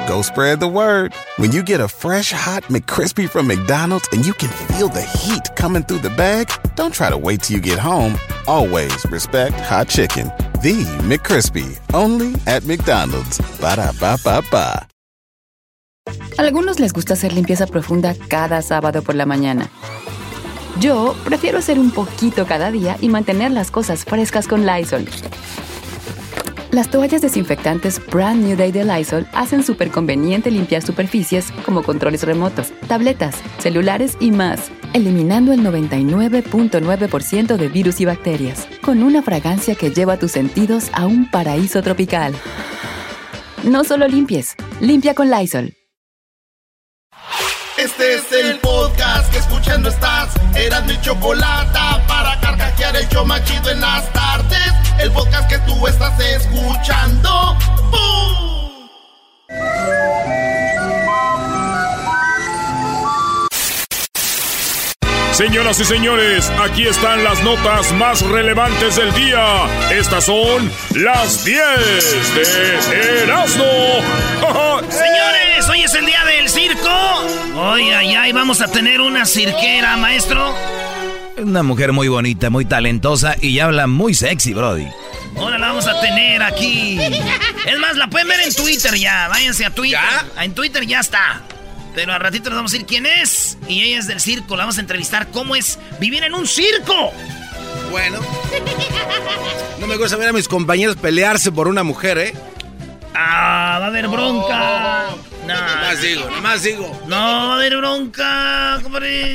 go spread the word. When you get a fresh, hot McCrispy from McDonald's and you can feel the heat coming through the bag, don't try to wait till you get home. Always respect hot chicken. The McCrispy, only at McDonald's. Ba-da-ba-ba-ba. Algunos les gusta hacer limpieza profunda cada sábado por la mañana. Yo prefiero hacer un poquito cada día y mantener las cosas frescas con Lysol. Las toallas desinfectantes Brand New Day de Lysol hacen súper conveniente limpiar superficies como controles remotos, tabletas, celulares y más, eliminando el 99.9% de virus y bacterias, con una fragancia que lleva tus sentidos a un paraíso tropical. No solo limpies, limpia con Lysol. Este es el podcast que escuchando estás. Eran mi chocolata para carcajear el show más chido en las tardes. El podcast que tú estás escuchando. ¡Bum! Señoras y señores, aquí están las notas más relevantes del día. Estas son las 10 de Erasmo. Señores, hoy es el día del circo. Hoy, ay, vamos a tener una cirquera, maestro. Una mujer muy bonita, muy talentosa y habla muy sexy, brody. Ahora la vamos a tener aquí. Es más, la pueden ver en Twitter ya. Váyanse a Twitter. ¿Ya? En Twitter ya está. Pero al ratito les vamos a decir quién es. Y ella es del circo. La vamos a entrevistar cómo es vivir en un circo. Bueno. No me gusta ver a mis compañeros pelearse por una mujer, ¿eh? Ah, va a haber bronca. No. Nomás digo. No, va a haber bronca, compadre.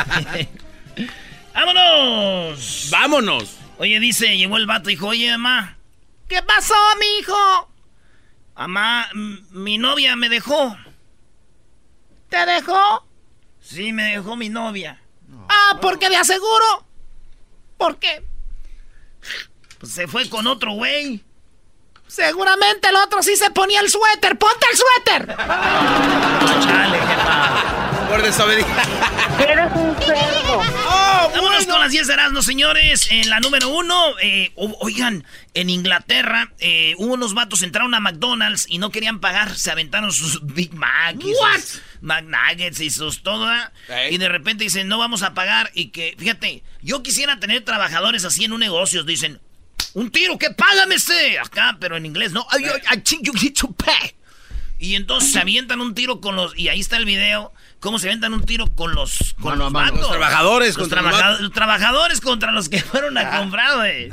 ¡Vámonos! ¡Vámonos! Oye, llegó el vato y dijo, oye, mamá. ¿Qué pasó, mijo? Mamá, mi novia me dejó. ¿Te dejó? Sí, me dejó mi novia. Ah, ¿por qué de aseguro? ¿Por qué? Pues se fue con otro güey. Seguramente el otro sí se ponía el suéter. ¡Ponte el suéter! Chale, jefa. Por desobediencia. Eres un cerdo. Vámonos con las 10 de Erasmo, señores. En la número 1, oigan, en Inglaterra hubo unos vatos, entraron a McDonald's y no querían pagar. Se aventaron sus Big Mac y sus McNuggets y sus todo. Y de repente dicen, no vamos a pagar. Y que, fíjate, yo quisiera tener trabajadores así en un negocio. Dicen, un tiro, que págame acá, pero en inglés, ¿no? I think you need to pay. Y entonces se avientan un tiro con los... Y ahí está el video. Cómo se avientan un tiro con los vatos. Los trabajadores los trabajadores contra los que fueron a comprar, güey.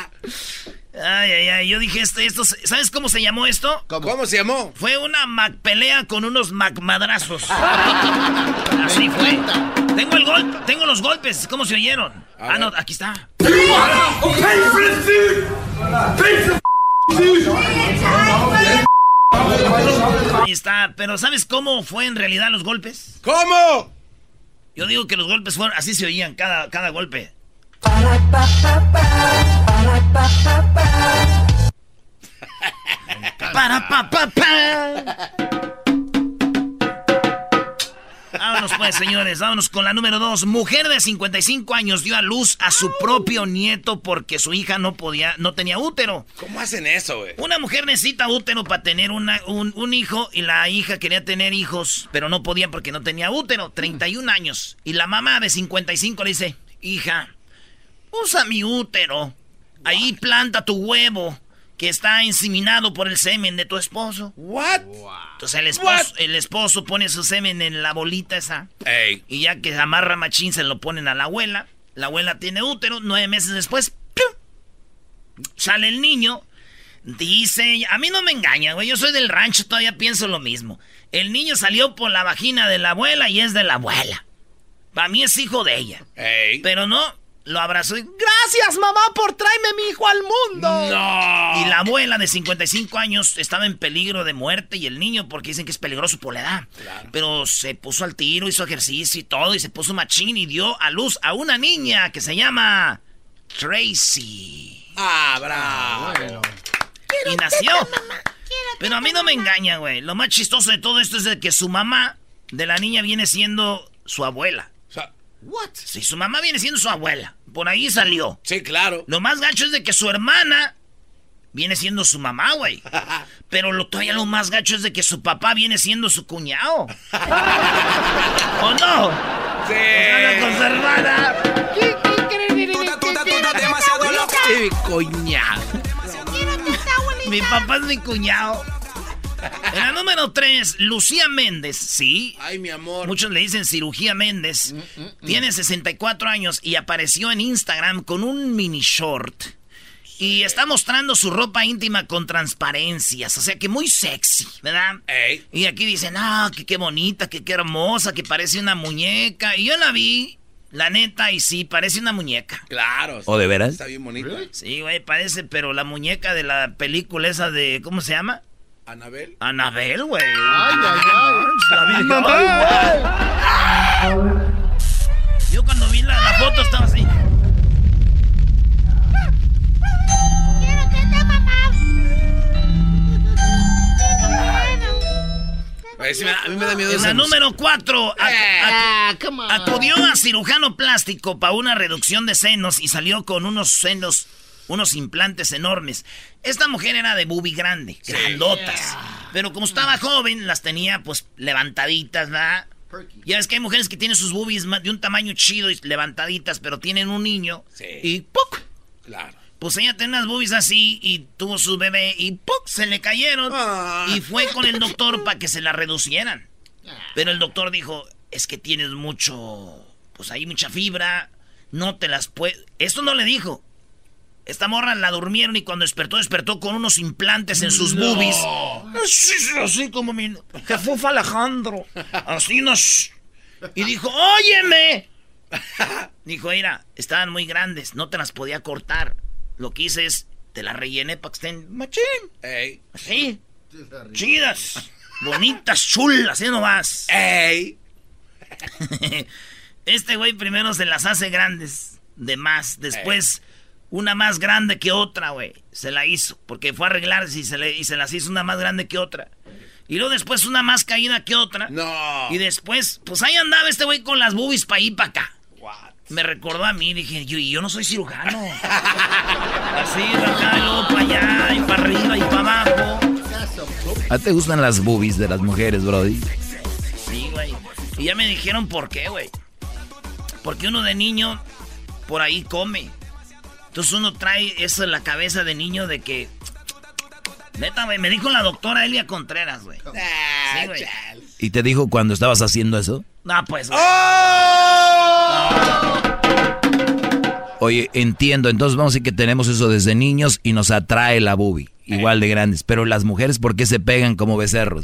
Ay. Yo dije esto... ¿Sabes cómo se llamó esto? ¿Cómo se llamó? Fue una pelea con unos madrazos. Así fue. Tengo los golpes. ¿Cómo se oyeron? No, aquí está. Ahí está, pero ¿sabes cómo fue en realidad los golpes? ¿Cómo? Yo digo que los golpes fueron, así se oían cada golpe. Vámonos pues, señores, vámonos con la número 2. Mujer de 55 años dio a luz a su propio nieto porque su hija no tenía útero. ¿Cómo hacen eso, güey? Una mujer necesita útero para tener un hijo y la hija quería tener hijos, pero no podía porque no tenía útero, 31 años. Y la mamá de 55 le dice, hija, usa mi útero, ahí planta tu huevo que está inseminado por el semen de tu esposo. What? Entonces el esposo pone su semen en la bolita esa. Ey. Y ya que amarra machín se lo ponen a la abuela. La abuela tiene útero, 9 meses después, ¡pium! Sale el niño. Dice, a mí no me engaña, güey, yo soy del rancho, todavía pienso lo mismo. El niño salió por la vagina de la abuela y es de la abuela. Para mí es hijo de ella. Ey. Pero no, lo abrazó y, gracias mamá por traerme mi hijo al mundo. No. Y la abuela de 55 años estaba en peligro de muerte y el niño, porque dicen que es peligroso por la edad. Claro. Pero se puso al tiro, hizo ejercicio y todo, y se puso machín y dio a luz a una niña que se llama Tracy. Bravo. Bueno. Y nació. Pero a mí no me engaña, güey. Lo más chistoso de todo esto es de que su mamá de la niña viene siendo su abuela. O sea, ¿what? Sí, su mamá viene siendo su abuela. Por ahí salió. Sí, claro. Lo más gacho es de que su hermana viene siendo su mamá, güey. Pero todavía lo más gacho es de que su papá viene siendo su cuñado. ¿O no? Sí. Con su hermana. demasiado loca. Sí, cuñado. Mi papá es mi cuñado. En la número 3, Lucía Méndez, ¿sí? Ay, mi amor. Muchos le dicen Cirugía Méndez. Tiene 64 años y apareció en Instagram con un mini short. Y está mostrando su ropa íntima con transparencias. O sea que muy sexy, ¿verdad? Ey. Y aquí dicen, que qué bonita, que qué hermosa, que parece una muñeca. Y yo la vi, la neta, y sí, parece una muñeca. Claro. ¿O de veras? Está bien bonita. Sí, güey, parece, pero la muñeca de la película esa de, ¿cómo se llama? ¿Anabel? Anabel, güey. Ay, ay, ay. La vi, yo cuando vi la foto estaba así. A mí me da miedo En la número 4, acudió a cirujano plástico para una reducción de senos y salió con unos senos, unos implantes enormes. Esta mujer era de boobie grande, grandotas. Pero como estaba joven, las tenía pues levantaditas, ¿verdad? Ya ves que hay mujeres que tienen sus boobies de un tamaño chido y levantaditas, pero tienen un niño y ¡puc! Claro. Pues ella tenía las boobies así y tuvo su bebé y ¡puc! Se le cayeron. Y fue con el doctor para que se la reducieran. Pero el doctor dijo, es que tienes mucho, pues hay mucha fibra, no te las puedes... Esto no le dijo. Esta morra la durmieron y cuando despertó con unos implantes en sus boobies. Así como mi Jesús Alejandro. Así nos... Y dijo, óyeme. Dijo, mira, estaban muy grandes, no te las podía cortar. Lo que hice es, te las rellené para que estén machín. Ey. Así. Chidas. Bonitas, chulas, así nomás. Ey. Este güey primero se las hace grandes, de más. Después, una más grande que otra, güey. Se la hizo, porque fue a arreglarse y se las hizo una más grande que otra. Y luego después una más caída que otra. No. Y después, pues ahí andaba este güey con las boobies para ir para acá. Me recordó a mí, dije, yo no soy cirujano. Así, de acá, y luego para allá, y para arriba, y para abajo. ¿A ti te gustan las boobies de las mujeres, brody? Sí, güey. Y ya me dijeron por qué, güey. Porque uno de niño, por ahí come. Entonces uno trae eso en la cabeza de niño de que... Neta, güey, me dijo la doctora Elia Contreras, güey. Sí, güey. ¿Y te dijo cuando estabas haciendo eso? No, pues, güey. Oye, entiendo, entonces vamos a decir que tenemos eso desde niños y nos atrae la boobie, igual de grandes. Pero las mujeres, ¿por qué se pegan como becerros?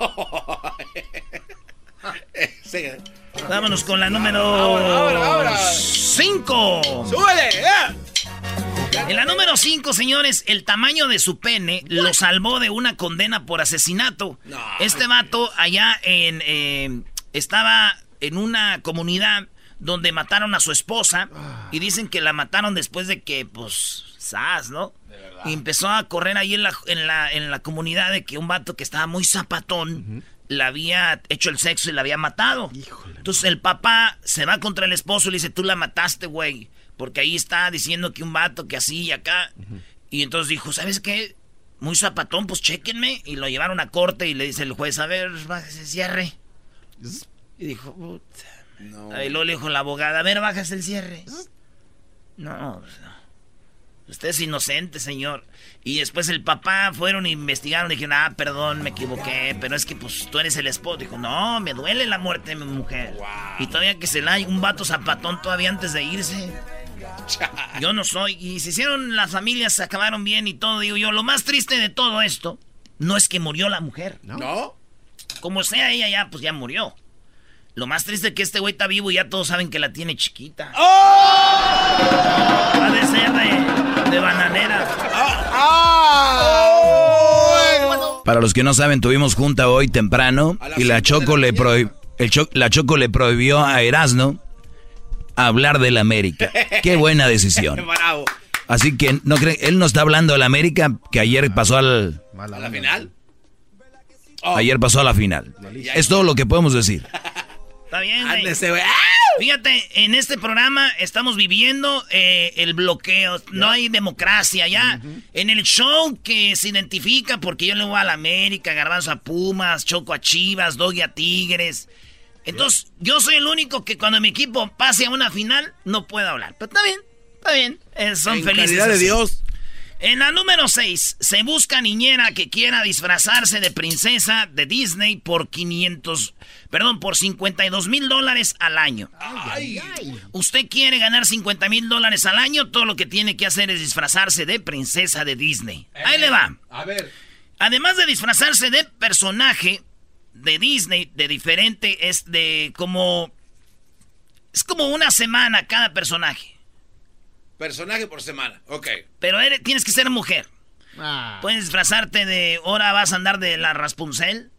Vámonos con la número 5. ¡Súbele! En la número 5, señores, el tamaño de su pene lo salvó de una condena por asesinato. No. Este vato allá estaba en una comunidad donde mataron a su esposa y dicen que la mataron después de que, pues, ¿no? Y empezó a correr ahí en la comunidad de que un vato que estaba muy zapatón le había hecho el sexo y la había matado. Híjole. Entonces el papá se va contra el esposo y le dice, tú la mataste, güey. Porque ahí está diciendo que un vato que así y acá. Y entonces dijo, ¿sabes qué? Muy zapatón, pues chéquenme. Y lo llevaron a corte y le dice el juez, a ver, bájese el cierre. Y dijo, puta. No. Ahí luego le dijo la abogada, a ver, bájese el cierre. No, usted es inocente, señor. Y después el papá fueron e investigaron y dijeron, perdón, me equivoqué, pero es que pues tú eres el esposo. Dijo, no, me duele la muerte de mi mujer. Wow. Y todavía que se la hay un vato zapatón todavía antes de irse. Yo no soy. Y se hicieron, las familias se acabaron bien y todo. Digo yo, lo más triste de todo esto no es que murió la mujer. ¿No? Como sea ella ya, pues ya murió. Lo más triste es que este güey está vivo y ya todos saben que la tiene chiquita. Ha de ser de bananera. Para los que no saben, tuvimos junta hoy temprano y la Choco le prohibió a Erasno hablar del América. Qué buena decisión. Bravo. Así que no creen, él no está hablando del América, que ayer pasó a la final. Ayer pasó a la final. Es todo lo que podemos decir. Está bien, güey. Fíjate, en este programa estamos viviendo el bloqueo. No hay democracia ya. En el show que se identifica, porque yo le voy a la América, Garbanzo a Pumas, Choco a Chivas, Doggy a Tigres. Entonces, yo soy el único que cuando mi equipo pase a una final, no puedo hablar. Pero está bien. Son en felices. Caridad de Dios. En la número 6, se busca niñera que quiera disfrazarse de princesa de Disney por $52,000 al año. Usted quiere ganar $50,000 al año, todo lo que tiene que hacer es disfrazarse de princesa de Disney. Ahí le va. A ver. Además de disfrazarse de personaje de Disney, de diferente, es como una semana cada personaje. Personaje por semana, ok. Pero tienes que ser mujer. Puedes disfrazarte ahora vas a andar de la Rapunzel.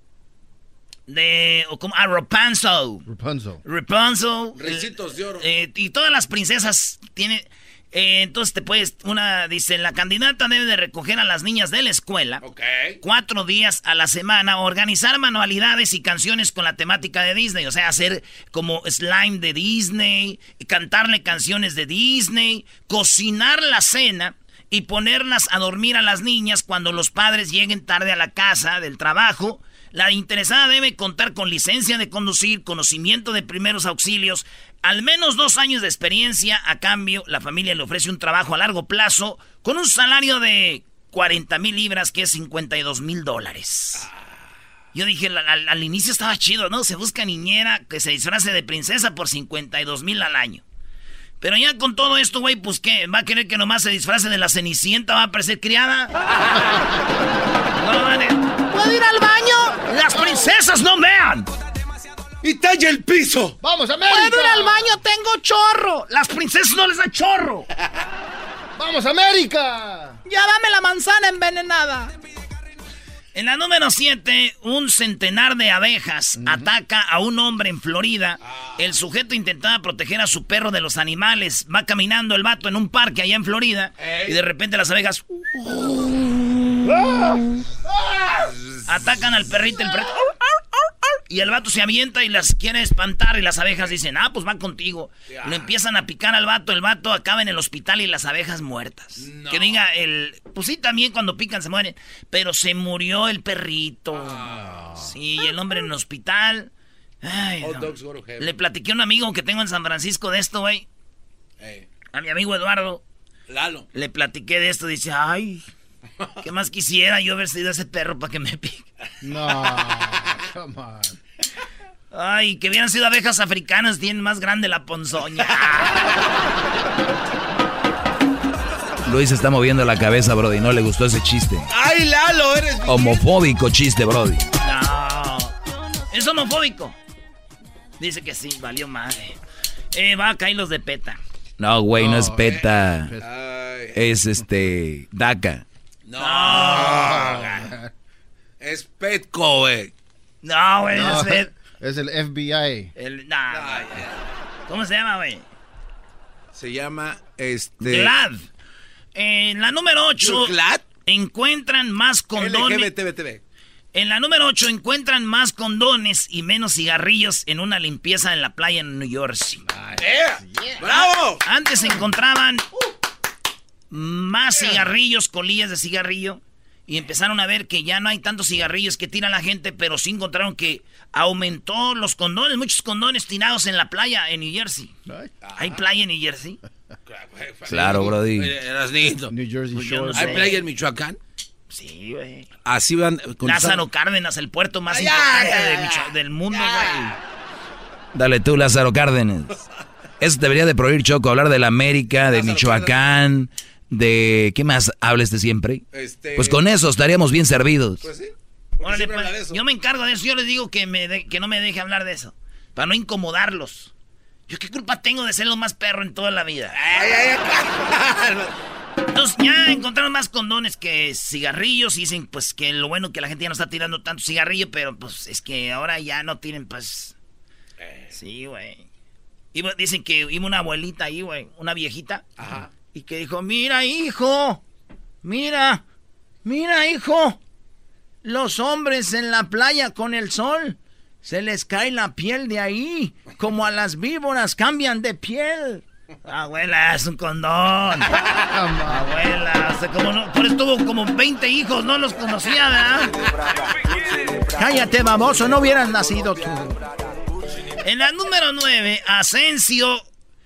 Rapunzel. Ricitos de oro. Y todas las princesas tienen... entonces dice, la candidata debe de recoger a las niñas de la escuela 4 días a la semana, organizar manualidades y canciones con la temática de Disney, o sea, hacer como slime de Disney, cantarle canciones de Disney, cocinar la cena y ponerlas a dormir a las niñas cuando los padres lleguen tarde a la casa del trabajo. La interesada debe contar con licencia de conducir, conocimiento de primeros auxilios, al menos 2 años de experiencia. A cambio, la familia le ofrece un trabajo a largo plazo con un salario de 40,000 libras, que es $52,000. Yo dije, al inicio estaba chido, ¿no? Se busca niñera que se disfrace de princesa por 52,000 al año. Pero ya con todo esto, güey, pues ¿qué? ¿Va a querer que nomás se disfrace de la Cenicienta? ¿Va a parecer criada? No, vale. ¿Puedo ir al baño? ¡Las princesas no vean! ¡Y talla el piso! ¡Vamos, América! ¡Puedo ir al baño! ¡Tengo chorro! ¡Las princesas no les da chorro! ¡Vamos, América! ¡Ya dame la manzana envenenada! En la número 7, un centenar de abejas ataca a un hombre en Florida. El sujeto intentaba proteger a su perro de los animales. Va caminando el vato en un parque allá en Florida. Y de repente las abejas... atacan al perrito, y el vato se avienta y las quiere espantar, y las abejas dicen, pues van contigo. Lo empiezan a picar al vato, el vato acaba en el hospital y las abejas muertas. No. Que diga, pues sí, también cuando pican se mueren, pero se murió el perrito. Sí, y el hombre en el hospital. Ay, no. Le platiqué a un amigo que tengo en San Francisco de esto, güey. A mi amigo Eduardo. Lalo. Le platiqué de esto, dice, ay... ¿Qué más quisiera yo haber sido ese perro para que me pique? No, come on. Ay, que hubieran sido abejas africanas, tienen más grande la ponzoña. Luis está moviendo la cabeza, Brody, no le gustó ese chiste. ¡Ay, Lalo, eres... Homofóbico chiste, Brody. No, es homofóbico. Dice que sí, valió madre. Va a caer los de PETA. No, güey, no es PETA. Es DACA. No. Es Petco, güey. No, güey, no, es el FBI. ¿Cómo se llama, güey? Se llama, GLAAD. En la número 8... ¿GLAAD? Encuentran más condones... LGBTB. En la número 8 encuentran más condones y menos cigarrillos en una limpieza en la playa en New Jersey. ¡Bravo! Antes se encontraban más cigarrillos, colillas de cigarrillo, y empezaron a ver que ya no hay tantos cigarrillos que tira la gente, pero sí encontraron que aumentó los condones, muchos condones tirados en la playa en New Jersey. ¿Hay playa en New Jersey? Claro, Brody. New Jersey Shore. ¿Hay playa en Michoacán? Sí, güey. Así van... Lázaro Cárdenas, el puerto más importante del mundo, güey. Dale tú, Lázaro Cárdenas. Eso debería de prohibir, Choco, hablar de la América, de Lázaro Michoacán, de... ¿Qué más hables de siempre? Pues con eso estaríamos bien servidos. Pues sí. Órale, pues, yo me encargo de eso. Yo les digo que no me deje hablar de eso, para no incomodarlos. ¿Yo qué culpa tengo de ser lo más perro en toda la vida? Entonces ya encontraron más condones que cigarrillos. Y dicen pues que lo bueno que la gente ya no está tirando tanto cigarrillo, pero pues es que ahora ya no tienen pues... Sí, güey. Dicen que iba una abuelita ahí, güey, una viejita. Ajá. Y que dijo, mira, hijo, mira, hijo, los hombres en la playa con el sol Se les cae la piel de ahí, como a las víboras cambian de piel. Abuela, es un condón. Abuela, por eso tuvo como 20 hijos, no los conocía, ¿verdad? Cállate, baboso, no hubieras nacido tú. En la número 9, Asensio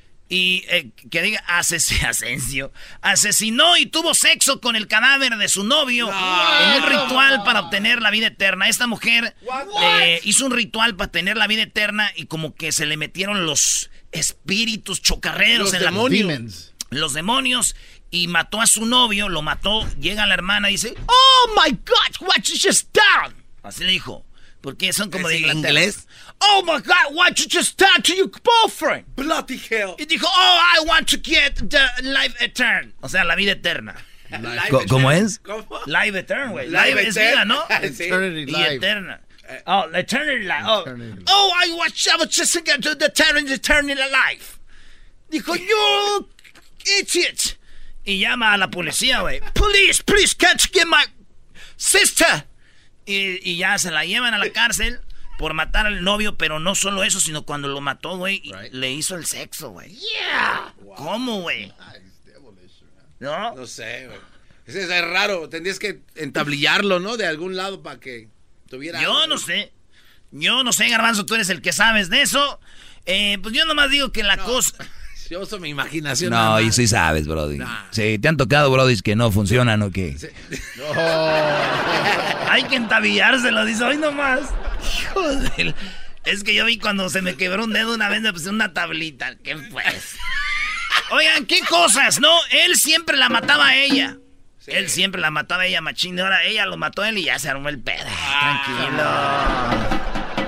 Asensio asesinó y tuvo sexo con el cadáver de su novio en un ritual para obtener la vida eterna. Esta mujer hizo un ritual para tener la vida eterna y como que se le metieron los espíritus chocarreros en los demonios y mató a su novio, lo mató. Llega la hermana y dice, "Oh my God, what you just done?" Así le dijo. Porque son como de inglés. "Oh my God, what you just done to your boyfriend?" Bloody hell. Y dijo, "Oh, I want to get the life eternal." O sea, la vida eterna. ¿Cómo es? ¿Cómo? Life eternal, güey. Life es vida, ¿no? Eternity Y life. eterna. Oh, la eternity life. Oh, I was just going to the eternity life. Dijo, "You idiot." Y llama a la policía, güey. Please, can't you get my sister? Y ya se la llevan a la cárcel por matar al novio, pero no solo eso, sino cuando lo mató, güey, le hizo el sexo, güey. Yeah. Wow. ¿Cómo, güey? ¿No? No sé, güey. Es raro, tendrías que entablillarlo, ¿no? De algún lado para que tuviera... Yo no sé, Garbanzo, tú eres el que sabes de eso. Pues yo nomás digo que la cosa... Yo uso mi imaginación. No, y sí sabes, brody. Sí, ¿te han tocado, brody, que no funcionan o qué? Sí. No. Hay que entabillárselo, dice, hoy nomás. Joder. Es que yo vi cuando se me quebró un dedo una vez, me puse una tablita. ¿Qué pues? Oigan, ¿qué cosas, no? Él siempre la mataba a ella. Sí. Él siempre la mataba a ella, machín. Ahora ella lo mató a él y ya se armó el pedo. Tranquilo.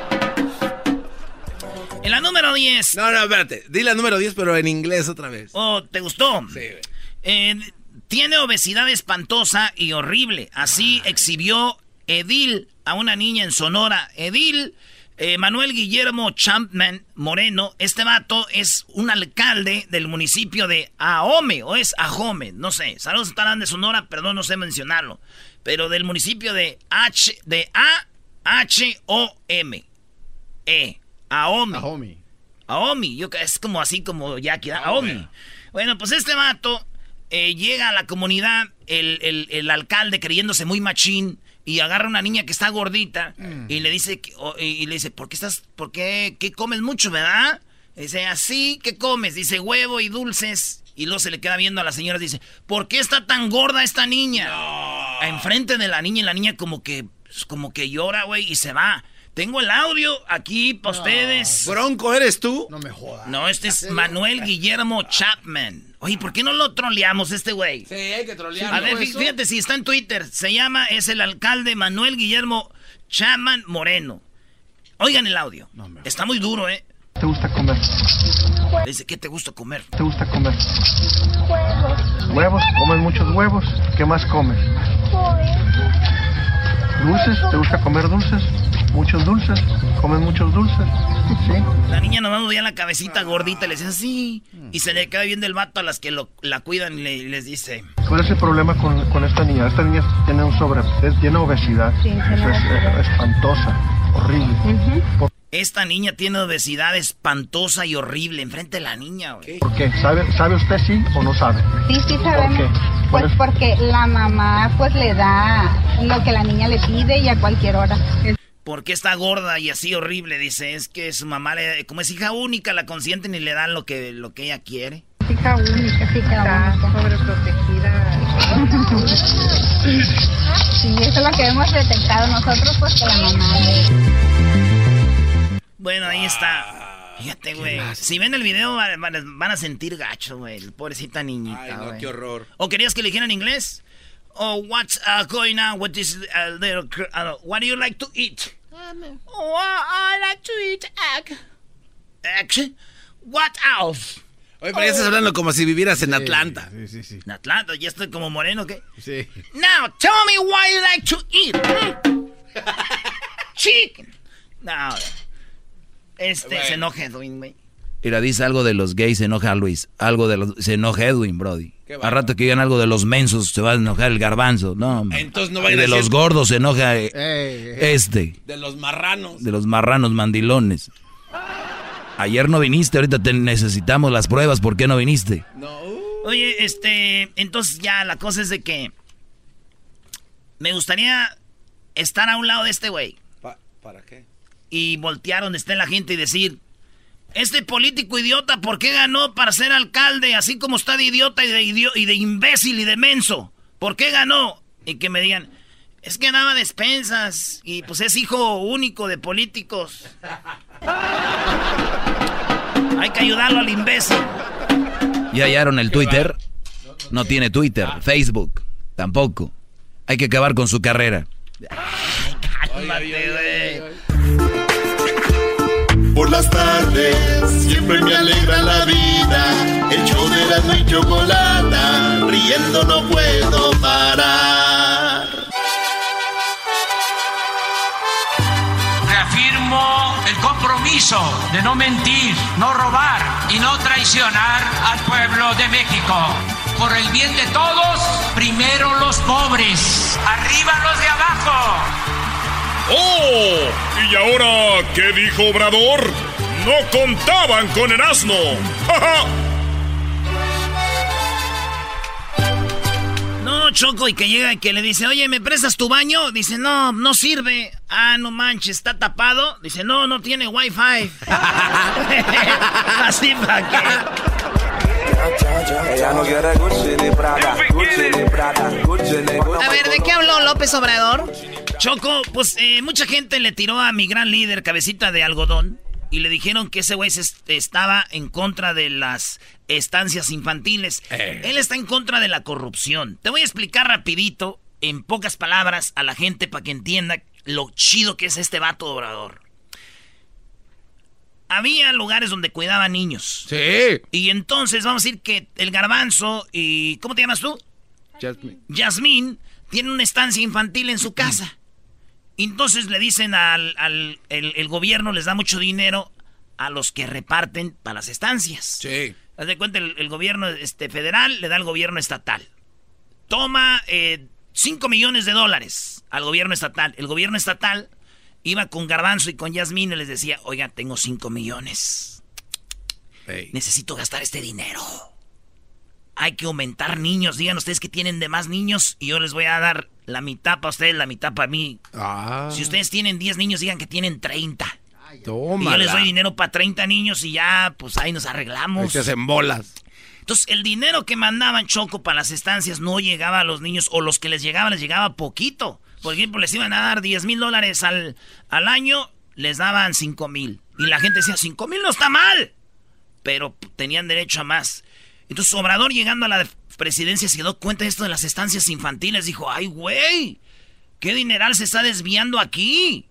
En la número 10. No, espérate. Di la número 10, pero en inglés otra vez. Oh, ¿te gustó? Sí, güey. Tiene obesidad espantosa y horrible. Así exhibió Edil a una niña en Sonora. Edil, Manuel Guillermo Chapman Moreno. Este vato es un alcalde del municipio de Ahome, o es Ahome, no sé. Saludos estarán de Sonora, perdón, no sé mencionarlo. Pero del municipio de Ahome. Ahome. Es como así como ya queda. Ahome. Bueno, pues este vato llega a la comunidad, el alcalde creyéndose muy machín, y agarra a una niña que está gordita y le dice, ¿qué comes mucho, verdad? Dice, así, ¿qué comes? Dice, huevo y dulces. Y luego se le queda viendo a la señora y dice, ¿por qué está tan gorda esta niña? No. Enfrente de la niña, y la niña como que llora, güey, y se va. Tengo el audio aquí para ustedes. ¿Bronco eres tú? No me jodas. No, este es Manuel Guillermo Chapman. Oye, ¿por qué no lo troleamos este güey? Sí, hay que trolearlo. A ver, fíjate si está en Twitter. Es el alcalde Manuel Guillermo Chapman Moreno. Oigan el audio. No, está muy duro, ¿eh? ¿Te gusta comer? Dice, ¿qué te gusta comer? ¿Te gusta comer? Huevos. ¿Huevos? ¿Comes muchos huevos? ¿Qué más comes? ¿Dulces? ¿Te gusta comer dulces? ¿Muchos dulces? ¿Comen muchos dulces? Sí. La niña nomás movía la cabecita gordita y le decía así. Y se le queda viendo el vato a las que la cuidan y les dice... ¿Cuál es el problema con esta niña? Esta niña tiene obesidad. Sí, es espantosa, horrible. Uh-huh. Esta niña tiene obesidad espantosa y horrible enfrente de la niña, güey. ¿Por qué? ¿Sabe usted sí o no sabe? Sí sabemos. ¿Por qué? Pues porque la mamá pues le da lo que la niña le pide y a cualquier hora. ¿Por qué está gorda y así horrible? Dice, es que su mamá, como es hija única, la consienten y le dan lo que ella quiere. Hija única, está sobreprotegida. Sí, eso es lo que hemos detectado nosotros, pues que la mamá Bueno, ahí está. Fíjate, güey. Si ven el video van a sentir gacho, güey. Pobrecita niñita. Ay, no, qué horror. ¿O querías que le dijeran en inglés? Oh, what's going on? What is what do you like to eat? Oh, I like to eat egg. Egg? What else? Oye, pero ya estás hablando como si vivieras en Atlanta. Sí. ¿En Atlanta? ¿Ya estoy como moreno, qué? Sí. Now, tell me why you like to eat. Chicken. No. Se enoja Edwin, güey. Mira, dice algo de los gays, se enoja Luis. Se enoja Edwin, brody. A rato que digan algo de los mensos, se va a enojar el garbanzo. No, entonces no va a y ir de los gordos se enoja De los marranos. De los marranos mandilones. Ayer no viniste, ahorita necesitamos las pruebas. ¿Por qué no viniste? No. Oye, entonces ya la cosa es de que me gustaría estar a un lado de este güey. ¿Para qué? Y voltear donde esté la gente y decir... Este político idiota, ¿por qué ganó para ser alcalde? Así como está de idiota y de imbécil y de menso. ¿Por qué ganó? Y que me digan, es que daba despensas y pues es hijo único de políticos. Hay que ayudarlo al imbécil. ¿Ya hallaron el Twitter? No tiene Twitter. Facebook tampoco. Hay que acabar con su carrera. Cálmate, güey. Por las tardes siempre me alegra la vida. El show de Erasmo y Chocolata, riendo no puedo parar. Reafirmo el compromiso de no mentir, no robar y no traicionar al pueblo de México. Por el bien de todos, primero los pobres, arriba los de abajo. ¡Oh! ¿Y ahora qué dijo Obrador? ¡No contaban con el asno! No, Choco, y que llega y que le dice, oye, ¿me prestas tu baño? Dice, no, no sirve. Ah, no manches, ¿está tapado? Dice, no tiene wifi. Así para qué. A ver, ¿de qué habló López Obrador? Choco, pues mucha gente le tiró a mi gran líder, Cabecita de Algodón, y le dijeron que ese güey estaba en contra de las estancias infantiles. Él está en contra de la corrupción. Te voy a explicar rapidito, en pocas palabras, a la gente para que entienda lo chido que es este vato Obrador. Había lugares donde cuidaban niños. Sí. Y entonces vamos a decir que el Garbanzo y... ¿Cómo te llamas tú? Yasmín tiene una estancia infantil en su casa. Entonces le dicen el gobierno les da mucho dinero a los que reparten para las estancias. Sí. Haz de cuenta, el gobierno federal le da al gobierno estatal. Toma $5 millones al gobierno estatal. El gobierno estatal iba con Garbanzo y con Yasmín y les decía, oiga, tengo 5 millones. Hey. Necesito gastar este dinero. Hay que aumentar niños. Digan ustedes que tienen de más niños y yo les voy a dar la mitad para ustedes, la mitad para mí. Si ustedes tienen 10 niños, digan que tienen 30. Tómala. Y yo les doy dinero para 30 niños y ya, pues ahí nos arreglamos. Ahí se hacen bolas. Entonces, el dinero que mandaban, Choco, para las estancias no llegaba a los niños, o los que les llegaba poquito. Por ejemplo, les iban a dar $10,000 al año, les daban 5,000. Y la gente decía, 5,000 no está mal, pero tenían derecho a más. Entonces, Obrador, llegando a la presidencia, se dio cuenta de esto de las estancias infantiles. Dijo, ay, güey, ¿qué dineral se está desviando aquí?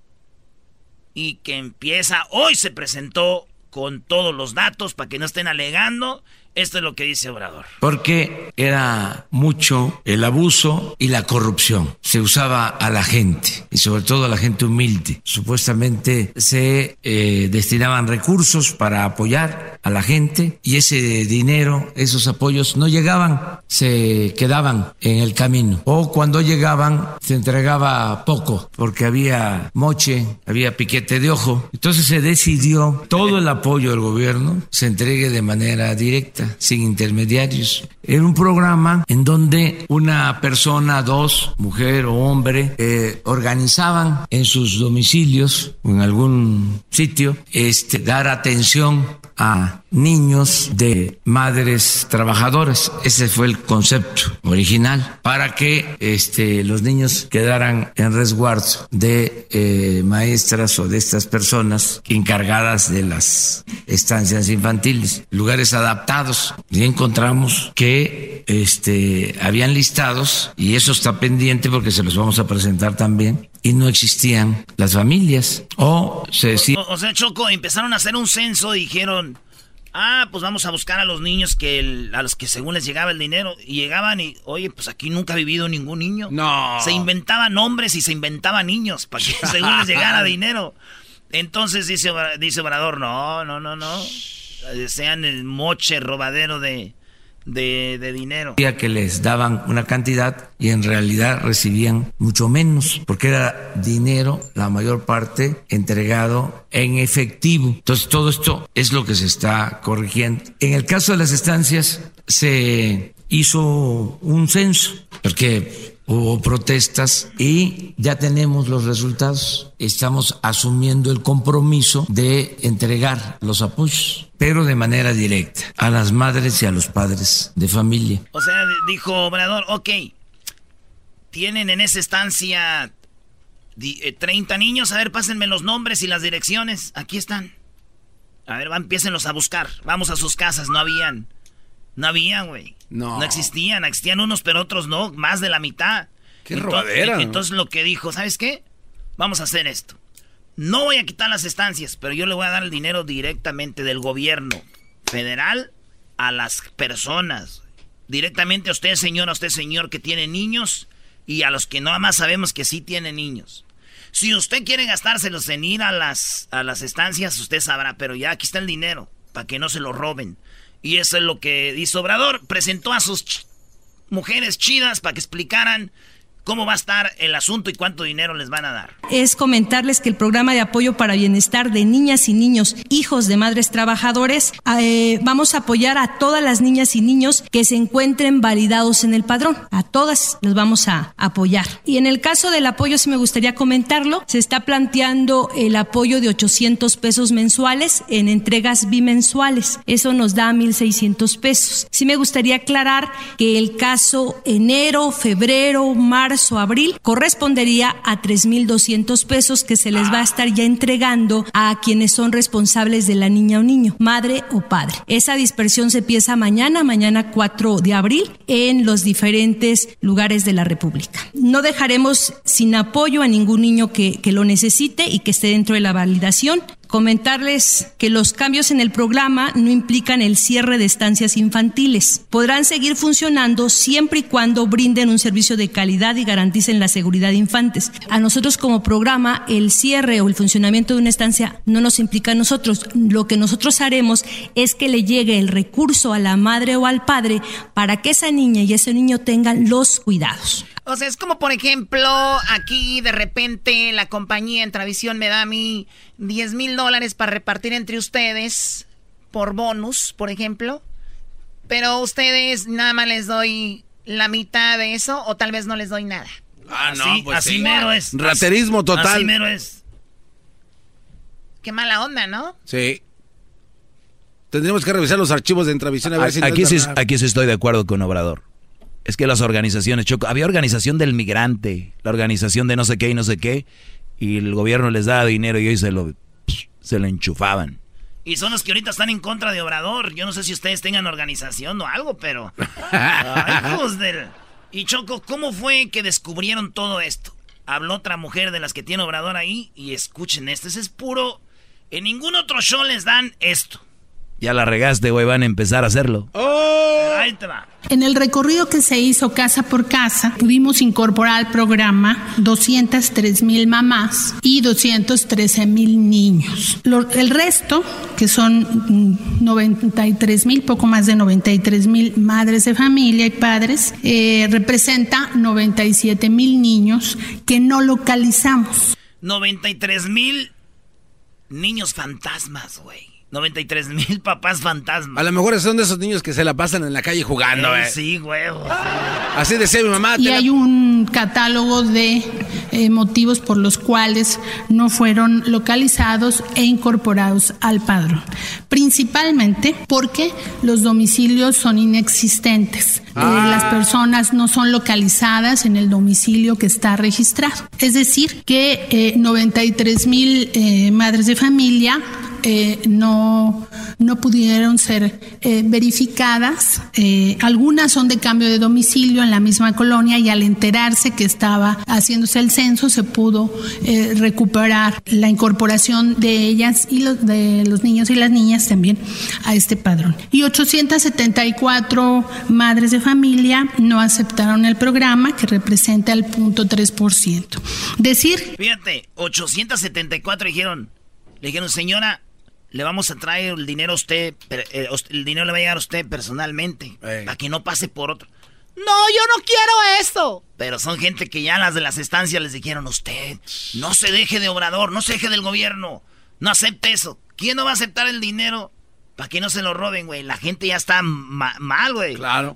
Y que empieza, hoy se presentó con todos los datos para que no estén alegando. Esto es lo que dice Obrador. Porque era mucho el abuso y la corrupción. Se usaba a la gente, y sobre todo a la gente humilde. Supuestamente se destinaban recursos para apoyar a la gente, y ese dinero, esos apoyos no llegaban, se quedaban en el camino. O cuando llegaban, se entregaba poco, porque había moche, había piquete de ojo. Entonces se decidió todo el apoyo del gobierno se entregue de manera directa, sin intermediarios. Era un programa en donde una persona, dos, mujer o hombre, organizaban en sus domicilios o en algún sitio, dar atención a niños de madres trabajadoras. Ese fue el concepto original, para que los niños quedaran en resguardo de maestras o de estas personas encargadas de las estancias infantiles, lugares adaptados. Y encontramos que habían listados, y eso está pendiente porque se los vamos a presentar también, y no existían las familias. O se decía... O sea, Choco, empezaron a hacer un censo y dijeron, pues vamos a buscar a los niños a los que según les llegaba el dinero. Y llegaban y, oye, pues aquí nunca ha vivido ningún niño. No. Se inventaban nombres y se inventaban niños para que según les llegara dinero. Entonces dice Obrador, no. sean el moche robadero de dinero. Que les daban una cantidad y en realidad recibían mucho menos, porque era dinero, la mayor parte, entregado en efectivo. Entonces todo esto es lo que se está corrigiendo. En el caso de las estancias se hizo un censo, porque hubo protestas y ya tenemos los resultados. Estamos asumiendo el compromiso de entregar los apoyos, pero de manera directa, a las madres y a los padres de familia. O sea, dijo Obrador, ok, tienen en esa estancia 30 niños, a ver, pásenme los nombres y las direcciones, aquí están. A ver, empiécenlos a buscar, vamos a sus casas, no habían, güey. No existían unos, pero otros no, más de la mitad. ¡Qué robadera! Entonces lo que dijo, ¿sabes qué? Vamos a hacer esto. No voy a quitar las estancias, pero yo le voy a dar el dinero directamente del gobierno federal a las personas. Directamente a usted, señor, que tiene niños y a los que nada más sabemos que sí tienen niños. Si usted quiere gastárselos en ir a las estancias, usted sabrá, pero ya aquí está el dinero, para que no se lo roben. Y eso es lo que hizo Obrador. Presentó a sus mujeres chidas para que explicaran cómo va a estar el asunto y cuánto dinero les van a dar. Es comentarles que el programa de apoyo para bienestar de niñas y niños, hijos de madres trabajadores, vamos a apoyar a todas las niñas y niños que se encuentren validados en el padrón. A todas los vamos a apoyar. Y en el caso del apoyo, sí me gustaría comentarlo, se está planteando el apoyo de 800 pesos mensuales en entregas bimensuales. Eso nos da 1,600 pesos. Sí me gustaría aclarar que el caso enero, febrero, marzo, abril, correspondería a 3,200 pesos que se les va a estar ya entregando a quienes son responsables de la niña o niño, madre o padre. Esa dispersión se empieza mañana 4 de abril, en los diferentes lugares de la República. No dejaremos sin apoyo a ningún niño que lo necesite y que esté dentro de la validación. Comentarles que los cambios en el programa no implican el cierre de estancias infantiles. Podrán seguir funcionando siempre y cuando brinden un servicio de calidad y garanticen la seguridad de infantes. A nosotros como programa, el cierre o el funcionamiento de una estancia no nos implica a nosotros. Lo que nosotros haremos es que le llegue el recurso a la madre o al padre para que esa niña y ese niño tengan los cuidados. O sea, es como, por ejemplo, aquí de repente la compañía en Travisión me da a mí $10,000 para repartir entre ustedes por bonus, por ejemplo. Pero ustedes nada más les doy la mitad de eso o tal vez no les doy nada. Así mero es. Raterismo total. Así mero es. Qué mala onda, ¿no? Sí. Tendríamos que revisar los archivos de Entravisión a ver si... Aquí sí estoy de acuerdo con Obrador. Es que las organizaciones, Choco, había organización del migrante, la organización de no sé qué y no sé qué, y el gobierno les daba dinero y hoy se lo enchufaban. Y son los que ahorita están en contra de Obrador. Yo no sé si ustedes tengan organización o algo, pero... Ay, hijos del... Y Choco, ¿cómo fue que descubrieron todo esto? Habló otra mujer de las que tiene Obrador ahí, y escuchen esto, ese es puro... En ningún otro show les dan esto. Ya la regaste, güey, van a empezar a hacerlo. Ahí te va. En el recorrido que se hizo casa por casa, pudimos incorporar al programa 203,000 mamás y 213,000 niños. El resto, que son 93,000, poco más de 93,000 madres de familia y padres, representa 97,000 niños que no localizamos. 93,000 niños fantasmas, güey. 93,000 papás fantasmas. A lo mejor son de esos niños que se la pasan en la calle jugando, Sí, güey. Así decía mi mamá. Y hay un catálogo de motivos por los cuales no fueron localizados e incorporados al padrón. Principalmente porque los domicilios son inexistentes. Las personas no son localizadas en el domicilio que está registrado. Es decir, que 93,000 madres de familia no pudieron ser verificadas. Algunas son de cambio de domicilio en la misma colonia y al enterarse que estaba haciéndose el censo se pudo recuperar la incorporación de ellas y de los niños y las niñas también a este padrón. Y 874 madres de familia no aceptaron el programa, que representa el 0.3%. Fíjate, 874 le dijeron, señora, le vamos a traer el dinero a usted, el dinero le va a llegar a usted personalmente, para que no pase por otro. No, yo no quiero eso. Pero son gente que ya las de las estancias les dijeron, usted no se deje de Obrador, no se deje del gobierno, no acepte eso. ¿Quién no va a aceptar el dinero para que no se lo roben, güey? La gente ya está mal, güey. Claro.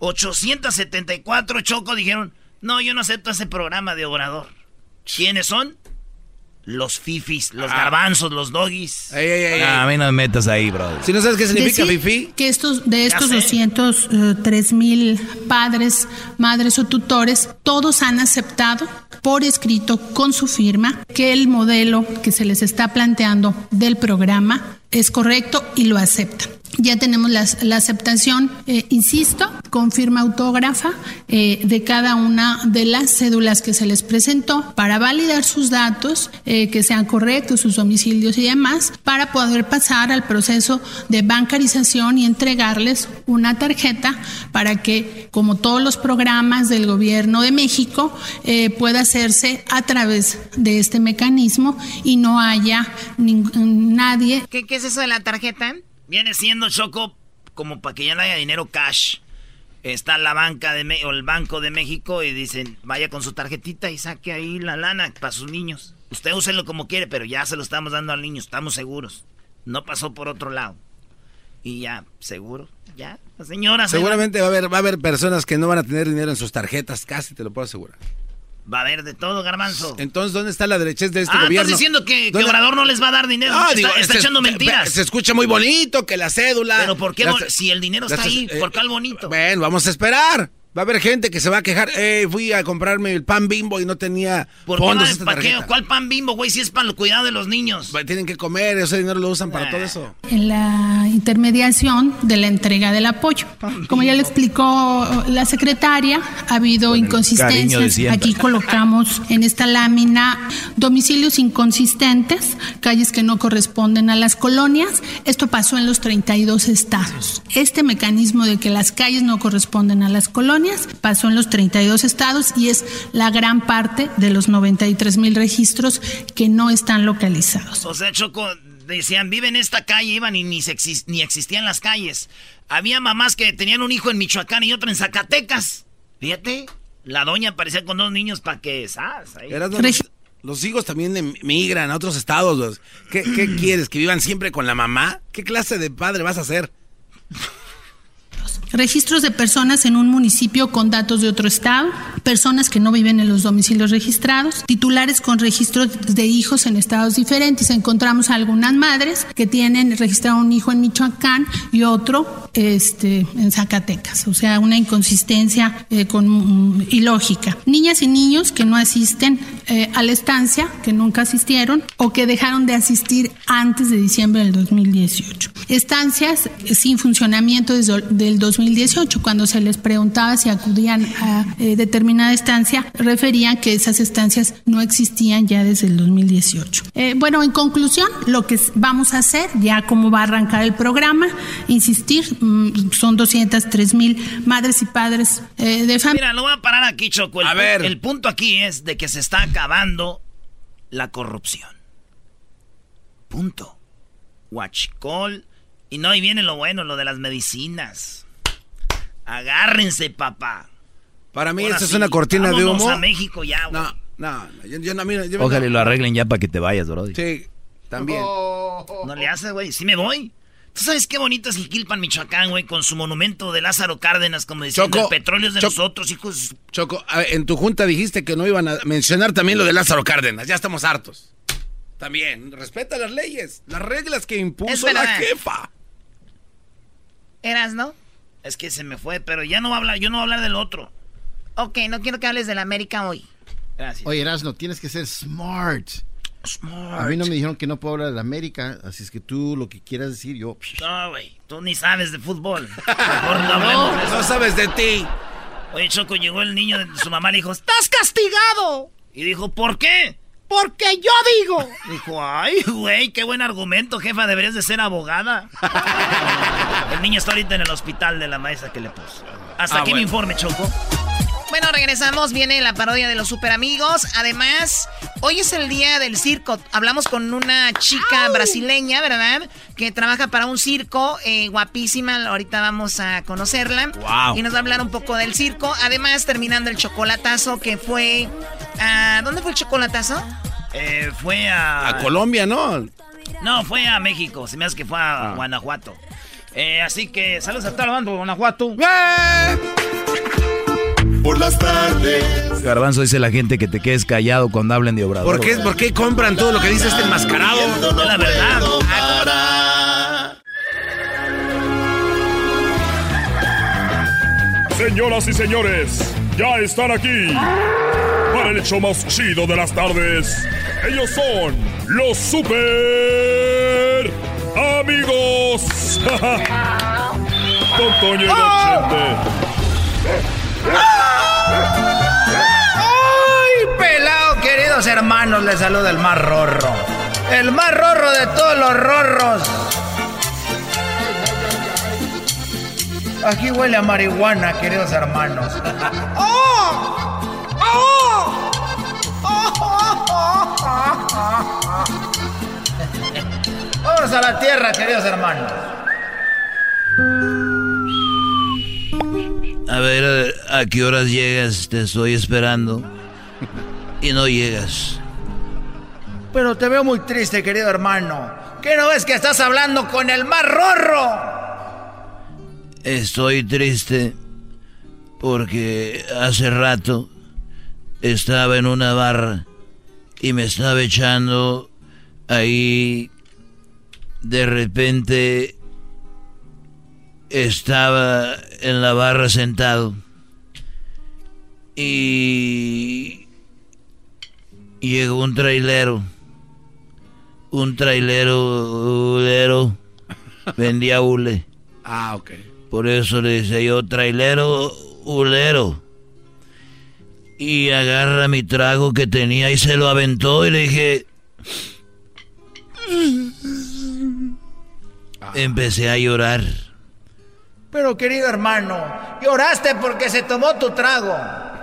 874, Choco, dijeron, no, yo no acepto ese programa de Obrador. ¿Quiénes son? Los fifis, los garbanzos, los doggies. A mí no me metas ahí, bro. Si no sabes qué significa fifi. Que estos 203,000 padres, madres o tutores, todos han aceptado por escrito con su firma que el modelo que se les está planteando del programa es correcto y lo aceptan. Ya tenemos la aceptación, insisto, con firma autógrafa de cada una de las cédulas que se les presentó para validar sus datos, que sean correctos, sus domicilios y demás, para poder pasar al proceso de bancarización y entregarles una tarjeta para que, como todos los programas del gobierno de México, pueda hacerse a través de este mecanismo y no haya nadie. ¿Qué es eso de la tarjeta? Viene siendo, Choco, como para que ya no haya dinero cash. Está la banca o el Banco de México y dicen, vaya con su tarjetita y saque ahí la lana para sus niños. Usted úselo como quiere, pero ya se lo estamos dando al niño, estamos seguros. No pasó por otro lado. Y ya, seguro, ya. La señora seguramente va a haber personas que no van a tener dinero en sus tarjetas, casi te lo puedo asegurar. Va a haber de todo, Garbanzo. Entonces, ¿dónde está la derechez de este gobierno? Estás diciendo que Obrador no les va a dar dinero. Está echando mentiras. Se escucha muy bonito que la cédula. Pero ¿por qué? Si el dinero está ahí, ¿por qué al bonito? Bueno, vamos a esperar. Va a haber gente que se va a quejar. Fui a comprarme el pan Bimbo y no tenía fondos. ¿Para qué? ¿Cuál pan Bimbo, güey? Si es para el cuidado de los niños. Tienen que comer, ese dinero lo usan para todo eso. En la intermediación de la entrega del apoyo. Como ya le explicó la secretaria, ha habido inconsistencias. Aquí colocamos en esta lámina domicilios inconsistentes, calles que no corresponden a las colonias. Esto pasó en los 32 estados. Este mecanismo de que las calles no corresponden a las colonias pasó en los 32 estados y es la gran parte de los 93,000 registros que no están localizados. O sea, Choco, decían, vive en esta calle, iban y ni existían las calles. Había mamás que tenían un hijo en Michoacán y otro en Zacatecas. Fíjate, la doña aparecía con 2 niños para que... Los hijos también emigran a otros estados. ¿Qué quieres? ¿Que vivan siempre con la mamá? ¿Qué clase de padre vas a ser? Registros de personas en un municipio con datos de otro estado, personas que no viven en los domicilios registrados, titulares con registros de hijos en estados diferentes. Encontramos algunas madres que tienen registrado un hijo en Michoacán y otro en Zacatecas. O sea, una inconsistencia ilógica. Niñas y niños que no asisten a la estancia, que nunca asistieron o que dejaron de asistir antes de diciembre del 2018. Estancias sin funcionamiento desde el 2018, cuando se les preguntaba si acudían a determinada estancia, referían que esas estancias no existían ya desde el 2018. Bueno, en conclusión, lo que vamos a hacer, ya como va a arrancar el programa, insistir, son 203,000 madres y padres de familia. Mira, lo voy a parar aquí, Choco. El punto aquí es de que se está acabando la corrupción. Punto. Huachicol. Y no, y viene lo bueno, lo de las medicinas. Agárrense, papá. Para mí esto es una cortina de humo. Vámonos a México ya, güey. No. Ojalá y lo arreglen ya para que te vayas, bro. Sí, también. No le hace, güey. Sí me voy. ¿Tú sabes qué bonito es Jiquilpan, Michoacán, güey? Con su monumento de Lázaro Cárdenas, como diciendo, el petróleo es de nosotros, hijos. Choco, en tu junta dijiste que no iban a mencionar también lo de Lázaro Cárdenas. Ya estamos hartos. También, respeta las leyes, las reglas que impuso la jefa. ¿Eras, no? Es que se me fue, pero ya no va a hablar, yo no voy a hablar del otro. Ok, no quiero que hables de la América hoy. Gracias. Oye, Erasno, tienes que ser smart. A mí no me dijeron que no puedo hablar de la América, así es que tú lo que quieras decir, yo... No, güey, tú ni sabes de fútbol. Mejor no hablemos de eso. No sabes de ti. Oye, Choco, llegó el niño de su mamá, le dijo, ¡estás castigado! Y dijo, ¿por qué? Porque yo digo. Dijo, ay, güey, qué buen argumento, jefa, deberías de ser abogada. El niño está ahorita en el hospital de la maestra que le puso. Hasta aquí mi informe, Choco. Bueno, regresamos, viene la parodia de los super amigos. Además, hoy es el día del circo. Hablamos con una chica brasileña, ¿verdad? Que trabaja para un circo, guapísima. Ahorita vamos a conocerla. Wow. Y nos va a hablar un poco del circo. Además, terminando el chocolatazo que fue... ¿Dónde fue el chocolatazo? Fue a Colombia, ¿no? No, fue a México. Se me hace que fue a Guanajuato. Así que saludos a todo el bando de Guanajuato. Por las tardes. Garbanzo, dice la gente que te quedes callado cuando hablen de Obrador. ¿Por qué compran todo lo que dice este enmascarado? Es la verdad. Señoras y señores, ya están aquí para el hecho más chido de las tardes. Ellos son los super amigos. Don Toño y Don Chente. ¡Ay, pelado, queridos hermanos! Les saluda el más rorro. El más rorro de todos los rorros. Aquí huele a marihuana, queridos hermanos. ¡Oh! ¡Oh! Vamos a la tierra, queridos hermanos. A ver, ¿a qué horas llegas? Te estoy esperando. Y no llegas. Pero te veo muy triste, querido hermano. ¿Qué no ves que estás hablando con el más rorro? Estoy triste porque hace rato estaba en una barra y me estaba echando ahí. De repente estaba en la barra sentado y llegó un trailero, vendía hule. Ah, ok. Por eso le decía yo, trailero, hulero. Y agarra mi trago que tenía y se lo aventó y le dije... Empecé a llorar. Pero querido hermano, lloraste porque se tomó tu trago.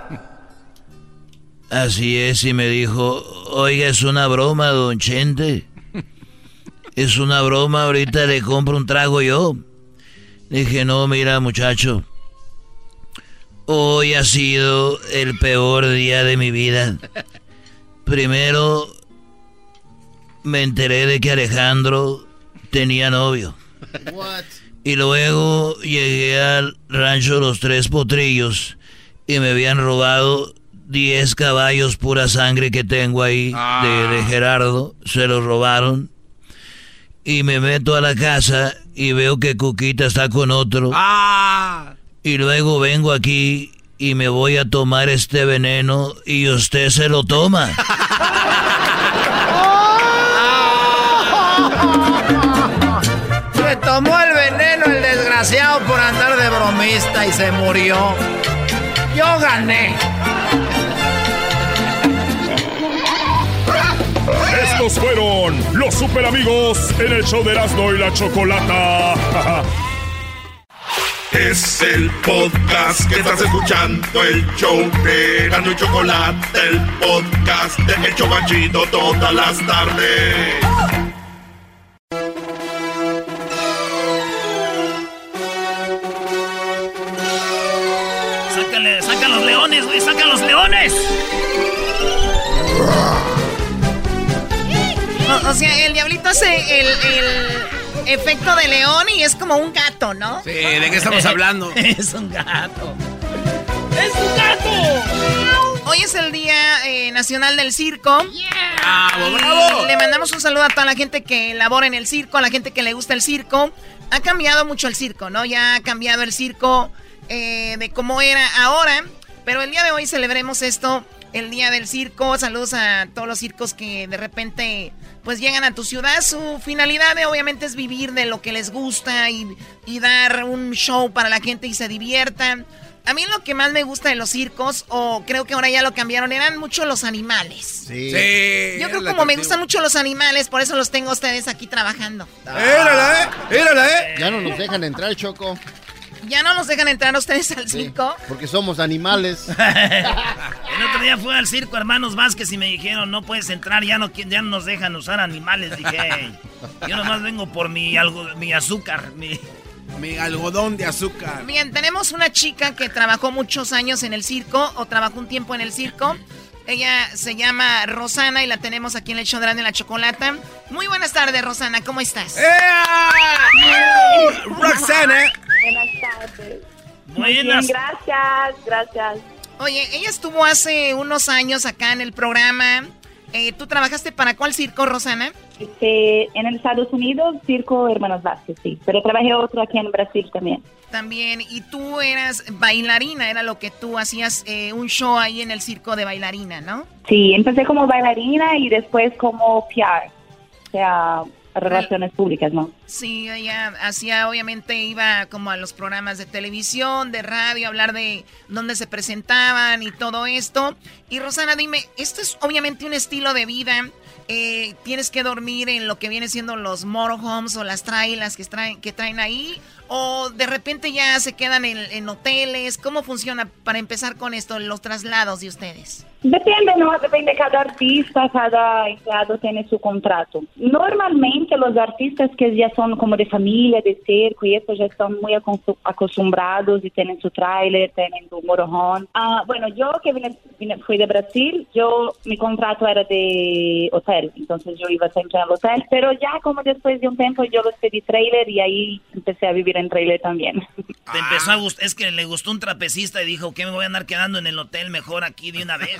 Así es, y me dijo, oiga, es una broma, don Chente. Es una broma, ahorita le compro un trago yo. Le dije, no, mira muchacho, hoy ha sido el peor día de mi vida. Primero me enteré de que Alejandro tenía novio. What? Y luego llegué al rancho Los Tres Potrillos y me habían robado 10 caballos pura sangre que tengo ahí de Gerardo. Se los robaron. Y me meto a la casa y veo que Cuquita está con otro. Y luego vengo aquí y me voy a tomar este veneno y usted se lo toma. Se tomó el veneno el desgraciado por andar de bromista y se murió. Yo gané. Estos fueron los super amigos en el show de Erasmo y la Chocolata. Es el podcast que estás escuchando, el show de Erasmo y Chocolata, el podcast de El Chobachito todas las tardes. ¡Saca los leones, güey! ¡Saca los leones! O sea, el diablito hace el efecto de león y es como un gato, ¿no? Sí, ¿de qué estamos hablando? Es un gato. ¡Es un gato! Hoy es el Día Nacional del Circo. ¡Bravo, bravo! Y le mandamos un saludo a toda la gente que labora en el circo, a la gente que le gusta el circo. Ha cambiado mucho el circo, ¿no? Ya ha cambiado el circo de cómo era ahora. Pero el día de hoy celebremos esto, el Día del Circo. Saludos a todos los circos que de repente pues llegan a tu ciudad. Su finalidad obviamente es vivir de lo que les gusta y dar un show para la gente y se diviertan. A mí lo que más me gusta de los circos, o creo que ahora ya lo cambiaron, eran mucho los animales. Sí. Yo creo que como me gustan mucho los animales, por eso los tengo a ustedes aquí trabajando. ¡Érala, eh! Ya no nos dejan entrar, Choco. ¿Ya no nos dejan entrar ustedes al circo? Porque somos animales. El otro día fui al circo Hermanos Vázquez y me dijeron, no puedes entrar, ya no nos dejan usar animales. Dije, yo nomás vengo por mi azúcar, mi algodón de azúcar. Bien, tenemos una chica que trabajó muchos años en el circo, o trabajó un tiempo en el circo. Ella se llama Rosana y la tenemos aquí en el show de la Chocolata. Muy buenas tardes, Rosana, ¿cómo estás? Roxana. Buenas tardes. Muy bien, gracias. Oye, ella estuvo hace unos años acá en el programa. ¿Tú trabajaste para cuál circo, Rosana? En el Estados Unidos, Circo Hermanos Vázquez, sí. Pero trabajé otro aquí en Brasil también. También, y tú eras bailarina, era lo que tú hacías, un show ahí en el circo de bailarina, ¿no? Sí, empecé como bailarina y después como PR, o sea, relaciones públicas, ¿no? Sí, ella hacía, obviamente iba como a los programas de televisión, de radio, hablar de dónde se presentaban y todo esto. Y Rosana, dime, esto es obviamente un estilo de vida. Tienes que dormir en lo que viene siendo los motorhomes o las trailas que traen ahí, o de repente ya se quedan en hoteles. ¿Cómo funciona para empezar con esto, los traslados de ustedes? Depende, ¿no? Depende, cada artista, cada empleado tiene su contrato. Normalmente los artistas que ya son como de familia, de circo y eso, ya están muy acostumbrados y tienen su tráiler, tienen su motorhome. Bueno, yo que fui de Brasil, mi contrato era de hotel, entonces yo iba siempre al hotel, pero ya como después de un tiempo yo los pedí trailer y ahí empecé a vivir en trailer también. Te empezó a gustar, es que le gustó un trapecista y dijo que me voy a andar quedando en el hotel mejor aquí de una vez.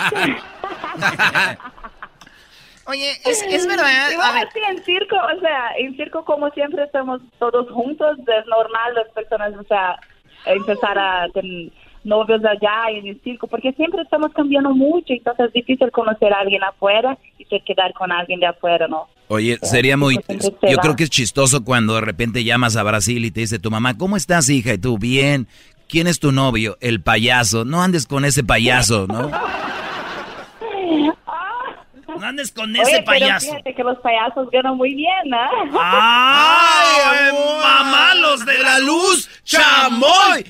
Oye, es verdad. A ver. Sí, en circo como siempre estamos todos juntos, es normal las personas, o sea, empezar a tener novios allá en el circo, porque siempre estamos cambiando mucho, entonces es difícil conocer a alguien afuera y quedar con alguien de afuera, ¿no? Oye, sería muy... Yo creo que es chistoso cuando de repente llamas a Brasil y te dice tu mamá, ¿cómo estás, hija? Y tú, bien. ¿Quién es tu novio? El payaso. No andes con ese payaso, ¿no? No andes con ese payaso. Pero fíjate que los payasos ganan muy bien, ¿eh? ¡Ay, mamá, los de la luz! ¡Chamoy!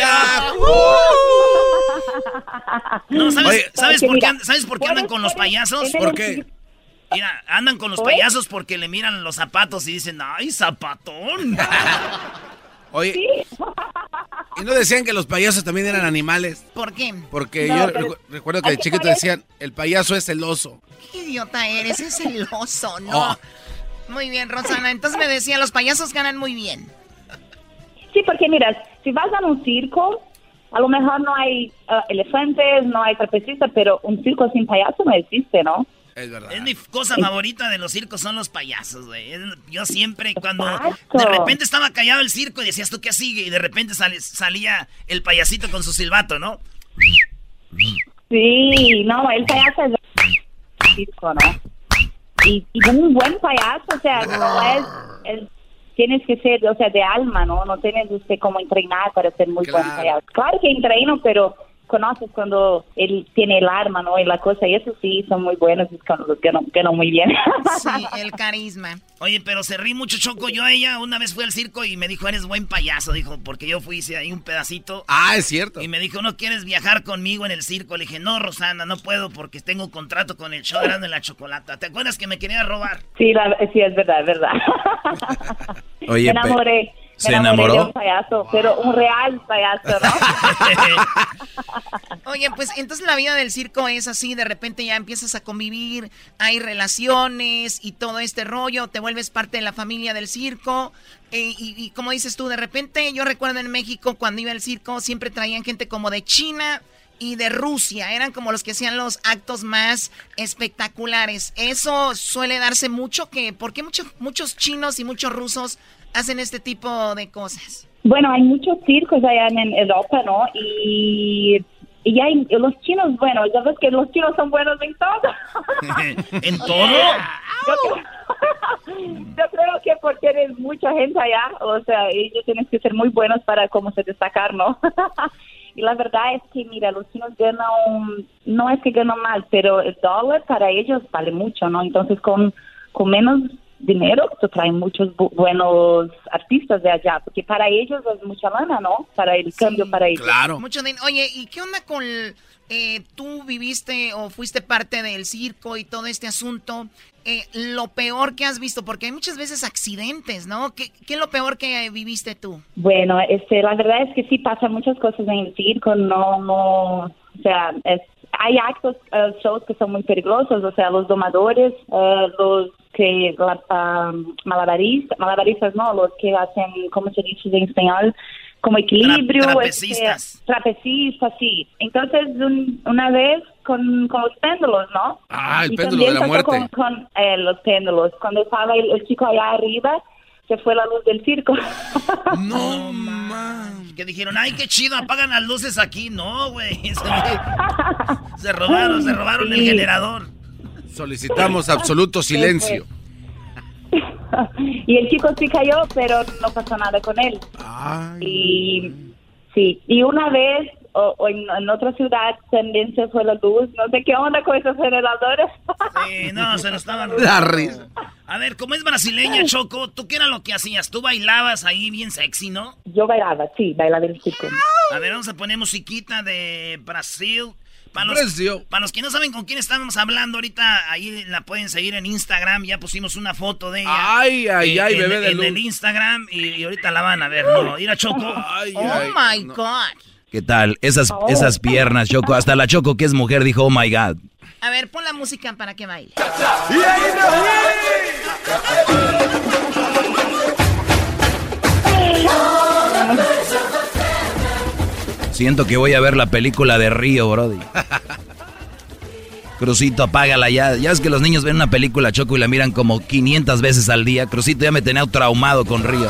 No, ¿sabes por qué andan con los payasos? ¿Por qué? Mira, andan con los payasos porque le miran los zapatos y dicen, ¡ay, zapatón! Oye, ¿y no decían que los payasos también eran animales? ¿Por qué? Porque yo recuerdo que de chiquito decían, el payaso es el oso. ¿Qué idiota eres? Es el oso, ¿no? Oh. Muy bien, Rosana. Entonces me decía, los payasos ganan muy bien. Sí, porque mira, si vas a un circo, a lo mejor no hay elefantes, no hay trapecistas, pero un circo sin payaso no existe, ¿no? Es verdad. Es mi cosa favorita de los circos, son los payasos, güey. Yo siempre, cuando de repente estaba callado el circo y decías, ¿tú qué sigue? Y de repente salía el payasito con su silbato, ¿no? Sí, no, el payaso es el circo, ¿no? Y un buen payaso, o sea, no es tienes que ser, o sea, de alma, ¿no? No tienes usted como entrenar para ser muy buen payaso. Claro que entreno, pero conoces cuando él tiene el arma, ¿no? Y la cosa, y eso sí, son muy buenos, es cuando los ganó muy bien. Sí, el carisma. Oye, pero se rí mucho, Choco. Yo a ella una vez fui al circo y me dijo, eres buen payaso, dijo, porque yo fui, hice ahí un pedacito. Ah, es cierto. Y me dijo, ¿no quieres viajar conmigo en el circo? Le dije, no, Rosana, no puedo porque tengo un contrato con el show de la Chocolata. ¿Te acuerdas que me quería robar? Sí, sí, es verdad, es verdad. Oye, me enamoré. ¿Se enamoró? De un payaso, pero un real payaso, ¿no? Oye, pues entonces la vida del circo es así, de repente ya empiezas a convivir, hay relaciones y todo este rollo, te vuelves parte de la familia del circo. Y como dices tú, de repente yo recuerdo en México cuando iba al circo siempre traían gente como de China y de Rusia, eran como los que hacían los actos más espectaculares. Eso suele darse mucho, ¿por qué muchos chinos y muchos rusos hacen este tipo de cosas? Bueno, hay muchos circos allá en Europa, ¿no? Y hay los chinos, bueno, ya ves que los chinos son buenos en todo. ¿En todo? Yo creo que porque eres mucha gente allá, o sea, ellos tienen que ser muy buenos para cómo se destacar, ¿no? Y la verdad es que, mira, los chinos ganan, no es que ganan mal, pero el dólar para ellos vale mucho, ¿no? Entonces con menos dinero, te traen muchos buenos artistas de allá, porque para ellos es mucha lana, ¿no? Para el cambio para ellos. Claro. Oye, ¿y qué onda con... tú viviste o fuiste parte del circo y todo este asunto? Lo peor que has visto, porque hay muchas veces accidentes, ¿no? ¿Qué es lo peor que viviste tú? Bueno, la verdad es que sí pasan muchas cosas en el circo, o sea, hay actos, shows que son muy peligrosos, o sea, los domadores, los que, malabaristas, ¿no? Los que hacen, ¿cómo se dice en español? Como equilibrio. Trapecistas. Trapecistas, sí. Entonces, una vez con los péndulos, ¿no? Ah, el péndulo de la muerte. Con los péndulos. Cuando estaba el chico allá arriba, se fue la luz del circo. No, man. Que dijeron, ay, qué chido, apagan las luces aquí. No, güey. Se robaron el generador. Solicitamos absoluto silencio. Y el chico sí cayó, pero no pasó nada con él. Ay. Y una vez en otra ciudad también se fue la luz. No sé qué onda con esos generadores. Sí, no, se nos estaban... La risa. A ver, como es brasileña, Choco, ¿tú qué era lo que hacías? Tú bailabas ahí bien sexy, ¿no? Yo bailaba el circo. A ver, vamos a poner musiquita de Brasil. Para los que no saben con quién estamos hablando ahorita, ahí la pueden seguir en Instagram. Ya pusimos una foto de ella. Ay, bebé de luz. En el Instagram y ahorita la van a ver. No, ir a Choco. My God. ¿Qué tal? Esas piernas, Choco. Hasta la Choco, que es mujer, dijo, oh my God. A ver, pon la música para que baile. Siento que voy a ver la película de Río, brody. Crucito, apágala ya. Ya es que los niños ven una película, Choco, y la miran como 500 veces al día. Crucito ya me tenía traumado con Río.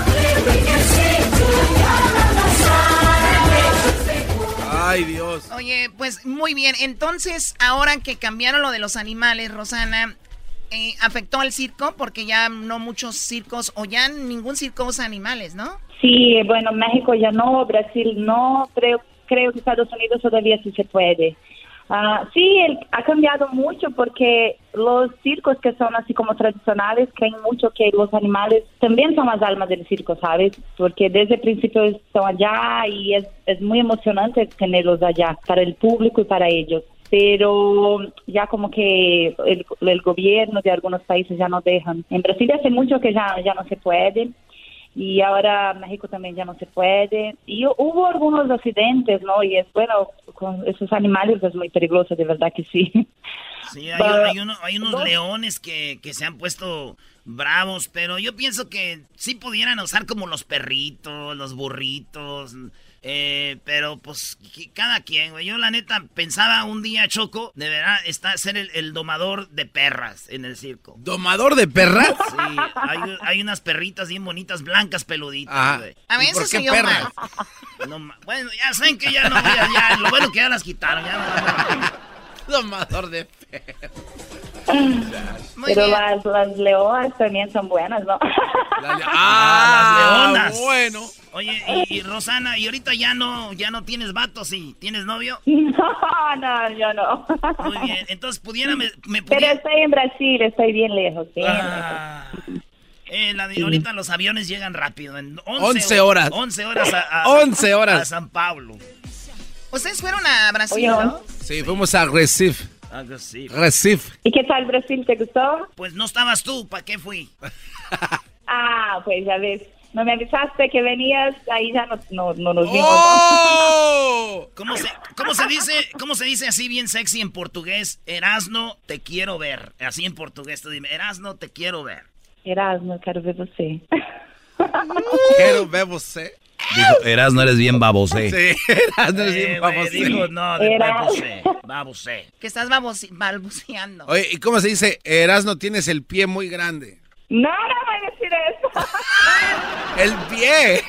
Ay, Dios. Oye, pues muy bien. Entonces, ahora que cambiaron lo de los animales, Rosana, ¿afectó al circo? Porque ya no muchos circos, o ya ningún circo usa animales, ¿no? Sí, bueno, México ya no, Brasil no, creo que Estados Unidos todavía sí se puede. Sí, ha cambiado mucho porque los circos que son así como tradicionales creen mucho que los animales también son las almas del circo, ¿sabes? Porque desde el principio están allá y es muy emocionante tenerlos allá para el público y para ellos. Pero ya como que el gobierno de algunos países ya no dejan. En Brasil hace mucho que ya no se puede. Y ahora México también ya no se puede. Y hubo algunos accidentes, ¿no? Y bueno, con esos animales es muy peligroso, de verdad que sí. Sí, hay unos leones que se han puesto bravos, pero yo pienso que sí pudieran usar como los perritos, los burritos, pero pues cada quien, güey. Yo la neta pensaba un día, Choco, de verdad, ser el domador de perras en el circo. ¿Domador de perras? Sí, hay unas perritas bien bonitas, blancas, peluditas, güey. A ver, eso qué perras? Bueno, ya saben que ya no voy a... Ya, lo bueno que ya las quitaron, Domador de perras. Pero las leonas también son buenas, ¿no? Las leonas. Bueno. Oye, y Rosana, ¿y ahorita ya no tienes vato, sí? ¿Tienes novio? No, yo no. Muy bien, entonces Pero estoy en Brasil, estoy bien lejos. Ahorita los aviones llegan rápido. En 11 horas. 11 horas 11 horas. A San Pablo. ¿Ustedes fueron a Brasil, no? Sí, fuimos a Recife. Recife. ¿Y qué tal Brasil? ¿Te gustó? Pues no estabas tú, ¿para qué fui? Pues ya ves. No me avisaste que venías, ahí ya no nos vimos. ¡Oh! ¿Cómo se dice así bien sexy en portugués? Erasno, te quiero ver. Así en portugués, tú dime, Erasno, te quiero ver. Erasno, quero ver você. Quiero ver você. Dijo, Erasno, eres bien babosé. Sí, Erasno eres bien babosé. Dijo, no, babosé. Que estás balbuceando. Oye, ¿y cómo se dice? Erasno, tienes el pie muy grande. No voy a decir eso. ¡El pie!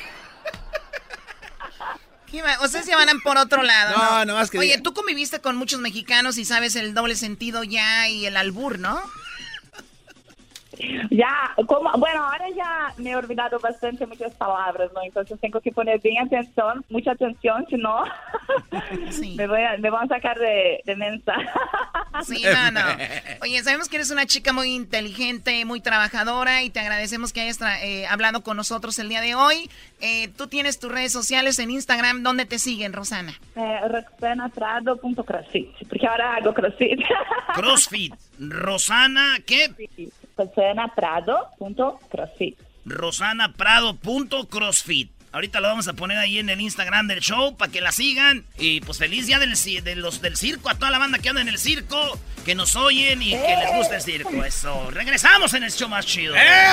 Ustedes se van por otro lado, No más que... Oye, tú conviviste con muchos mexicanos y sabes el doble sentido ya y el albur, ¿no? Ya, bueno, ahora ya me he olvidado bastante muchas palabras, ¿no? Entonces tengo que poner bien atención, mucha atención, si no, sí. me van a sacar de mensa. Sí, no. Oye, sabemos que eres una chica muy inteligente, muy trabajadora y te agradecemos que hayas hablado con nosotros el día de hoy. Tú tienes tus redes sociales en Instagram. ¿Dónde te siguen, Rosana? RoxanaPrado.crossfit, porque ahora hago crossfit. Crossfit. Rosana, ¿qué? RosanaPrado.crossfit. RosanaPrado.crossfit. Ahorita lo vamos a poner ahí en el Instagram del show para que la sigan. Y pues feliz día del circo, a toda la banda que anda en el circo, que nos oyen y que les gusta el circo. Eso. Regresamos en el show más chido.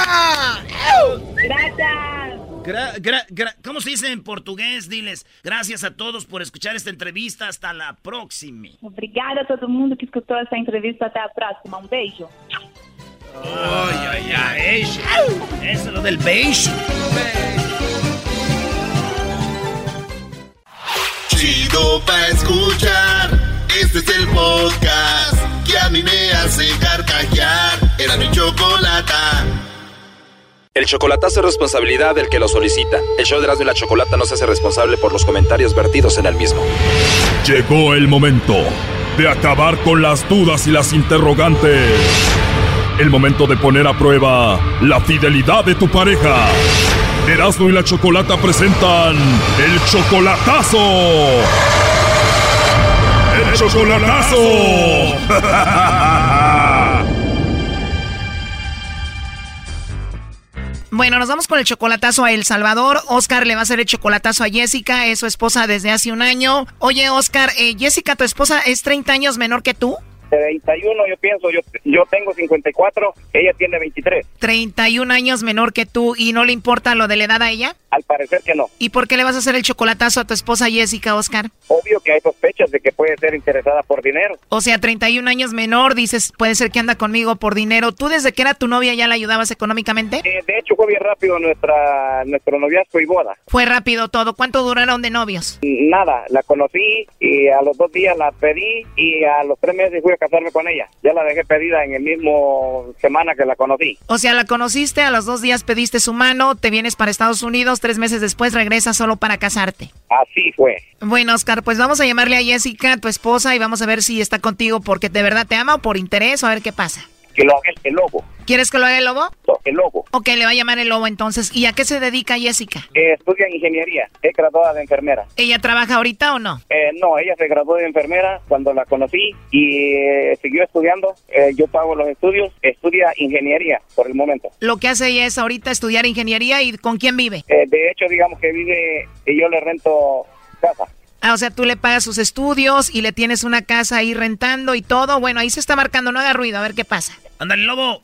Gracias. ¿Cómo se dice en portugués? Diles, gracias a todos por escuchar esta entrevista. Hasta la próxima. Obrigada a todo mundo que escutou esta entrevista. Hasta la próxima. Un beijo. Ay, eso es lo del beige. Chido pa' escuchar. Este es el podcast que a mí me hace carcajear. Era mi chocolata. El chocolatazo es responsabilidad del que lo solicita. El show de Erasmo y la Chocolata no se hace responsable por los comentarios vertidos en el mismo. Llegó el momento de acabar con las dudas y las interrogantes. El momento de poner a prueba la fidelidad de tu pareja. Erasmo y la Chocolata presentan el chocolatazo. ¡El chocolatazo! Bueno, nos vamos con el chocolatazo a El Salvador. Oscar le va a hacer el chocolatazo a Jessica, es su esposa desde hace un año. Oye, Oscar, Jessica, ¿tu esposa es 30 años menor que tú? 31, yo pienso, yo tengo 54, ella tiene 23. 31 años menor que tú, ¿y no le importa lo de la edad a ella? Al parecer que no. ¿Y por qué le vas a hacer el chocolatazo a tu esposa Jessica, Oscar? Obvio que hay sospechas de que puede ser interesada por dinero. O sea, 31 años menor, dices, puede ser que anda conmigo por dinero. ¿Tú desde que era tu novia ya la ayudabas económicamente? De hecho, fue bien rápido nuestro noviazgo y boda. Fue rápido todo. ¿Cuánto duraron de novios? Nada, la conocí y a los 2 días la pedí y a los 3 meses fui a casarme con ella. Ya la dejé pedida en el mismo semana que la conocí. O sea, la conociste, a los 2 días pediste su mano, te vienes para Estados Unidos, 3 meses después regresas solo para casarte. Así fue. Bueno, Oscar, pues vamos a llamarle a Jessica, tu esposa, y vamos a ver si está contigo porque de verdad te ama o por interés, o a ver qué pasa. Que lo haga el lobo. ¿Quieres que lo haga el lobo? No, el lobo. Ok, le va a llamar el lobo entonces. ¿Y a qué se dedica Jessica? Estudia ingeniería, es graduada de enfermera. ¿Ella trabaja ahorita o no? No, ella se graduó de enfermera cuando la conocí y siguió estudiando. Yo pago los estudios, estudia ingeniería por el momento. Lo que hace ella es ahorita estudiar ingeniería. ¿Y con quién vive? De hecho, digamos que vive y yo le rento casa. Ah, o sea, tú le pagas sus estudios y le tienes una casa ahí rentando y todo. Bueno, ahí se está marcando, no haga ruido, a ver qué pasa. ¡Ándale, lobo!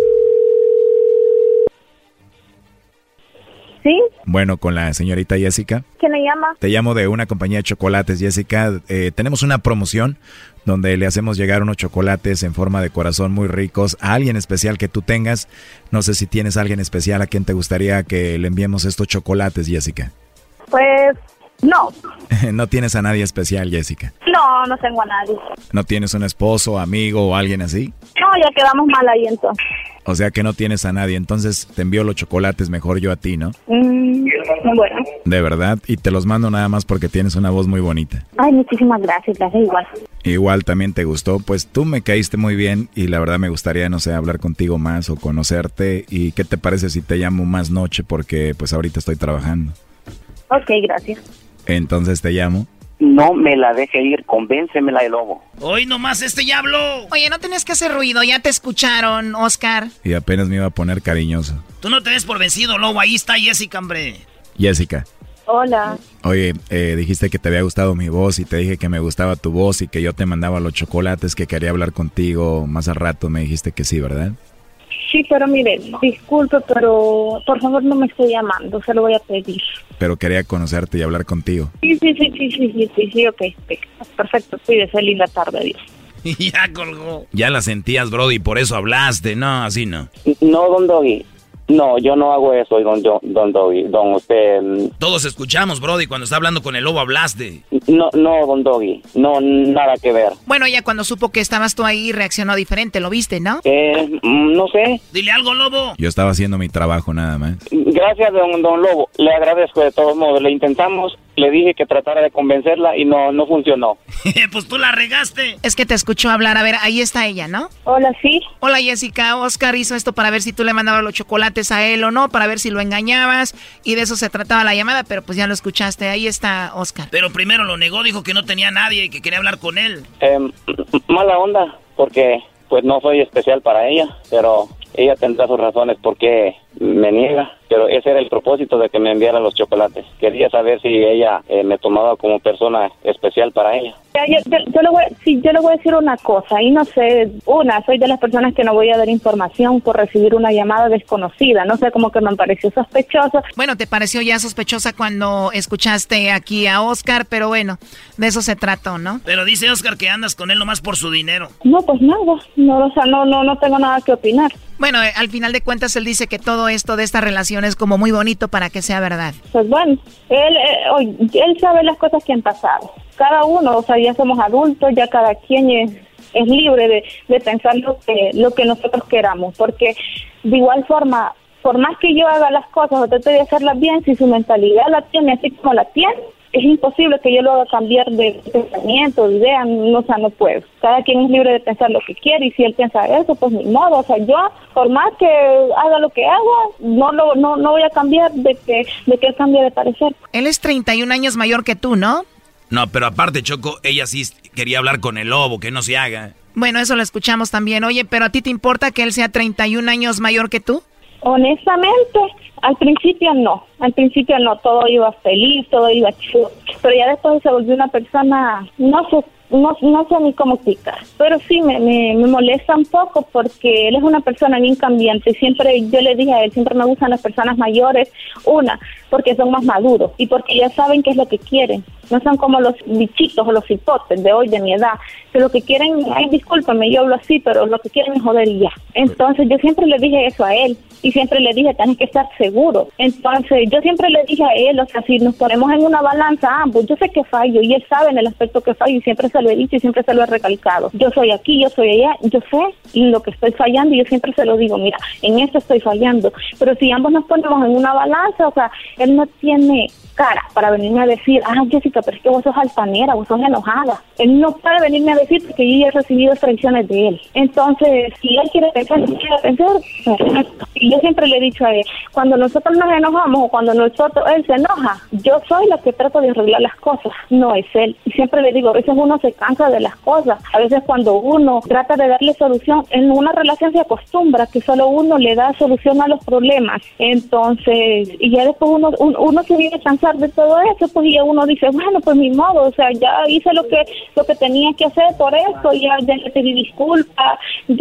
¿Sí? Bueno, con la señorita Jessica. ¿Quién le llama? Te llamo de una compañía de chocolates, Jessica. Tenemos una promoción donde le hacemos llegar unos chocolates en forma de corazón muy ricos a alguien especial que tú tengas. No sé si tienes a alguien especial a quien te gustaría que le enviemos estos chocolates, Jessica. Pues no. No tienes a nadie especial, Jessica. No tengo a nadie. ¿No tienes un esposo, amigo o alguien así? No, ya quedamos mal ahí entonces. O sea que no tienes a nadie, entonces te envío los chocolates mejor yo a ti, ¿no? Bueno. De verdad, y te los mando nada más porque tienes una voz muy bonita. Ay, muchísimas gracias igual. Igual también te gustó, pues tú me caíste muy bien y la verdad me gustaría, no sé, hablar contigo más o conocerte. ¿Y qué te parece si te llamo más noche? Porque pues ahorita estoy trabajando. Ok, gracias. Entonces te llamo. No me la deje ir, convéncemela de lobo. Hoy nomás ya habló. Oye, no tenías que hacer ruido, ya te escucharon, Oscar. Y apenas me iba a poner cariñoso. Tú no te des por vencido, lobo, ahí está Jessica, hombre. Jessica. Hola. Oye, dijiste que te había gustado mi voz y te dije que me gustaba tu voz y que yo te mandaba los chocolates, que quería hablar contigo más al rato. Me dijiste que sí, ¿verdad? Sí, pero mire, disculpe, pero por favor no me esté llamando, se lo voy a pedir. Pero quería conocerte y hablar contigo. Sí, ok. Perfecto, cuídese, linda tarde, adiós. Ya colgó. Ya la sentías, Brody, por eso hablaste. No, así no. No, don Doggy. No, yo no hago eso, don Doggy. Don usted... Todos escuchamos, Brody, cuando está hablando con el lobo hablaste. No, don Doggy. No, nada que ver. Bueno, ella cuando supo que estabas tú ahí reaccionó diferente, ¿lo viste, no? No sé. Dile algo, Lobo. Yo estaba haciendo mi trabajo nada más. Gracias, don Lobo. Le agradezco de todos modos. Le intentamos, le dije que tratara de convencerla y no funcionó. Pues tú la regaste. Es que te escuchó hablar. A ver, ahí está ella, ¿no? Hola, sí. Hola, Jessica. Oscar hizo esto para ver si tú le mandabas los chocolates a él o no, para ver si lo engañabas, y de eso se trataba la llamada, pero pues ya lo escuchaste. Ahí está Oscar. Pero primero lo negó, dijo que no tenía nadie y que quería hablar con él. Mala onda, porque pues no soy especial para ella, pero ella tendrá sus razones por qué me niega, pero ese era el propósito de que me enviara los chocolates. Quería saber si ella me tomaba como persona especial para ella. Yo le voy a decir una cosa, y no sé, soy de las personas que no voy a dar información por recibir una llamada desconocida, no sé, como que me pareció sospechoso. Bueno, te pareció ya sospechosa cuando escuchaste aquí a Oscar, pero bueno, de eso se trató, ¿no? Pero dice Oscar que andas con él nomás por su dinero. No, pues nada, no tengo nada que opinar. Bueno, al final de cuentas él dice que todo esto de esta relación es como muy bonito para que sea verdad. Pues bueno, él sabe las cosas que han pasado. Cada uno, ya somos adultos, ya cada quien es libre de pensar lo que nosotros queramos, porque de igual forma, por más que yo haga las cosas o trate de hacerlas bien, si su mentalidad la tiene así como la tiene, es imposible que yo lo haga cambiar de pensamiento, de idea, no puedo. Cada quien es libre de pensar lo que quiere, y si él piensa eso, pues ni modo. Yo, por más que haga lo que haga, no voy a cambiar de que él cambie de parecer. Él es 31 años mayor que tú, ¿no? No, pero aparte, Choco, ella sí quería hablar con el lobo, que no se haga. Bueno, eso lo escuchamos también. Oye, ¿pero a ti te importa que él sea 31 años mayor que tú? Honestamente, al principio no, todo iba feliz, todo iba chido, pero ya después se volvió una persona, no sé ni cómo explicar, pero sí me molesta un poco porque él es una persona bien cambiante. Siempre yo le dije a él, siempre me gustan las personas mayores, porque son más maduros y porque ya saben qué es lo que quieren. No son como los bichitos o los hipotes de hoy, de mi edad, que lo que quieren, discúlpame, yo hablo así, pero lo que quieren es joder y ya. Entonces yo siempre le dije eso a él, y siempre le dije, tienes que estar seguro. Entonces yo siempre le dije a él, si nos ponemos en una balanza ambos, yo sé que fallo, y él sabe en el aspecto que fallo, y siempre se lo he dicho y siempre se lo he recalcado. Yo soy aquí, yo soy allá, yo sé lo que estoy fallando, y yo siempre se lo digo, mira, en esto estoy fallando. Pero si ambos nos ponemos en una balanza, él no tiene cara para venirme a decir, Jessica, pero es que vos sos altanera, vos sos enojada. Él no puede venirme a decir porque yo ya he recibido traiciones de él. Entonces, si él quiere pensar, perfecto. Y yo siempre le he dicho a él, cuando nosotros nos enojamos o cuando él se enoja, yo soy la que trato de arreglar las cosas, no es él. Y siempre le digo, a veces uno se cansa de las cosas, a veces cuando uno trata de darle solución, en una relación se acostumbra que solo uno le da solución a los problemas. Entonces, y ya después uno se viene cansado de todo eso, pues ya uno dice, bueno, pues mi modo, ya hice lo que tenía que hacer por esto, ya le pedí disculpas,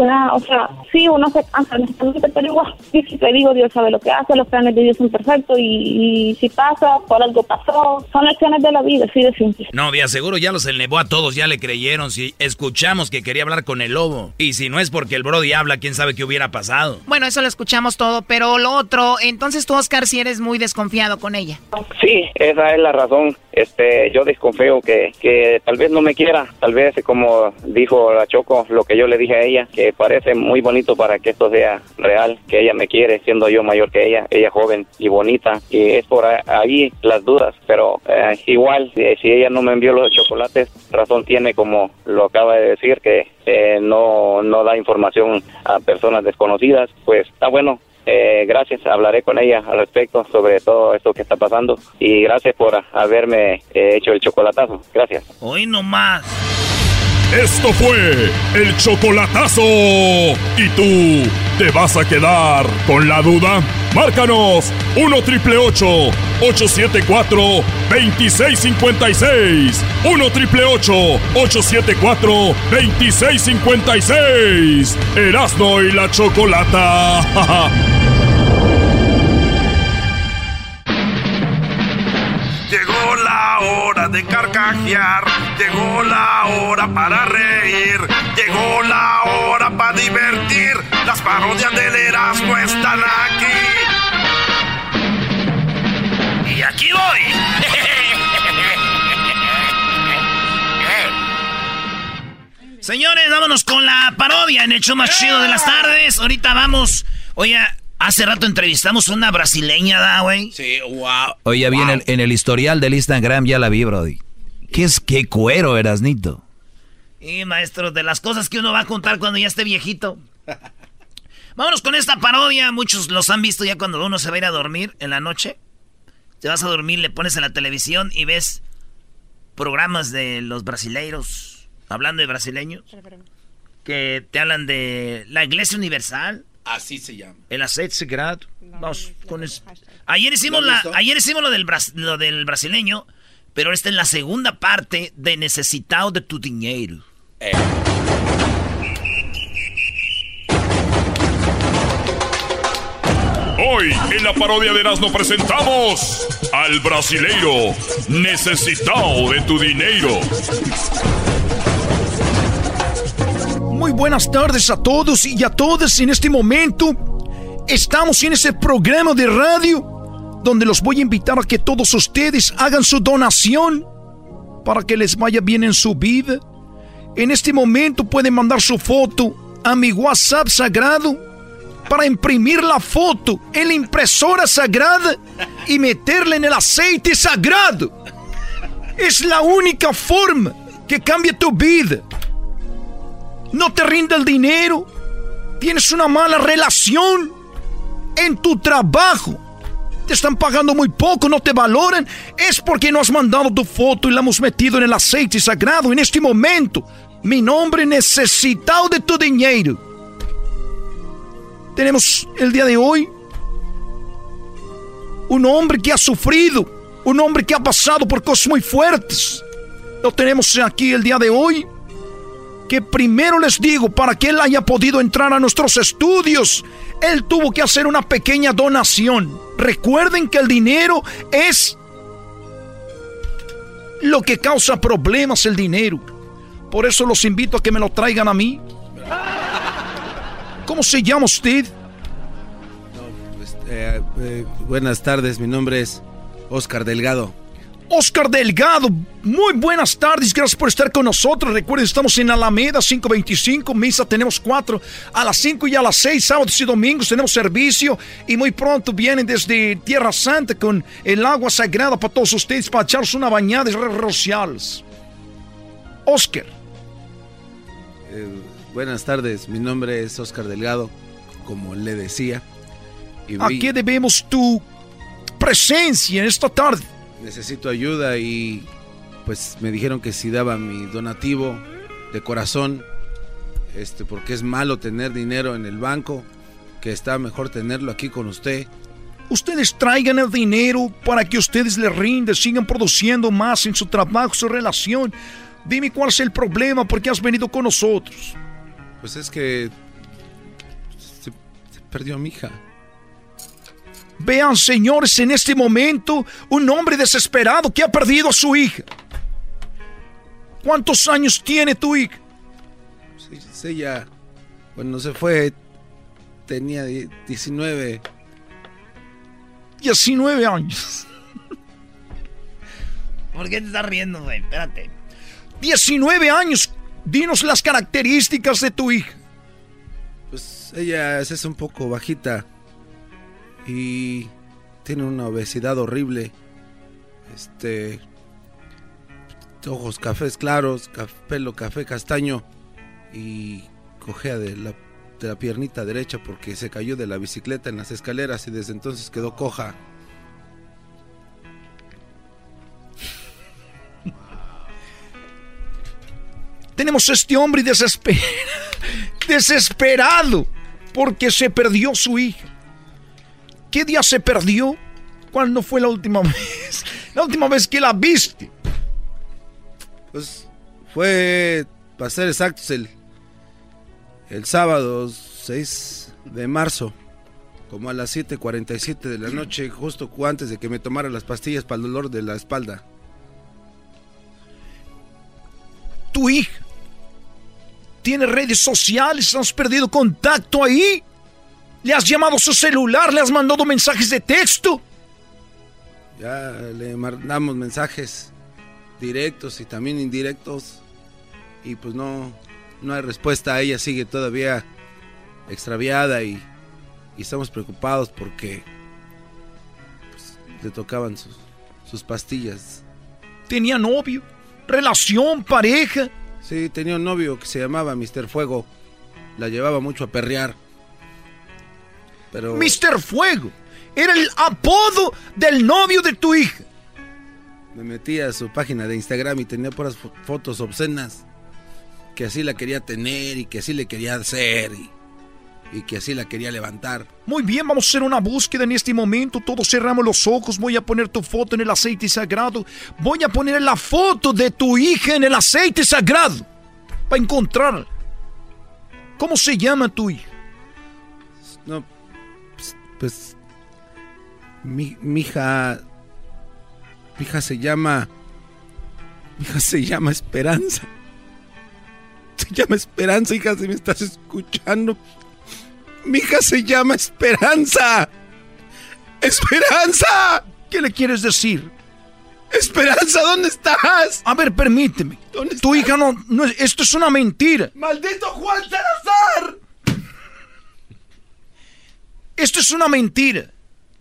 sí, uno se cansa, pero igual, si te digo, Dios sabe lo que hace, los planes de Dios son perfectos, y si pasa, por algo pasó, son lecciones de la vida, así de simple. No, de aseguro ya los elevó a todos, ya le creyeron, si escuchamos que quería hablar con el lobo, y si no es porque el Brody habla, quién sabe qué hubiera pasado. Bueno, eso lo escuchamos todo, pero lo otro, entonces tú, Oscar, si eres muy desconfiado con ella. Sí, esa es la razón. Yo desconfío que tal vez no me quiera, tal vez, como dijo la Choco, lo que yo le dije a ella, que parece muy bonito para que esto sea real, que ella me quiere, siendo yo mayor que ella joven y bonita, y es por ahí las dudas, pero igual, si ella no me envió los chocolates, razón tiene, como lo acaba de decir, que no da información a personas desconocidas, pues está bueno. Gracias, hablaré con ella al respecto sobre todo esto que está pasando, y gracias por haberme hecho el chocolatazo. Gracias. Hoy nomás. Esto fue el chocolatazo. ¿Y tú te vas a quedar con la duda? Márcanos 1-888-874-2656. 1-888-874-2656. Erasmo y la Chocolata. Llegó la hora de carcajear, llegó la hora para reír, llegó la hora para divertir. Las parodias del Erasmo están aquí Señores, vámonos con la parodia en el show más chido de las tardes. Ahorita vamos. Oye, hace rato entrevistamos a una brasileña, ¿da, güey? Sí, wow. Oye, ya viene en el historial del Instagram, ya la vi, brody. ¿Qué cuero, Erasnito? Y maestro, de las cosas que uno va a contar cuando ya esté viejito. Vámonos con esta parodia. Muchos los han visto ya cuando uno se va a ir a dormir en la noche. Te vas a dormir, le pones en la televisión y ves programas de los brasileiros, hablando de brasileños, que te hablan de la Iglesia Universal. Así se llama. El aceite sagrado. Vamos con eso. Ayer hicimos lo del brasileño, pero esta es la segunda parte de Necesitado de tu dinero. Hoy en la parodia de Erasmo presentamos al brasileiro necesitado de tu dinero. Muy buenas tardes a todos y a todas. En este momento estamos en ese programa de radio donde los voy a invitar a que todos ustedes hagan su donación para que les vaya bien en su vida. En este momento pueden mandar su foto a mi WhatsApp sagrado para imprimir la foto en la impresora sagrada y meterla en el aceite sagrado. Es la única forma que cambia tu vida. No te rinda el dinero, tienes una mala relación en tu trabajo, te están pagando muy poco, no te valoran, es porque no has mandado tu foto y la hemos metido en el aceite sagrado. En este momento, mi nombre necesitado de tu dinero. Tenemos el día de hoy un hombre que ha sufrido, un hombre que ha pasado por cosas muy fuertes. Lo tenemos aquí el día de hoy, que primero les digo, para que él haya podido entrar a nuestros estudios, él tuvo que hacer una pequeña donación. Recuerden que el dinero es lo que causa problemas, el dinero. Por eso los invito a que me lo traigan a mí. ¿Cómo se llama usted? Buenas tardes, mi nombre es Oscar Delgado. Oscar Delgado, muy buenas tardes, gracias por estar con nosotros. Recuerden, estamos en Alameda 525, misa tenemos 4 a las 5 y a las 6, sábados y domingos tenemos servicio. Y muy pronto vienen desde Tierra Santa con el agua sagrada para todos ustedes, para echarse una bañada y rociarlos. Oscar. Buenas tardes, mi nombre es Oscar Delgado, como le decía. ¿A qué debemos tu presencia en esta tarde? Necesito ayuda y pues me dijeron que si daba mi donativo de corazón, porque es malo tener dinero en el banco, que está mejor tenerlo aquí con usted. Ustedes traigan el dinero para que ustedes le rinden, sigan produciendo más en su trabajo, su relación. Dime cuál es el problema, por qué has venido con nosotros. Pues es que se perdió mi hija. Vean, señores, en este momento, un hombre desesperado que ha perdido a su hija. ¿Cuántos años tiene tu hija? Sí, ella, cuando se fue, tenía 19. 19 años. ¿Por qué te estás riendo, güey? Espérate. 19 años. Dinos las características de tu hija. Pues ella es un poco bajita y tiene una obesidad horrible. Ojos cafés claros, pelo café castaño y cojea de la piernita derecha porque se cayó de la bicicleta en las escaleras y desde entonces quedó coja. Tenemos a este hombre desesperado porque se perdió su hija. ¿Qué día se perdió? ¿Cuándo fue la última vez? La última vez que la viste. Pues fue, para ser exactos, el sábado 6 de marzo, como a las 7:47 de la noche, justo antes de que me tomara las pastillas para el dolor de la espalda. Tu hija tiene redes sociales, has perdido contacto ahí. ¿Le has llamado a su celular? ¿Le has mandado mensajes de texto? Ya le mandamos mensajes directos y también indirectos. Y pues no no hay respuesta. Ella sigue todavía extraviada y estamos preocupados porque pues, le tocaban sus pastillas. ¿Tenía novio? ¿Relación? ¿Pareja? Sí, tenía un novio que se llamaba Mr. Fuego. La llevaba mucho a perrear. Pero... Mr. Fuego. Era el apodo del novio de tu hija. Me metí a su página de Instagram y tenía puras fotos obscenas. Que así la quería tener y que así le quería hacer y que así la quería levantar. Muy bien, vamos a hacer una búsqueda en este momento. Todos cerramos los ojos. Voy a poner tu foto en el aceite sagrado. Voy a poner la foto de tu hija en el aceite sagrado para encontrarla. ¿Cómo se llama tu hija? No, pues mi hija se llama Esperanza. Se llama Esperanza, hija, si me estás escuchando. Mi hija se llama Esperanza. ¡Esperanza! ¿Qué le quieres decir? Esperanza, ¿dónde estás? A ver, permíteme. Tu hija no, esto es una mentira. ¡Maldito Juan Salazar! Esto es una mentira.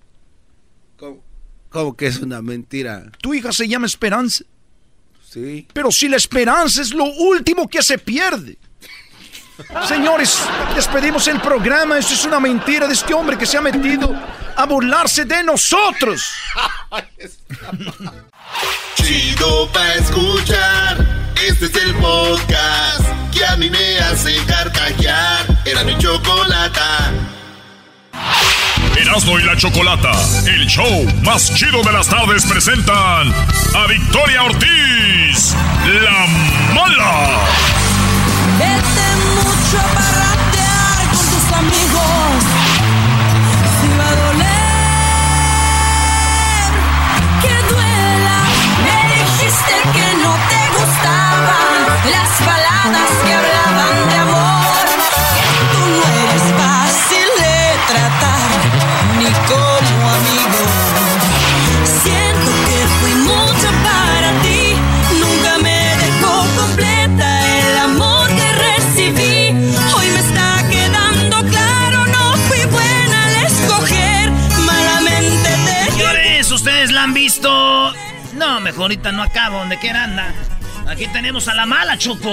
¿Cómo que es una mentira? Tu hija se llama Esperanza. Sí. Pero si la esperanza es lo último que se pierde. Señores, despedimos el programa. Esto es una mentira de este hombre que se ha metido a burlarse de nosotros. Chido pa' escuchar. Este es el podcast que a mí me hace carcajear. Era mi chocolata. Erasmo y la Chocolata, el show más chido de las tardes, presentan a Victoria Ortiz, La Mala. Vete mucho a parrandear con tus amigos. Si va a doler, que duela. Me dijiste que no te gustaban las baladas que hablaban de amor. Que tú no eres fácil de tratar, ni como amigo. Siento que fui mucho para ti. Nunca me dejó completa el amor que recibí. Hoy me está quedando claro, no fui buena al escoger. Malamente te... Señores, ¿ustedes la han visto? No, mejor ahorita no acabo, donde quiera anda. Aquí tenemos a La Mala, Choco.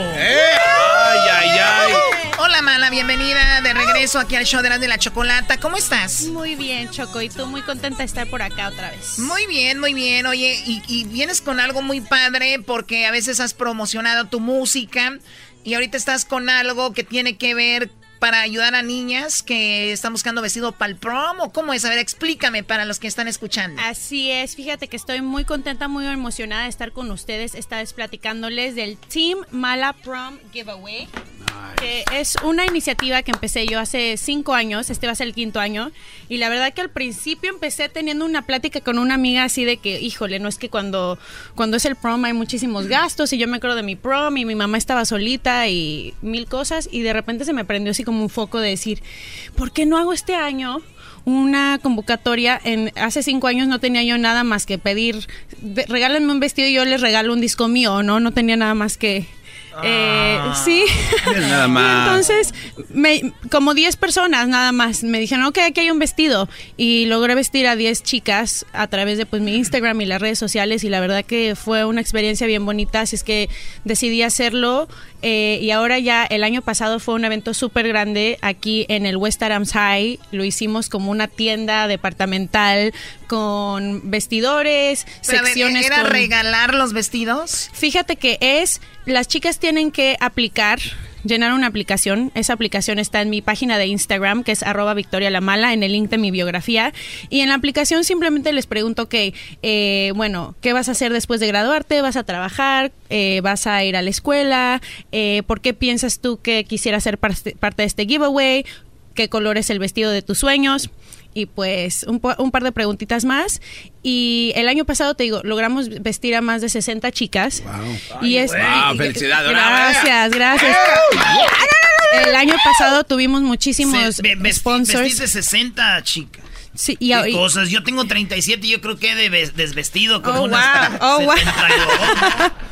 ¡Ay! Hola, Mala, bienvenida de regreso aquí al show de la Chocolata. ¿Cómo estás? Muy bien, Choco, y tú muy contenta de estar por acá otra vez. Muy bien. Oye, y vienes con algo muy padre porque a veces has promocionado tu música y ahorita estás con algo que tiene que ver para ayudar a niñas que están buscando vestido para el prom, ¿o cómo es? A ver, explícame para los que están escuchando. Así es, fíjate que estoy muy contenta, muy emocionada de estar con ustedes, esta vez platicándoles del Team Mala Prom Giveaway, que es una iniciativa que empecé yo hace 5 años, este va a ser el 5º año, y la verdad que al principio empecé teniendo una plática con una amiga así de que, híjole, no es que cuando es el prom hay muchísimos gastos, y yo me acuerdo de mi prom, y mi mamá estaba solita, y 1000 cosas, y de repente se me prendió así como un foco de decir, ¿por qué no hago este año una convocatoria? Hace 5 años no tenía yo nada más que pedir, regálenme un vestido y yo les regalo un disco mío, no tenía nada más que... sí. Nada más. Entonces, como 10 personas nada más me dijeron, ok, aquí hay un vestido, y logré vestir a 10 chicas a través de pues mi Instagram y las redes sociales, y la verdad que fue una experiencia bien bonita, así es que decidí hacerlo. Y ahora ya el año pasado fue un evento súper grande aquí en el West Adams High. Lo hicimos como una tienda departamental con vestidores, pero secciones. ¿Era regalar los vestidos? Fíjate que las chicas tienen que aplicar, llenar una aplicación. Esa aplicación está en mi página de Instagram, que es @VictoriaLaMala, en el link de mi biografía. Y en la aplicación simplemente les pregunto ¿qué vas a hacer después de graduarte? ¿Vas a trabajar? ¿Vas a ir a la escuela? ¿Por qué piensas tú que quisieras ser parte de este giveaway? ¿Qué color es el vestido de tus sueños? Y pues un par de preguntitas más. Y el año pasado, te digo, logramos vestir a más de 60 chicas. Wow. ¡Felicidades! Gracias. El año pasado tuvimos muchísimos sponsors. Vestiste 60 chicas. Sí, ¿Qué cosas? Yo tengo 37 y yo creo que he desvestido como wow.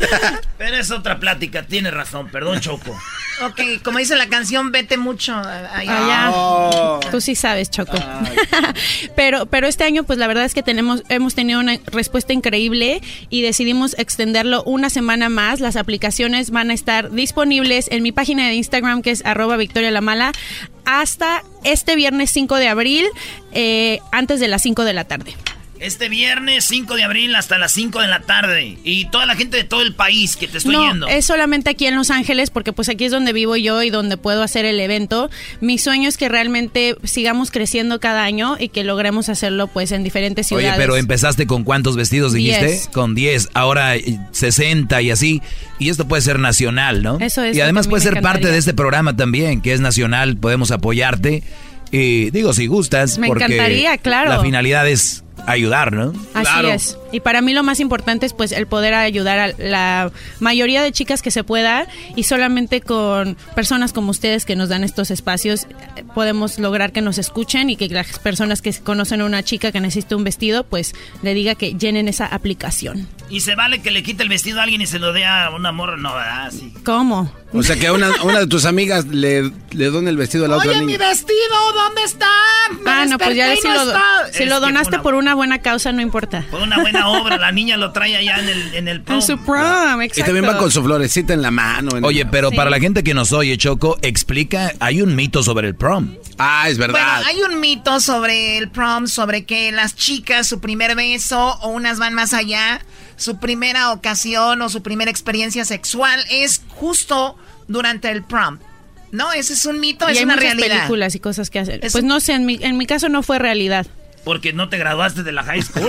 Pero es otra plática, tienes razón, perdón, Choco. Ok, como dice la canción, vete mucho allá. Tú sí sabes, Choco. pero este año, pues la verdad es que hemos tenido una respuesta increíble y decidimos extenderlo una semana más. Las aplicaciones van a estar disponibles en mi página de Instagram, que es @VictoriaLaMala, hasta este viernes 5 de abril, antes de las 5 de la tarde. Este viernes 5 de abril hasta las 5 de la tarde. Y toda la gente de todo el país que te estoy yendo. Es solamente aquí en Los Ángeles, porque pues aquí es donde vivo yo y donde puedo hacer el evento. Mi sueño es que realmente sigamos creciendo cada año y que logremos hacerlo pues en diferentes ciudades. Oye, pero empezaste con ¿cuántos vestidos dijiste? 10. Con 10, ahora 60 y así. Y esto puede ser nacional, ¿no? Eso es. Y además puede ser encantaría. parte de este programa también, que es nacional, podemos apoyarte. Y digo, si gustas, Me porque encantaría, claro. La finalidad es ayudar, ¿no? Así es. Y para mí lo más importante es pues el poder ayudar a la mayoría de chicas que se pueda, y solamente con personas como ustedes que nos dan estos espacios podemos lograr que nos escuchen y que las personas que conocen a una chica que necesita un vestido pues le diga que llenen esa aplicación. Y se vale que le quite el vestido a alguien y se lo dé a una morra, no, ¿verdad? Sí. ¿Cómo? O sea, que a una de tus amigas le done el vestido a la otra niña. Oye, mi vestido, ¿dónde está? No, pues ya si lo donaste por una buena causa, no importa. Por una buena obra, la niña lo trae allá en el prom. En su prom, exacto. Y también va con su florecita en la mano. Oye, pero para la gente que nos oye, Choco, explica, hay un mito sobre el prom. Ah, es verdad. Bueno, hay un mito sobre el prom, sobre que las chicas, su primer beso, o unas van más allá, su primera ocasión o su primera experiencia sexual es justo durante el prom. No, ese es un mito, y es hay una muchas realidad. películas y cosas que hacer. Pues no sé, en mi caso no fue realidad. Porque no te graduaste de la high school.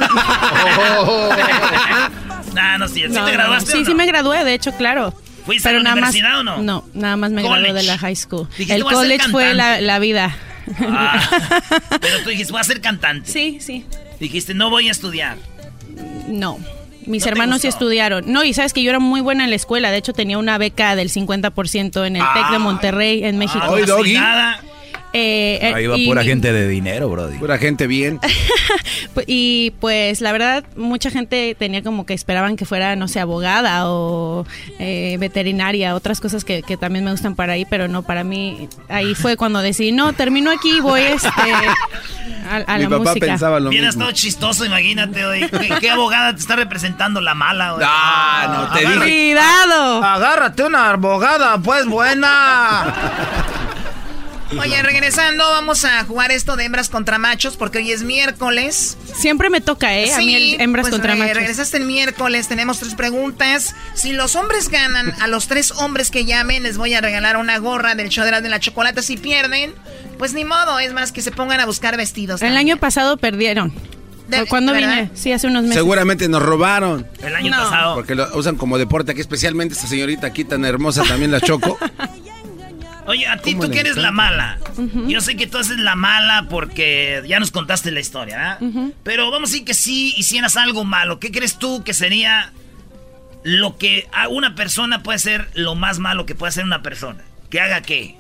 No, sí te graduaste. Sí, ¿o no? Sí me gradué, de hecho, claro. ¿Fuiste a la universidad o no? No, nada más me College. gradué de la high school. Dijiste, El voy a ser college fue cantante. la vida. Pero tú dijiste, voy a ser cantante. Sí. Dijiste, no voy a estudiar. No. Mis ¿No te hermanos sí gustó? estudiaron. No, y sabes que yo era muy buena en la escuela. De hecho, tenía una beca del 50% en el TEC de Monterrey, en México. Oye, Doggy. Ahí va y pura gente de dinero, brody. Pura gente bien. Y pues la verdad, mucha gente tenía como que esperaban que fuera, no sé, abogada o veterinaria, otras cosas que también me gustan para ahí, pero no, para mí, ahí fue cuando decidí, no, termino aquí, voy a Mi la papá música. pensaba lo Hubiera mismo. estado chistoso, imagínate, oye. ¿Qué abogada te está representando la mala, güey? Ah, no, te dije. ¡Cuidado! Agárrate una abogada, pues buena. Oye, regresando, vamos a jugar esto de hembras contra machos, porque hoy es miércoles. Siempre me toca, a mí el hembras pues, contra machos. Regresaste el miércoles, tenemos 3 preguntas. Si los hombres ganan, a los 3 hombres que llamen les voy a regalar una gorra del show de la chocolata. Si pierden, pues ni modo, es más que se pongan a buscar vestidos. El año pasado perdieron. ¿Cuándo ¿verdad? vine? Sí, hace unos meses. Seguramente nos robaron. El año pasado. Porque lo usan como deporte aquí, especialmente esta señorita aquí tan hermosa, también la Choco. Oye, a ti ¿Cómo tú le que eres encanta? la mala. Yo sé que tú haces la mala porque ya nos contaste la historia, ¿verdad? Pero vamos a decir que si hicieras algo malo, ¿qué crees tú que sería lo que a una persona puede ser lo más malo que puede hacer una persona? ¿Que haga qué?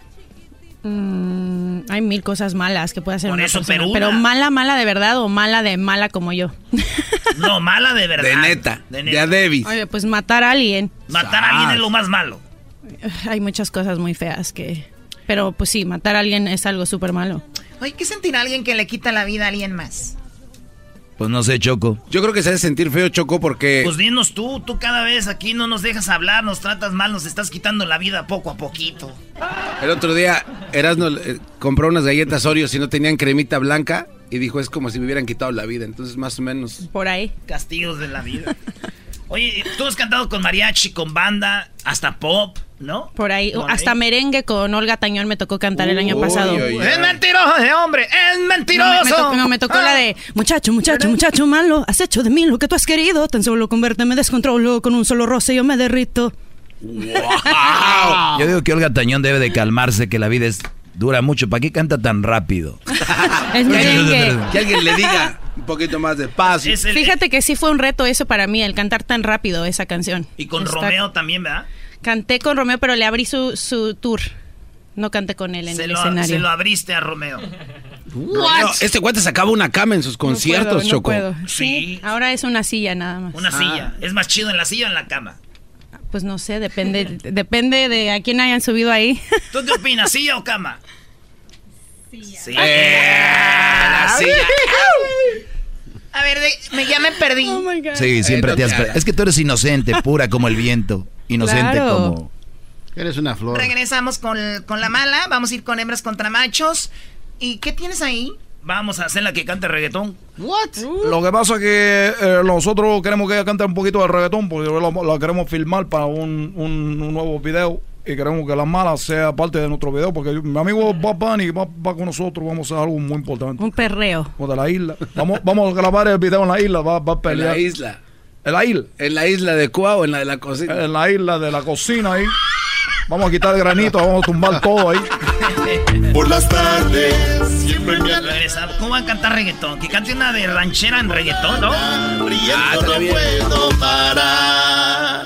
Hay 1000 cosas malas que puede hacer Por una eso, persona. pero una. Mala de verdad o mala de mala como yo. No, mala de verdad. De neta. De a Davis. Oye, pues matar a alguien. Matar a alguien es lo más malo. Hay muchas cosas muy feas que... Pero pues sí, matar a alguien es algo súper malo. Oye, ¿qué sentirá alguien que le quita la vida a alguien más? Pues no sé, Choco. Yo creo que se debe sentir feo, Choco, porque... Pues dinos tú cada vez aquí no nos dejas hablar, nos tratas mal, nos estás quitando la vida poco a poquito. El otro día Erasmo compró unas galletas Oreos y no tenían cremita blanca y dijo, es como si me hubieran quitado la vida. Entonces, más o menos... Por ahí. Castigos de la vida. Oye, tú has cantado con mariachi, con banda, hasta pop, ¿no? Por ahí. Por Hasta ahí. merengue con Olga Tañón me tocó cantar el año pasado. Es mentiroso, hombre, es mentiroso. Me tocó la de muchacho malo, has hecho de mí lo que tú has querido, tan solo con verte me descontrolo, con un solo roce yo me derrito. Yo digo que Olga Tañón debe de calmarse, que la vida dura mucho. ¿Para qué canta tan rápido? Es merengue. Que alguien le diga un poquito más despacio. Fíjate que sí fue un reto eso para mí, el cantar tan rápido esa canción. Y con Romeo también, ¿verdad? Canté con Romeo, pero le abrí su tour. No canté con él en el escenario. Se lo abriste a Romeo. No, este cuate sacaba una cama en sus conciertos, Choco. No puedo. Sí, ahora es una silla nada más. Una silla. ¿Es más chido en la silla o en la cama? Pues no sé, depende de a quién hayan subido ahí. ¿Tú qué opinas, silla o cama? Silla. Sí. La silla. A ver, ya me perdí. Oh my God. Sí, siempre te has perdido. Es que tú eres inocente, pura como el viento. Inocente como... Eres una flor. Regresamos con la mala. Vamos a ir con hembras contra machos. ¿Y qué tienes ahí? Vamos a hacer la que cante reggaetón. What? Lo que pasa es que nosotros queremos que ella cante un poquito de reggaetón porque la queremos filmar para un nuevo video y queremos que la mala sea parte de nuestro video porque mi amigo Bad Bunny va con nosotros, vamos a hacer algo muy importante. Un perreo. O de la isla. Vamos a grabar el video en la isla, va a pelear. En la isla. ¿En la isla? ¿En la isla de Cuau o en la de la cocina? En la isla de la cocina ahí. Vamos a quitar el granito, vamos a tumbar todo ahí. Por las tardes siempre me Regresamos. ¿Cómo van a cantar reggaetón? Que cante una de ranchera en reggaetón, ¿no? riendo, no puedo parar.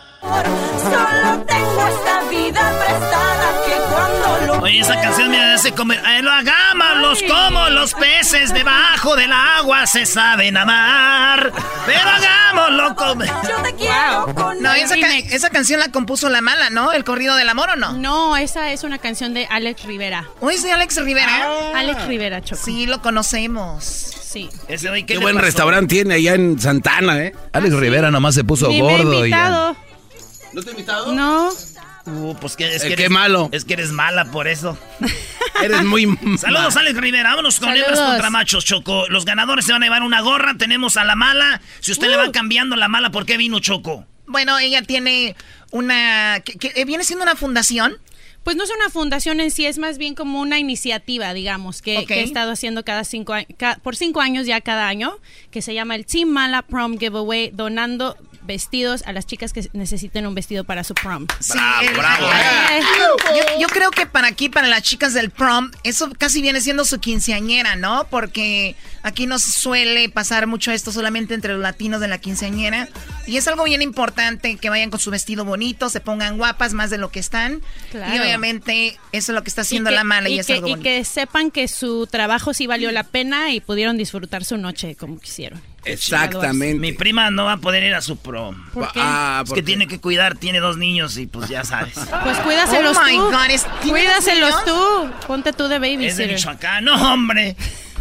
Solo tengo esta vida prestada que cuando lo... Oye, esa canción me hace comer. Lo hagamos como los peces debajo del agua se saben amar. Pero hagámoslo como... Yo te quiero con... No, esa canción la compuso la mala, ¿no? ¿El corrido del amor o no? No, esa es una canción de Alex Rivera. ¿O es de Alex Rivera? Alex Rivera, Choco. Sí, lo conocemos. Sí. Ese hoy, Qué buen restaurante tiene allá en Santana, ¿eh? Alex Rivera nomás se puso Ni gordo me he y ya. invitado. ¿No te he invitado? No. Pues que es que Qué eres malo. Es que eres mala por eso. Eres muy... Saludos, Alex Rivera. Vámonos con hembras contra machos, Choco. Los ganadores se van a llevar una gorra. Tenemos a la mala. Si usted le va cambiando la mala, ¿por qué vino, Choco? Bueno, ella tiene una... que viene siendo una fundación. Pues no es una fundación en sí, es más bien como una iniciativa, digamos, que he estado haciendo por 5 años ya cada año, que se llama el Team Mala Prom Giveaway, donando vestidos a las chicas que necesiten un vestido para su prom. Sí, bravo. Yo creo que para las chicas del prom, eso casi viene siendo su quinceañera, ¿no? Porque aquí no suele pasar mucho esto solamente entre los latinos de la quinceañera. Y es algo bien importante que vayan con su vestido bonito, se pongan guapas más de lo que están. Claro. Y obviamente eso es lo que está haciendo la mala y es algo bonito. Y que sepan que su trabajo sí valió la pena y pudieron disfrutar su noche como quisieron. Exactamente. Mi prima no va a poder ir a su prom. ¿Por qué? Es que tiene que cuidar, tiene 2 niños y pues ya sabes. Pues cuídaselos Oh my tú. God, Cuídaselos tú. Ponte tú de Es de babysitter. Michoacán, no, hombre.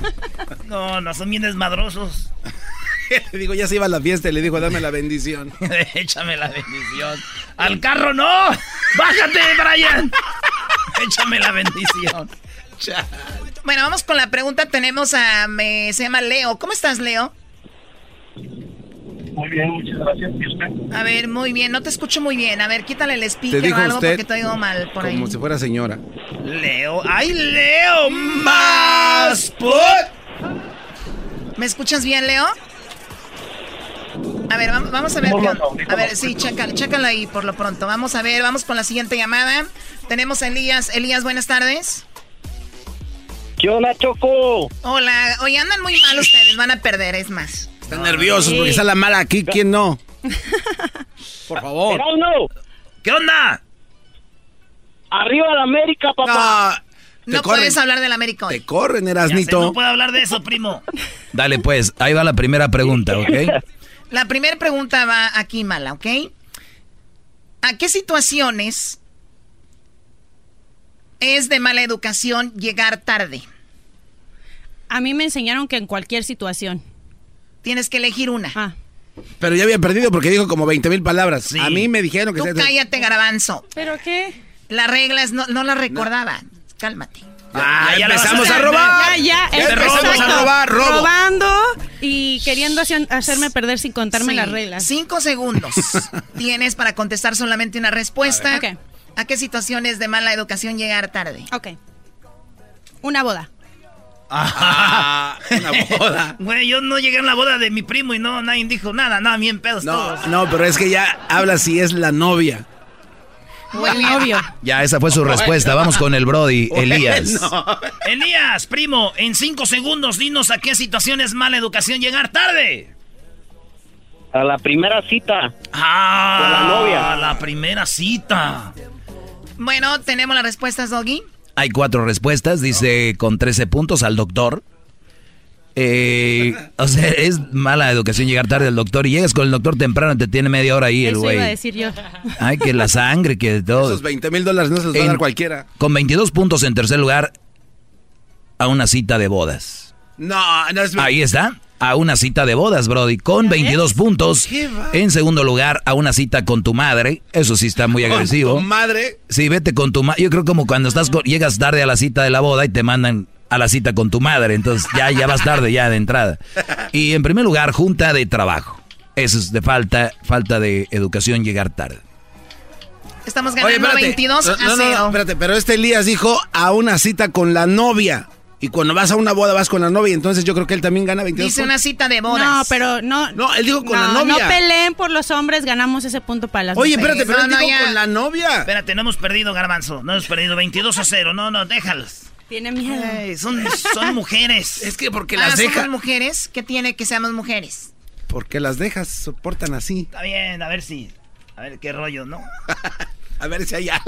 No, son bien desmadrosos. Le digo, ya se iba a la fiesta y le dijo, dame la bendición. Échame la bendición. ¡Al carro no! ¡Bájate, Brian! Échame la bendición. Bueno, vamos con la pregunta. Tenemos se llama Leo. ¿Cómo estás, Leo? Muy bien, muchas gracias. ¿Y usted? A ver, muy bien. No te escucho muy bien. A ver, quítale el speaker Te dijo o algo usted porque te oigo mal por ahí. Como si fuera señora. Leo. ¡Ay, Leo! ¡Más put! ¿Me escuchas bien, Leo? A ver, vamos a ver. A ver, sí, chécalo ahí por lo pronto. Vamos a ver, vamos con la siguiente llamada. Tenemos a Elías. Elías, buenas tardes. ¿Qué onda, Choco? Hola. Oye, andan muy mal ustedes. Van a perder, es más. Están nerviosos porque está la mala aquí. ¿Quién no? Por favor. ¡No! ¿Qué onda? ¡Arriba la América, papá! No puedes hablar del América hoy. Te corren, Erasnito. No puedo hablar de eso, primo. Dale pues, ahí va la primera pregunta, ¿ok? La primera pregunta va aquí, mala, ¿ok? ¿A qué situaciones es de mala educación llegar tarde? A mí me enseñaron que en cualquier situación. Tienes que elegir una. Pero ya había perdido porque dijo como 20,000 palabras. Sí. A mí me dijeron que... Tú cállate, Garbanzo. ¿Pero qué? Las reglas no las recordaba. Cálmate. Ya empezamos a robar. Ya empezamos a robar. Robando y queriendo hacerme perder sin contarme las reglas. 5 segundos tienes para contestar solamente una respuesta. Okay. ¿A qué situaciones de mala educación llegar tarde? Ok. Una boda. Una boda. Güey, yo no llegué a la boda de mi primo y nadie dijo nada, bien pedos todos. No, pero es que ya habla si es la novia. Muy obvio. Ya, esa fue su respuesta. Vamos con el Brody, Elías. Elías, primo, en 5 segundos dinos a qué situaciones mala educación llegar tarde. A la primera cita. Con la novia. A la primera cita. Bueno, tenemos las respuestas, Doggy. Hay 4 respuestas, dice con 13 puntos al doctor. O sea, es mala educación llegar tarde al doctor y llegas con el doctor temprano, te tiene media hora ahí el güey. Eso iba a decir yo. Ay, que la sangre, que todo. Esos $20,000 no se los va a dar cualquiera. Con 22 puntos en tercer lugar, a una cita de bodas. No es... Ahí está, a una cita de bodas, Brody, con 22 puntos. En segundo lugar, a una cita con tu madre. Eso sí está muy agresivo. ¿Con tu madre? Sí, vete con tu madre. Yo creo como cuando llegas tarde a la cita de la boda y te mandan a la cita con tu madre, entonces ya vas tarde ya de entrada. Y en primer lugar, junta de trabajo. Eso es de falta de educación, llegar tarde. Estamos ganando 22-0. No, espérate, pero Elías dijo a una cita con la novia. Y cuando vas a una boda vas con la novia, entonces yo creo que él también gana 22 Dice puntos. una cita de bodas. No, pero no. No, él dijo con la novia. No peleen por los hombres, ganamos ese punto para las Oye, mujeres. espérate, pero él dijo con la novia. Espérate, no hemos perdido, Garbanzo. No hemos perdido 22-0. No, déjalos. Tiene miedo. Ay, son mujeres. Es que porque las dejas. ¿Somos mujeres? ¿Qué tiene que seamos mujeres? Porque las dejas, soportan así. Está bien, a ver qué rollo, ¿no? A ver si hay algo.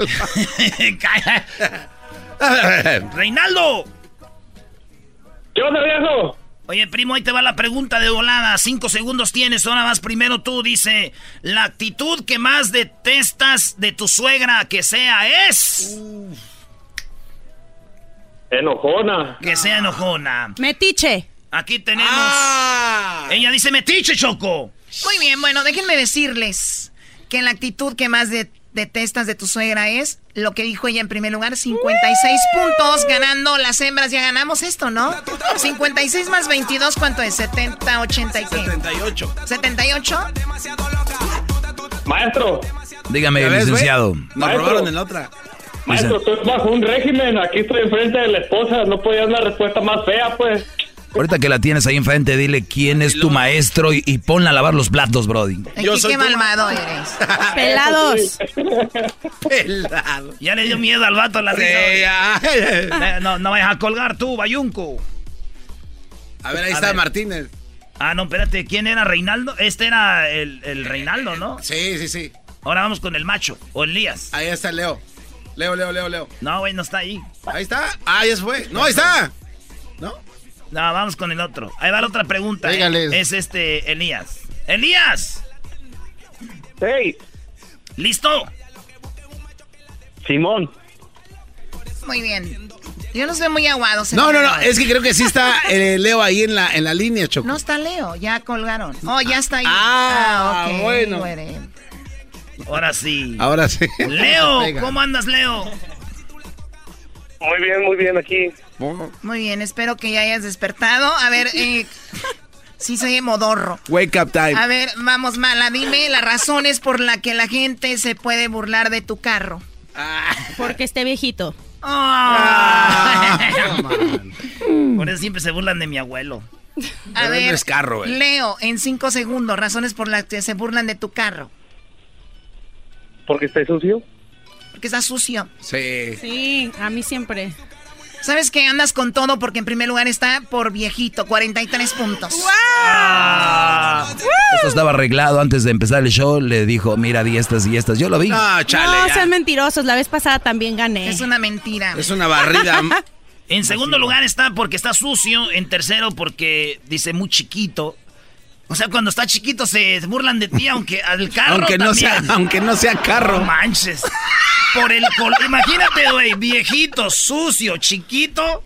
¡Reinaldo! ¿Qué onda, viejo? Oye, primo, ahí te va la pregunta de volada. 5 segundos tienes, ahora vas primero tú. Dice, la actitud que más detestas de tu suegra que sea es... Enojona. Que sea enojona. Metiche. Aquí tenemos... Ella dice metiche, Choco. Muy bien, bueno, déjenme decirles que la actitud que más detestas de tu suegra es lo que dijo ella en primer lugar, 56 puntos, ganando las hembras, ya ganamos esto, ¿no? 56 más 22, ¿cuánto es? 70, 80 y qué? 78. ¿78? Maestro. Dígame, licenciado. Nos robaron en la otra. Maestro, estoy bajo un régimen, aquí estoy enfrente de la esposa, no podía dar una respuesta más fea, pues. Ahorita que la tienes ahí enfrente, dile quién es tu maestro y ponla a lavar los platos, Brody. Qué malvado eres. Pelados. Pelado. Ya le dio miedo al vato a la risa. No vayas a colgar tú, bayunco. A ver, ahí está Martínez. No, espérate, ¿quién era Reinaldo? Este era el Reinaldo, ¿no? Sí. Ahora vamos con el macho, o Elías. Ahí está Leo. Leo. No, güey, no está ahí. Ahí está. Ya se fue. No, ahí está. ¿No? No, vamos con el otro. Ahí va la otra pregunta. Es Elías. ¡Elías! ¡Hey! ¿Listo? Simón. Muy bien. Yo no soy muy aguado. No, es que creo que sí está Leo ahí en la línea, Choco. No está Leo, ya colgaron. Ya está ahí. Ok, bueno. Ahora sí. Leo, ¿cómo andas, Leo? Muy bien aquí. Muy bien, espero que ya hayas despertado. A ver, sí soy modorro. Wake up time. A ver, vamos, Mala, dime las razones por las que la gente se puede burlar de tu carro. Porque esté viejito. Por eso siempre se burlan de mi abuelo. A ver, no es carro, Leo, en 5 segundos, razones por las que se burlan de tu carro. ¿Porque está sucio? Porque está sucio. Sí, a mí siempre. ¿Sabes qué? Andas con todo porque en primer lugar está por viejito, 43 puntos. ¡Wow! Esto estaba arreglado antes de empezar el show. Le dijo, mira, di estas y estas. Yo lo vi. No, sean mentirosos. La vez pasada también gané. Es una mentira. Es una barrida. En segundo lugar está porque está sucio. En tercero porque dice muy chiquito. O sea, cuando está chiquito se burlan de ti, aunque al carro aunque no sea carro. No manches. Por el color. Imagínate, güey, viejito, sucio, chiquito.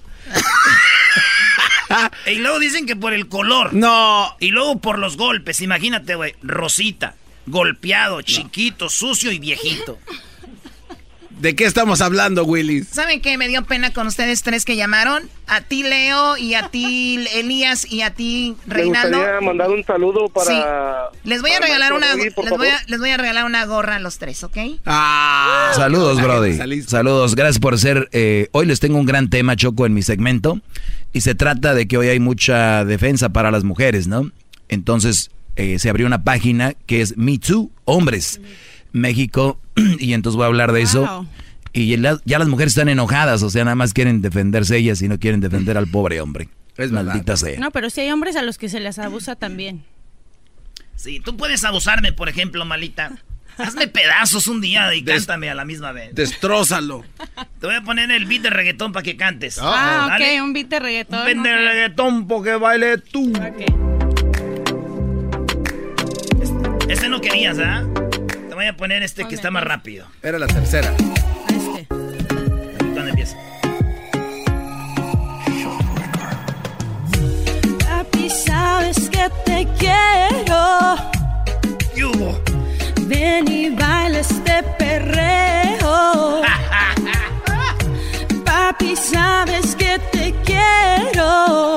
Y luego dicen que por el color. No. Y luego por los golpes. Imagínate, güey, rosita, golpeado, chiquito, sucio y viejito. ¿De qué estamos hablando, Willy? ¿Saben qué? Me dio pena con ustedes tres que llamaron. A ti, Leo, y a ti, Elías, y a ti, Reinaldo. Me gustaría mandar un saludo para... Sí. Les voy a regalar les voy a regalar una gorra a los tres, ¿ok? Saludos, Brody. Saludos. Gracias por ser... hoy les tengo un gran tema, Choco, en mi segmento. Y se trata de que hoy hay mucha defensa para las mujeres, ¿no? Entonces, se abrió una página que es Me Too, Hombres, México, y entonces voy a hablar de eso. Y ya las mujeres están enojadas, o sea, nada más quieren defenderse ellas y no quieren defender al pobre hombre. Es maldita sea. No, pero sí hay hombres a los que se les abusa también. Sí, tú puedes abusarme, por ejemplo, Malita. Hazme pedazos un día y cántame a la misma vez. Destrózalo. Te voy a poner el beat de reggaetón para que cantes. Ok, un beat de reggaetón. Un beat de reggaetón porque baile tú. Este no querías, ¿ah? Te voy a poner este que está más rápido. Era la tercera. ¿Dónde empieza? Papi, sabes que te quiero. ¿Qué hubo? Ven y baila este perreo. Papi, sabes que te quiero.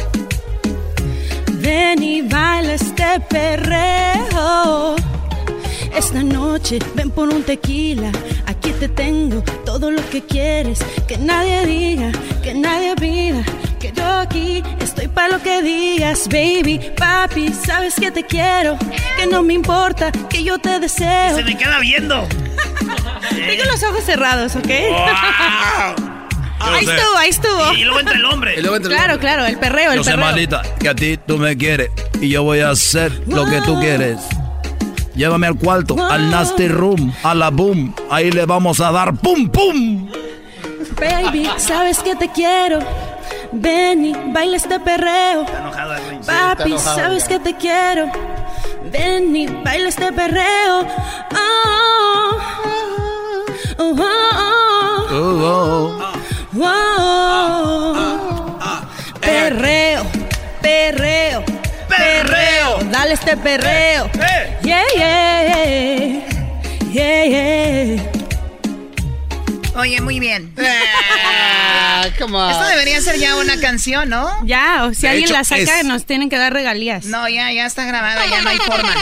Ven y baila este perreo. Esta noche ven por un tequila. Aquí te tengo todo lo que quieres. Que nadie diga, que nadie pida. Que yo aquí estoy para lo que digas, baby. Papi, sabes que te quiero. Que no me importa, que yo te deseo. Se me queda viendo. Tengo los ojos cerrados, ¿ok? Wow. Ahí estuvo. Y luego entra el hombre. Claro, el perreo, el Yo sé, perreo. maldita, que a ti tú me quieres y yo voy a hacer lo que tú quieres. Llévame al cuarto, al nasty room, a la boom. Ahí le vamos a dar pum, pum. Baby, sabes que te quiero. Ven y baila este perreo. Está enojado el Luis. Papi, sabes que te quiero. Ven y baila este perreo. Oh, oh, oh, oh, oh. Perreo, perreo, perreo. Dale este perreo. Yeah, yeah, yeah, yeah. Oye, muy bien. Come on. Esto debería ser ya una canción, ¿no? Ya, o si alguien la saca, nos tienen que dar regalías. No, ya está grabada, ya no hay forma.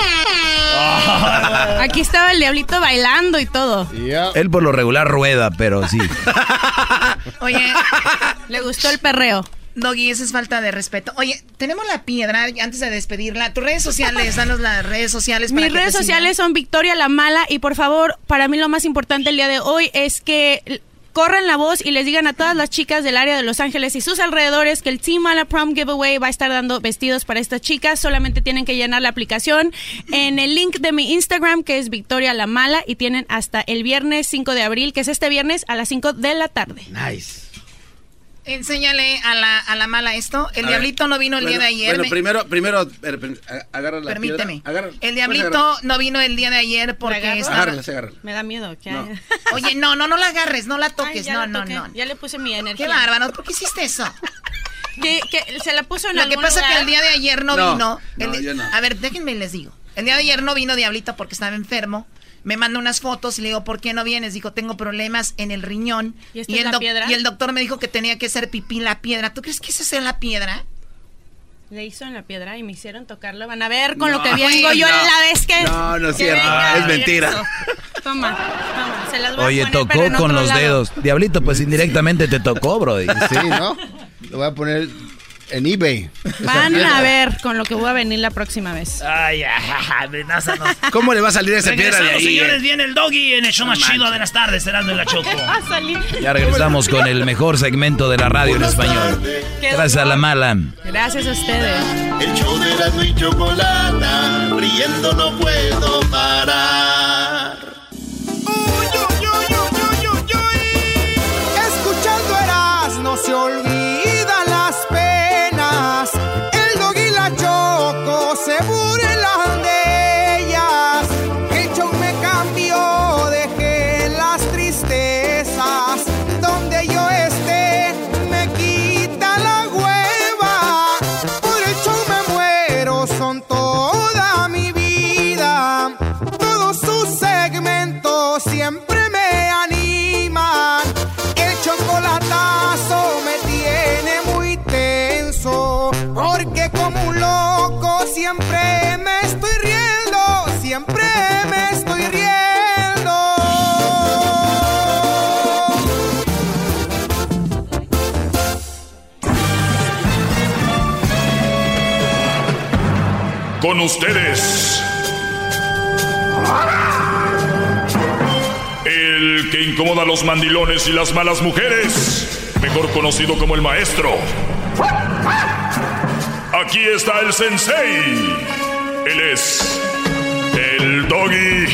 Aquí estaba el diablito bailando y todo. Él por lo regular rueda, pero sí. Oye, le gustó el perreo. Doggy, eso es falta de respeto. Oye, tenemos la piedra, antes de despedirla. Tus redes sociales, danos las redes sociales. Mis redes sociales son Victoria La Mala y por favor, para mí lo más importante el día de hoy es que corran la voz y les digan a todas las chicas del área de Los Ángeles y sus alrededores que el Team Mala Prom Giveaway va a estar dando vestidos para estas chicas. Solamente tienen que llenar la aplicación en el link de mi Instagram, que es Victoria La Mala, y tienen hasta el viernes 5 de abril, que es este viernes a las 5 de la tarde. Nice. Enséñale a la mala esto. El diablito no vino el día de ayer. Bueno, primero agarra la Permíteme. piedra. El diablito no vino el día de ayer porque estaba... Agárrala. Me da miedo. No. Oye, no la agarres, no la toques. Ay, no. Ya le puse mi energía. Qué bárbaro, ¿por qué hiciste eso? Que se la puso en Lo que algún pasa es lugar. que el día de ayer no vino. yo no. A ver, déjenme les digo. El día de ayer no vino Diablito porque estaba enfermo. Me mandó unas fotos y le digo, ¿por qué no vienes? Dijo, tengo problemas en el riñón. ¿Y esta es la piedra? Y el doctor me dijo que tenía que hacer pipí la piedra. ¿Tú crees que esa sea la piedra? Le hizo en la piedra y me hicieron tocarlo. Van a ver con lo que vengo yo la vez que... No es cierto. Es mentira. Toma. Se las voy Oye, a poner, tocó pero en con otro los lado. dedos. Diablito, pues indirectamente te tocó, brody. Sí, ¿no? Lo voy a poner en eBay. Van a ver con lo que voy a venir la próxima vez. Ay, amenázanos. ¿Cómo le va a salir esa piedra de ahí? Señores, viene el Doggy en el show más chido de las tardes, Erasmo y la Choco. Va a salir. Ya regresamos con el mejor segmento de la radio en español. Gracias a La Mala. Gracias a ustedes. El show de Erasmo y Chocolata, riendo no puedo parar. Escuchando Erasmo se olvidan las penas. El Doggy y la Choco se burlan de ellas. El show me cambió, dejé las tristezas. Donde yo esté me quita la hueva. Por el show me muero, son toda mi vida. Todos sus segmentos siempre me animan. El chocolatazo me tiene muy tenso, porque como un loco siempre me estoy riendo, siempre me estoy riendo. Con ustedes, el que incomoda a los mandilones y las malas mujeres, mejor conocido como el maestro. Aquí está el sensei. Él es el Doggy. Doggy.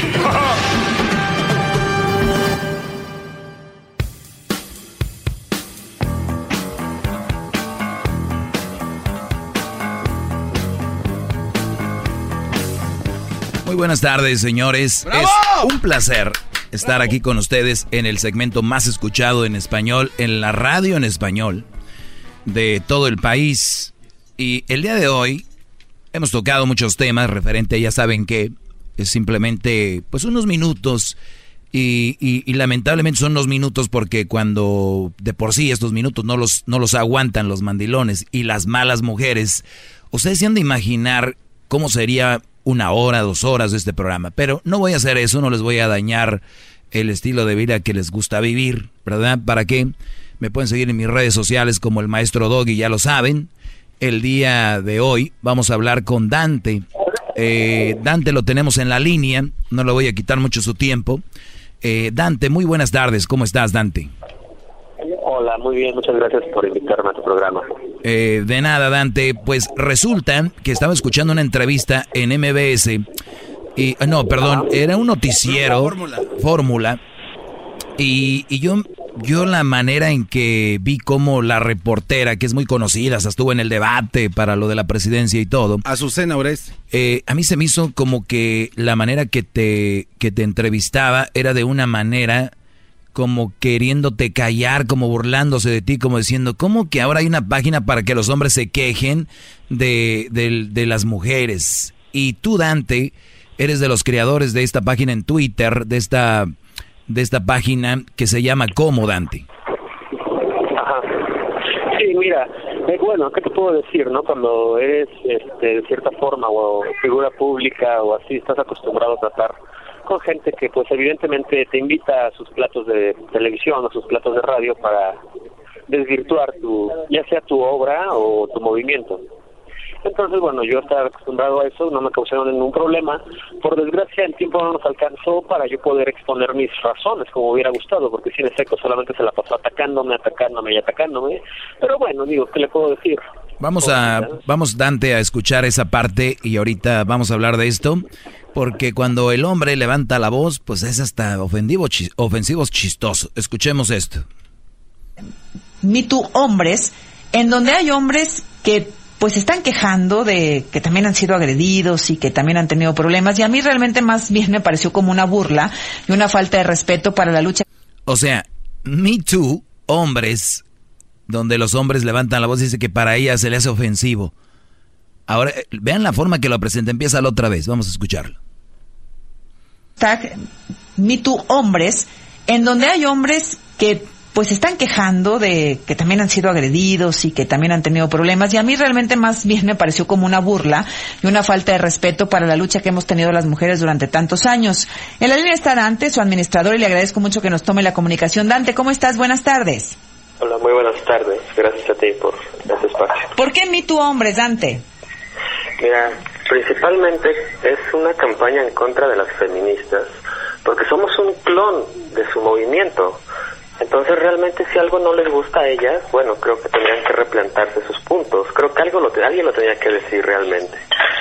Muy buenas tardes, señores. ¡Bravo! Es un placer estar aquí con ustedes en el segmento más escuchado en español, en la radio en español de todo el país. Y el día de hoy hemos tocado muchos temas referente, ya saben que es simplemente pues unos minutos y lamentablemente son unos minutos porque cuando de por sí estos minutos no los aguantan los mandilones y las malas mujeres, ustedes se han de imaginar cómo sería 1 hora, 2 horas de este programa, pero no voy a hacer eso, no les voy a dañar el estilo de vida que les gusta vivir, ¿verdad? ¿Para qué? Me pueden seguir en mis redes sociales como el Maestro Doggy, ya lo saben. El día de hoy vamos a hablar con Dante. Dante lo tenemos en la línea, no le voy a quitar mucho su tiempo. Dante, muy buenas tardes, ¿cómo estás, Dante? Hola, muy bien, muchas gracias por invitarme a tu programa. De nada, Dante, pues resulta que estaba escuchando una entrevista en MBS, y no, perdón, era un noticiero, Fórmula, y yo la manera en que vi como la reportera, que es muy conocida, hasta estuvo en el debate para lo de la presidencia y todo. Azucena Oreste. A mí se me hizo como que la manera que te entrevistaba era de una manera como queriéndote callar, como burlándose de ti, como diciendo, ¿cómo que ahora hay una página para que los hombres se quejen de las mujeres? Y tú, Dante, eres de los creadores de esta página en Twitter, de esta página que se llama ¿Cómo, Dante? Ajá. Sí, mira, bueno, ¿qué te puedo decir, no? Cuando eres, de cierta forma, o figura pública, o así, estás acostumbrado a tratar con gente que, pues, evidentemente te invita a sus platos de televisión, a sus platos de radio para desvirtuar ya sea tu obra o tu movimiento. Entonces, bueno, yo estaba acostumbrado a eso, no me causaron ningún problema. Por desgracia, el tiempo no nos alcanzó para yo poder exponer mis razones como hubiera gustado, porque si en efecto solamente se la pasó atacándome. Pero bueno, digo, ¿qué le puedo decir? Vamos, Dante, a escuchar esa parte y ahorita vamos a hablar de esto, porque cuando el hombre levanta la voz, pues es hasta ofensivo chistoso. Escuchemos esto. Me Too hombres, en donde hay hombres que pues están quejando de que también han sido agredidos y que también han tenido problemas, y a mí realmente más bien me pareció como una burla y una falta de respeto para la lucha. O sea, Me Too hombres, donde los hombres levantan la voz y dice que para ella se le hace ofensivo. Ahora, vean la forma que lo presenta, empieza la otra vez, vamos a escucharlo. Me Too hombres, en donde hay hombres que pues están quejando de que también han sido agredidos y que también han tenido problemas, y a mí realmente más bien me pareció como una burla y una falta de respeto para la lucha que hemos tenido las mujeres durante tantos años. En la línea está Dante, su administrador, y le agradezco mucho que nos tome la comunicación. Dante, ¿cómo estás? Buenas tardes. Hola, muy buenas tardes. Gracias a ti por este espacio. ¿Por qué Me Too hombres, Dante? Mira, principalmente es una campaña en contra de las feministas, porque somos un clon de su movimiento. Entonces, realmente, si algo no les gusta a ellas, bueno, creo que tendrían que replantarse sus puntos. Creo que alguien lo tenía que decir realmente.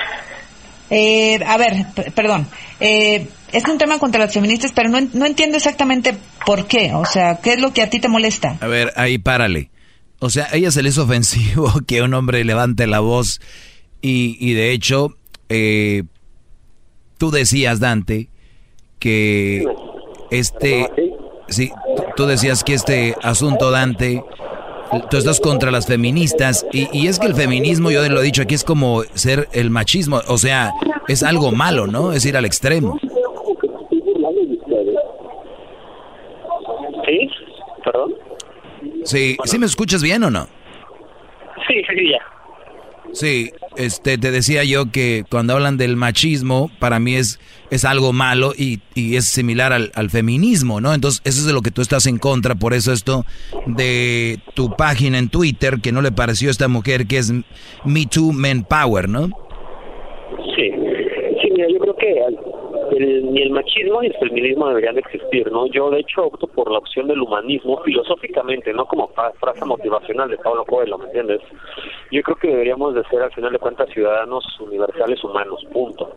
A ver, perdón. Es un tema contra las feministas, pero no entiendo exactamente por qué. O sea, ¿qué es lo que a ti te molesta? A ver, ahí párale. O sea, a ella se le es ofensivo que un hombre levante la voz y de hecho, tú decías, Dante, que sí, tú decías que este asunto, Dante, tú estás contra las feministas y es que el feminismo, yo lo he dicho aquí, es como ser el machismo, o sea, es algo malo, ¿no? Es ir al extremo. ¿Sí? ¿Perdón? Sí, ¿sí me escuchas bien o no? Sí, ya. Sí, te decía yo que cuando hablan del machismo, para mí es algo malo y es similar al feminismo, ¿no? Entonces, eso es de lo que tú estás en contra, por eso esto de tu página en Twitter, que no le pareció a esta mujer, que es Me Too Men Power, ¿no? Sí, mira, yo creo que ni el machismo ni el feminismo deberían de existir, ¿no? Yo, de hecho, opto por la opción del humanismo filosóficamente, no como frase motivacional de Paulo Coelho, ¿me entiendes? Yo creo que deberíamos de ser, al final de cuentas, ciudadanos universales humanos, punto.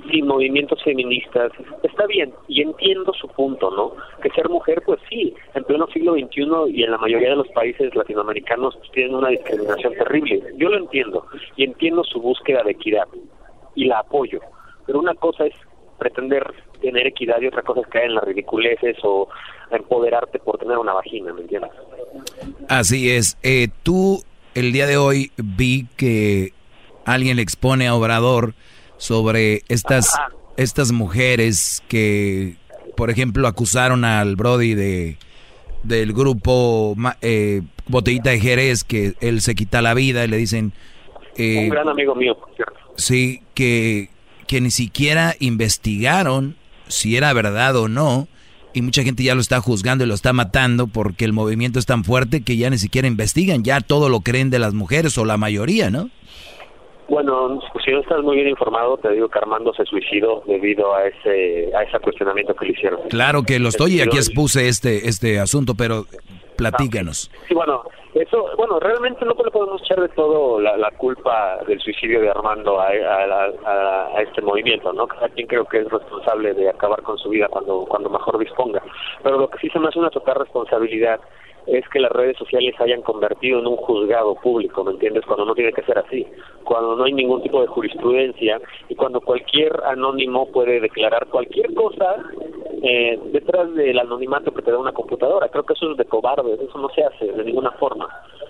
sin movimientos feministas, está bien, y entiendo su punto, ¿no? Que ser mujer, pues sí, en pleno siglo XXI y en la mayoría de los países latinoamericanos pues, tienen una discriminación terrible. Yo lo entiendo, y entiendo su búsqueda de equidad, y la apoyo. Pero una cosa es pretender tener equidad y otra cosa es caer en las ridiculeces o empoderarte por tener una vagina, ¿me entiendes? Así es. Tú, el día de hoy, vi que alguien le expone a Obrador sobre estas mujeres que, por ejemplo, acusaron al Brody del grupo Botellita de Jerez, que él se quita la vida, y le dicen... un gran amigo mío, por cierto. Sí, que ni siquiera investigaron si era verdad o no, y mucha gente ya lo está juzgando y lo está matando porque el movimiento es tan fuerte que ya ni siquiera investigan, ya todo lo creen de las mujeres o la mayoría, ¿no? Bueno, si no estás muy bien informado, te digo que Armando se suicidó debido a ese cuestionamiento que le hicieron. Claro que lo estoy, y aquí expuse este asunto, pero platícanos. Sí, bueno, realmente no le podemos echar de todo la culpa del suicidio de Armando a este movimiento, ¿no? Cada quien creo que es responsable de acabar con su vida cuando mejor disponga. Pero lo que sí se me hace una total responsabilidad es que las redes sociales se hayan convertido en un juzgado público, ¿me entiendes? Cuando no tiene que ser así, cuando no hay ningún tipo de jurisprudencia y cuando cualquier anónimo puede declarar cualquier cosa detrás del anonimato que te da una computadora. Creo que eso es de cobardes, eso no se hace de ninguna forma.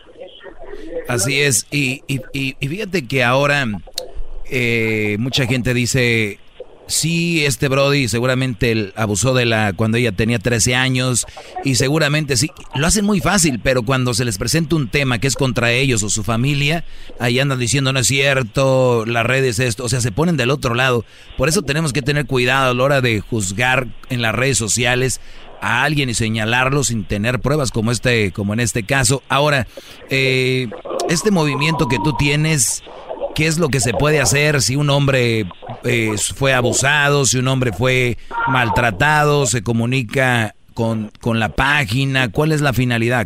Así es, y fíjate que ahora mucha gente dice... Sí, este Brody seguramente abusó cuando ella tenía 13 años y seguramente sí, lo hacen muy fácil, pero cuando se les presenta un tema que es contra ellos o su familia, ahí andan diciendo no es cierto, las redes esto, o sea, se ponen del otro lado. Por eso tenemos que tener cuidado a la hora de juzgar en las redes sociales a alguien y señalarlo sin tener pruebas como en este caso. Ahora, este movimiento que tú tienes... ¿Qué es lo que se puede hacer si un hombre fue abusado, si un hombre fue maltratado, se comunica con la página? ¿Cuál es la finalidad?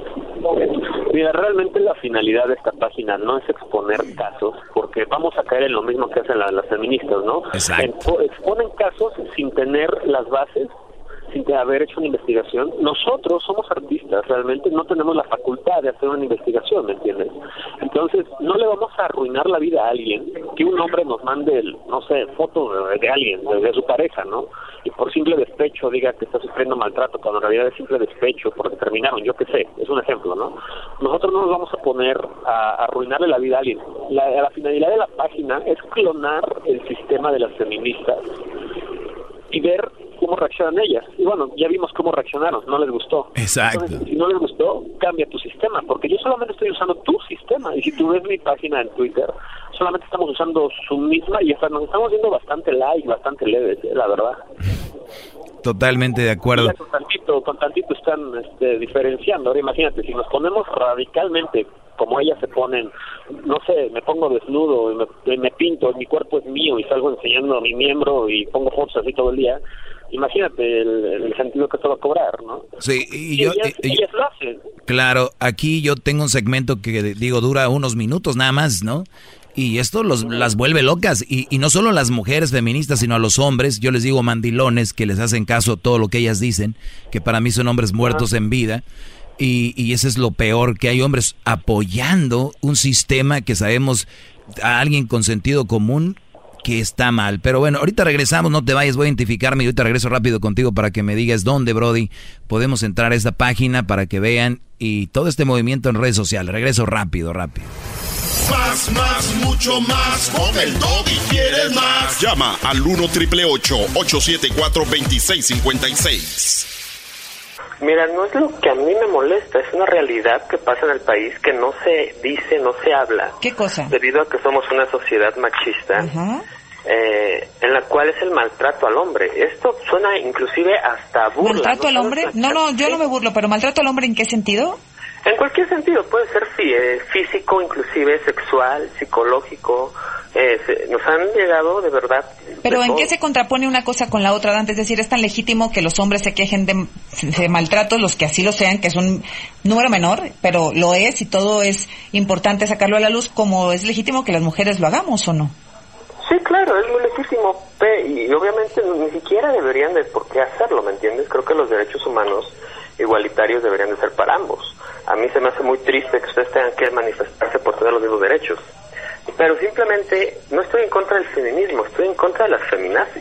Mira, realmente la finalidad de esta página no es exponer casos, porque vamos a caer en lo mismo que hacen las feministas, ¿no? Exacto. Exponen casos sin tener las bases, sin haber hecho una investigación. Nosotros somos artistas, realmente no tenemos la facultad de hacer una investigación, ¿me entiendes? Entonces, no le vamos a arruinar la vida a alguien que un hombre nos mande, no sé, fotos de alguien, de su pareja, ¿no? Y por simple despecho diga que está sufriendo maltrato, cuando en realidad es simple despecho porque terminaron, yo qué sé, es un ejemplo, ¿no? Nosotros no nos vamos a poner a arruinarle la vida a alguien. La finalidad de la página es clonar el sistema de las feministas y ver cómo reaccionan ellas. Y bueno, ya vimos cómo reaccionaron, no les gustó. Exacto. Entonces, si no les gustó, cambia tu sistema, porque yo solamente estoy usando tu sistema, y si tú ves mi página en Twitter, solamente estamos usando su misma, y hasta nos estamos viendo bastante like, bastante leves, la verdad. Totalmente de acuerdo. Ya con tantito están diferenciando. Ahora imagínate, si nos ponemos radicalmente como ellas se ponen, no sé, me pongo desnudo y me pinto, mi cuerpo es mío y salgo enseñando mi miembro y pongo fotos así todo el día, imagínate el sentido que esto va a cobrar, ¿no? Sí, y ellas lo hacen. Claro, aquí yo tengo un segmento que digo dura unos minutos nada más, ¿no? Y esto las vuelve locas, y no solo a las mujeres feministas, sino a los hombres, yo les digo mandilones, que les hacen caso a todo lo que ellas dicen, que para mí son hombres muertos en vida, y eso es lo peor, que hay hombres apoyando un sistema que sabemos a alguien con sentido común que está mal. Pero bueno, ahorita regresamos, no te vayas, voy a identificarme y ahorita regreso rápido contigo para que me digas dónde, Brody, podemos entrar a esta página para que vean y todo este movimiento en redes sociales. Regreso rápido. Más, mucho más. Con el Doggy quieres más. Llama al 1-888-874-2656. Mira, no es lo que a mí me molesta, es una realidad que pasa en el país que no se dice, no se habla. ¿Qué cosa? Debido a que somos una sociedad machista, en la cual es el maltrato al hombre. Esto suena inclusive hasta burla. ¿Maltrato al hombre? No, yo no me burlo, pero ¿maltrato al hombre en qué sentido? En cualquier sentido, puede ser físico, inclusive sexual, psicológico. Nos han llegado de verdad. Pero ¿en qué se contrapone una cosa con la otra, Dante? Es decir, ¿es tan legítimo que los hombres se quejen de maltratos, los que así lo sean, que es un número menor, pero lo es y todo es importante sacarlo a la luz, como es legítimo que las mujeres lo hagamos o no? Sí, claro, es muy muchísimo, y obviamente ni siquiera deberían de por qué hacerlo, ¿me entiendes? Creo que los derechos humanos igualitarios deberían de ser para ambos. A mí se me hace muy triste que ustedes tengan que manifestarse por tener los mismos derechos. Pero simplemente no estoy en contra del feminismo, estoy en contra de las feminazis.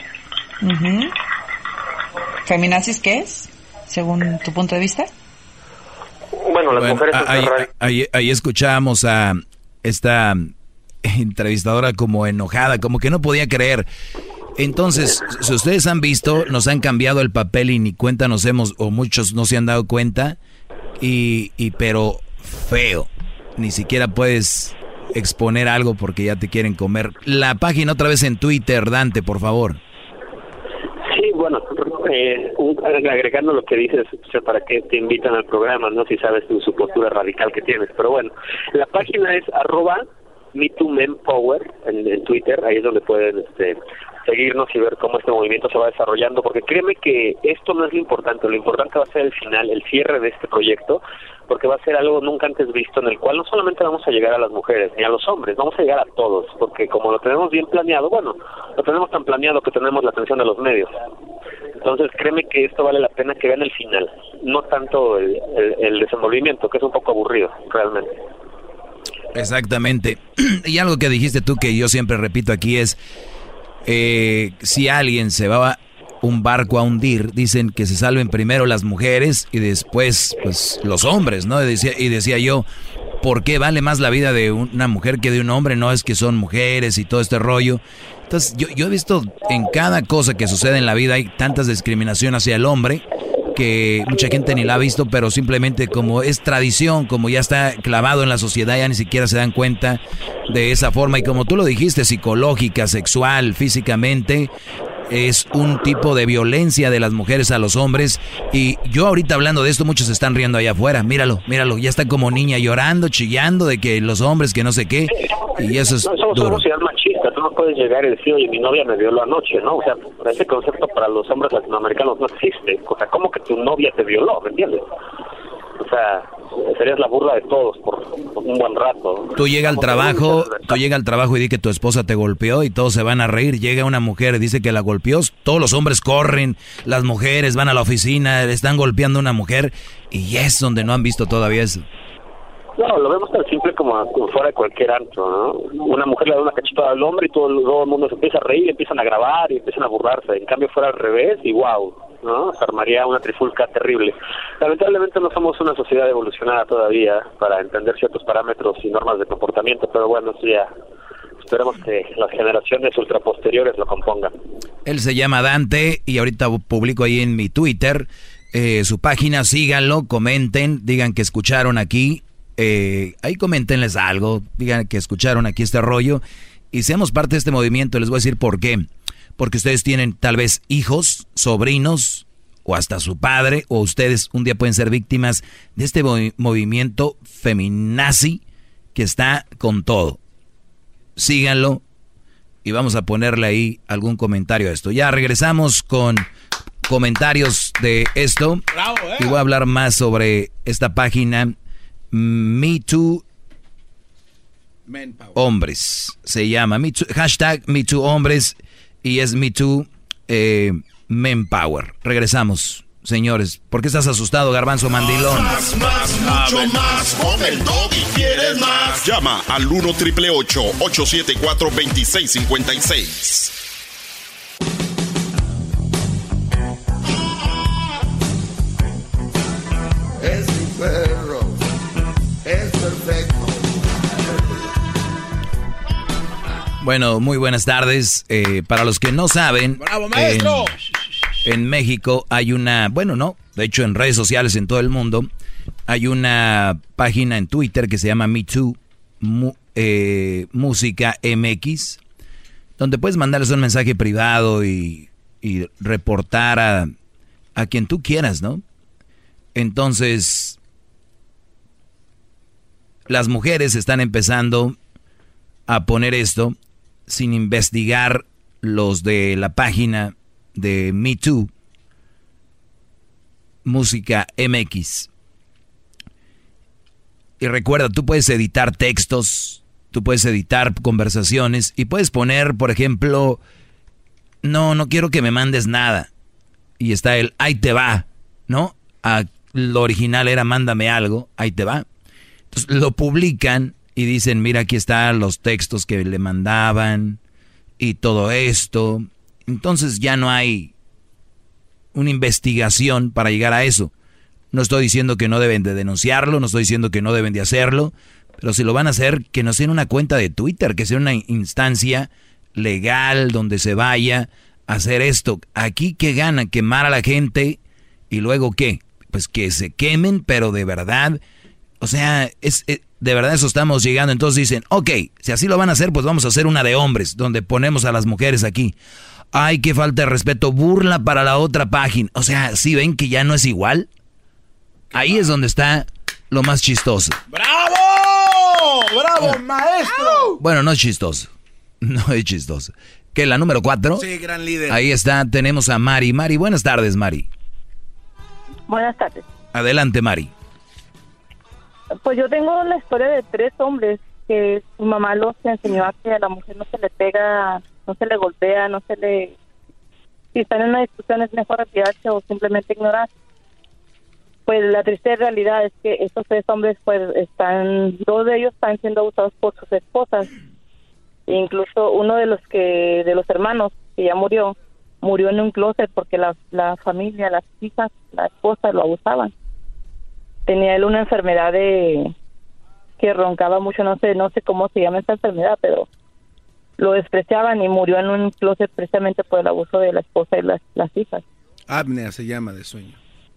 ¿Feminazis qué es, según tu punto de vista? Bueno, las mujeres... Ahí escuchábamos a esta entrevistadora como enojada, como que no podía creer. Entonces, si ustedes han visto, nos han cambiado el papel y ni cuenta nos hemos, o muchos no se han dado cuenta, pero feo. Ni siquiera puedes exponer algo porque ya te quieren comer. La página otra vez en Twitter, Dante, por favor. Sí, bueno, agregando lo que dices, o sea, para qué te invitan al programa, ¿no? Si sabes su postura radical que tienes. Pero bueno, la página es @MeTooMenPower en Twitter, ahí es donde pueden seguirnos y ver cómo este movimiento se va desarrollando, porque créeme que esto no es lo importante va a ser el final, el cierre de este proyecto, porque va a ser algo nunca antes visto, en el cual no solamente vamos a llegar a las mujeres ni a los hombres, vamos a llegar a todos, porque como lo tenemos bien planeado, bueno, lo tenemos tan planeado que tenemos la atención de los medios. Entonces créeme que esto vale la pena que vean el final, no tanto el desenvolvimiento, que es un poco aburrido, realmente. Exactamente. Y algo que dijiste tú que yo siempre repito aquí es, si alguien se va un barco a hundir, dicen que se salven primero las mujeres y después pues los hombres, ¿no? Y decía yo, ¿por qué vale más la vida de una mujer que de un hombre? No es que son mujeres y todo este rollo. Entonces yo he visto en cada cosa que sucede en la vida hay tantas discriminación hacia el hombre que mucha gente ni la ha visto, pero simplemente como es tradición, como ya está clavado en la sociedad, ya ni siquiera se dan cuenta de esa forma. Y como tú lo dijiste, psicológica, sexual, físicamente, es un tipo de violencia de las mujeres a los hombres. Y yo ahorita hablando de esto, muchos se están riendo allá afuera. Míralo, ya está como niña llorando, chillando de que los hombres, que no sé qué. Y eso es somos duro. una sociedad machista, tú no puedes llegar y decir, oye, mi novia me violó anoche, ¿no? O sea, ese concepto para los hombres latinoamericanos no existe. O sea, ¿cómo que tu novia te violó? ¿Me entiendes? O sea, serías la burla de todos por un buen rato. Tú llegas al trabajo y di que tu esposa te golpeó y todos se van a reír. Llega una mujer y dice que la golpeó, todos los hombres corren, las mujeres van a la oficina, están golpeando a una mujer y es donde no han visto todavía eso. No, lo vemos tan simple como fuera de cualquier antro, ¿no? Una mujer le da una cachetada al hombre y todo el mundo se empieza a reír, empiezan a grabar y empiezan a burlarse. En cambio fuera al revés y wow, ¿no? Se armaría una trifulca terrible. Lamentablemente no somos una sociedad evolucionada todavía para entender ciertos parámetros y normas de comportamiento, pero bueno, eso ya esperemos que las generaciones ultraposteriores lo compongan. Él se llama Dante y ahorita publico ahí en mi Twitter su página, síganlo, comenten, digan que escucharon aquí. Ahí coméntenles algo, digan que escucharon aquí este rollo y seamos parte de este movimiento. Les voy a decir por qué. Porque ustedes tienen tal vez hijos, sobrinos o hasta su padre, o ustedes un día pueden ser víctimas de este movimiento feminazi que está con todo. Síganlo y vamos a ponerle ahí algún comentario a esto. Ya regresamos con comentarios de esto. Bravo, y voy a hablar más sobre esta página MeToo Hombres. Se llama hashtag MeToo Hombres y es MeToo Menpower. Regresamos, señores. ¿Por qué estás asustado, Garbanzo Mandilón? Mucho más. Con el Doggy quieres más. Llama al 1-888-874-2656. Es mi perro, es perfecto. Bueno, muy buenas tardes. Para los que no saben, ¡bravo, maestro! En México hay una, de hecho en redes sociales en todo el mundo, hay una página en Twitter que se llama MeToo Música MX, donde puedes mandarles un mensaje privado y reportar a quien tú quieras, ¿no? Entonces, las mujeres están empezando a poner esto sin investigar los de la página de MeToo Música MX. Y recuerda, tú puedes editar textos, tú puedes editar conversaciones y puedes poner, por ejemplo, no quiero que me mandes nada. Y está el, ahí te va, ¿no? Lo original era, mándame algo, ahí te va. Entonces lo publican y dicen, mira, aquí están los textos que le mandaban y todo esto. Entonces ya no hay una investigación para llegar a eso. No estoy diciendo que no deben de denunciarlo, no estoy diciendo que no deben de hacerlo, pero si lo van a hacer, que no sea en una cuenta de Twitter, que sea una instancia legal donde se vaya a hacer esto. Aquí, ¿qué gana? Quemar a la gente y luego ¿qué? Pues que se quemen, pero de verdad, o sea, de verdad eso estamos llegando. Entonces dicen, ok, si así lo van a hacer, pues vamos a hacer una de hombres, donde ponemos a las mujeres aquí. Ay, qué falta de respeto, burla para la otra página. O sea, ¿sí ven que ya no es igual? Ahí es donde está lo más chistoso. ¡Bravo! ¡Bravo, maestro! Bueno, no es chistoso. No es chistoso. ¿Qué, la número 4? Sí, gran líder. Ahí está, tenemos a Mari. Mari, buenas tardes, Mari. Buenas tardes. Adelante, Mari. Pues yo tengo la historia de 3 hombres que su mamá los enseñó a que a la mujer no se le pega, no se le golpea, no se le... Si están en una discusión es mejor retirarse o simplemente ignorar. Pues la triste realidad es que estos 3 hombres, pues 2 de ellos están siendo abusados por sus esposas. E incluso uno de los hermanos que ya murió en un closet porque la familia, las hijas, la esposa lo abusaban. Tenía él una enfermedad que roncaba mucho, no sé cómo se llama esta enfermedad, pero lo despreciaban y murió en un closet precisamente por el abuso de la esposa y las hijas. Apnea se llama de sueño.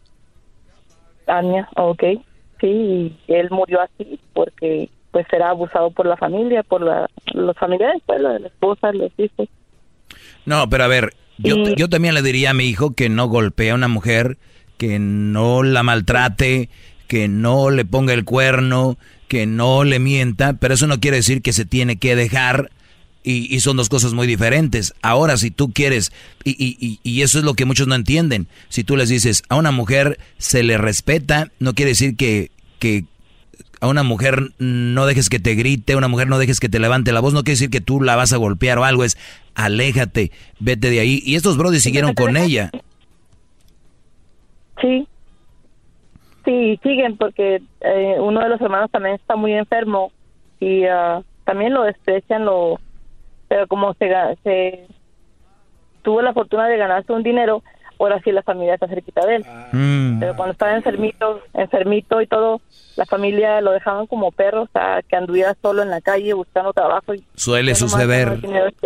Apnea, ok. Sí, y él murió así porque pues era abusado por la familia, por los familiares, pues, la esposa, los hijos. No, pero a ver, yo también le diría a mi hijo que no golpee a una mujer, que no la maltrate, que no le ponga el cuerno, que no le mienta, pero eso no quiere decir que se tiene que dejar y son 2 cosas muy diferentes. Ahora, si tú quieres, y eso es lo que muchos no entienden, si tú les dices a una mujer se le respeta, no quiere decir que a una mujer no dejes que te grite, a una mujer no dejes que te levante la voz, no quiere decir que tú la vas a golpear o algo, es aléjate, vete de ahí. Y estos brodis siguieron con ella. Sí, siguen porque uno de los hermanos también está muy enfermo y también lo desprecian, pero como se tuvo la fortuna de ganarse un dinero, ahora sí la familia está cerquita de él. Pero cuando estaba enfermito y todo, la familia lo dejaban como perro, o sea, que anduviera solo en la calle buscando trabajo. Suele suceder.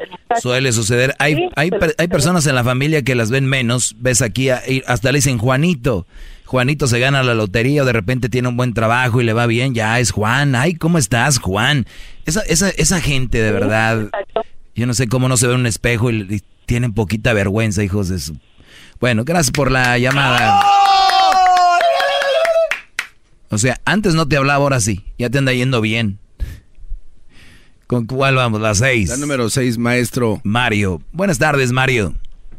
Hay personas en la familia que las ven menos. Ves aquí, hasta le dicen Juanito. Juanito se gana la lotería o de repente tiene un buen trabajo y le va bien. Ya es Juan. Ay, ¿cómo estás, Juan? Esa gente, de verdad. Yo no sé cómo no se ve en un espejo y tienen poquita vergüenza, hijos de su... Bueno, gracias por la llamada. O sea, antes no te hablaba, ahora sí. Ya te anda yendo bien. ¿Con cuál vamos? La 6. La número 6, maestro. Mario. Buenas tardes, Mario.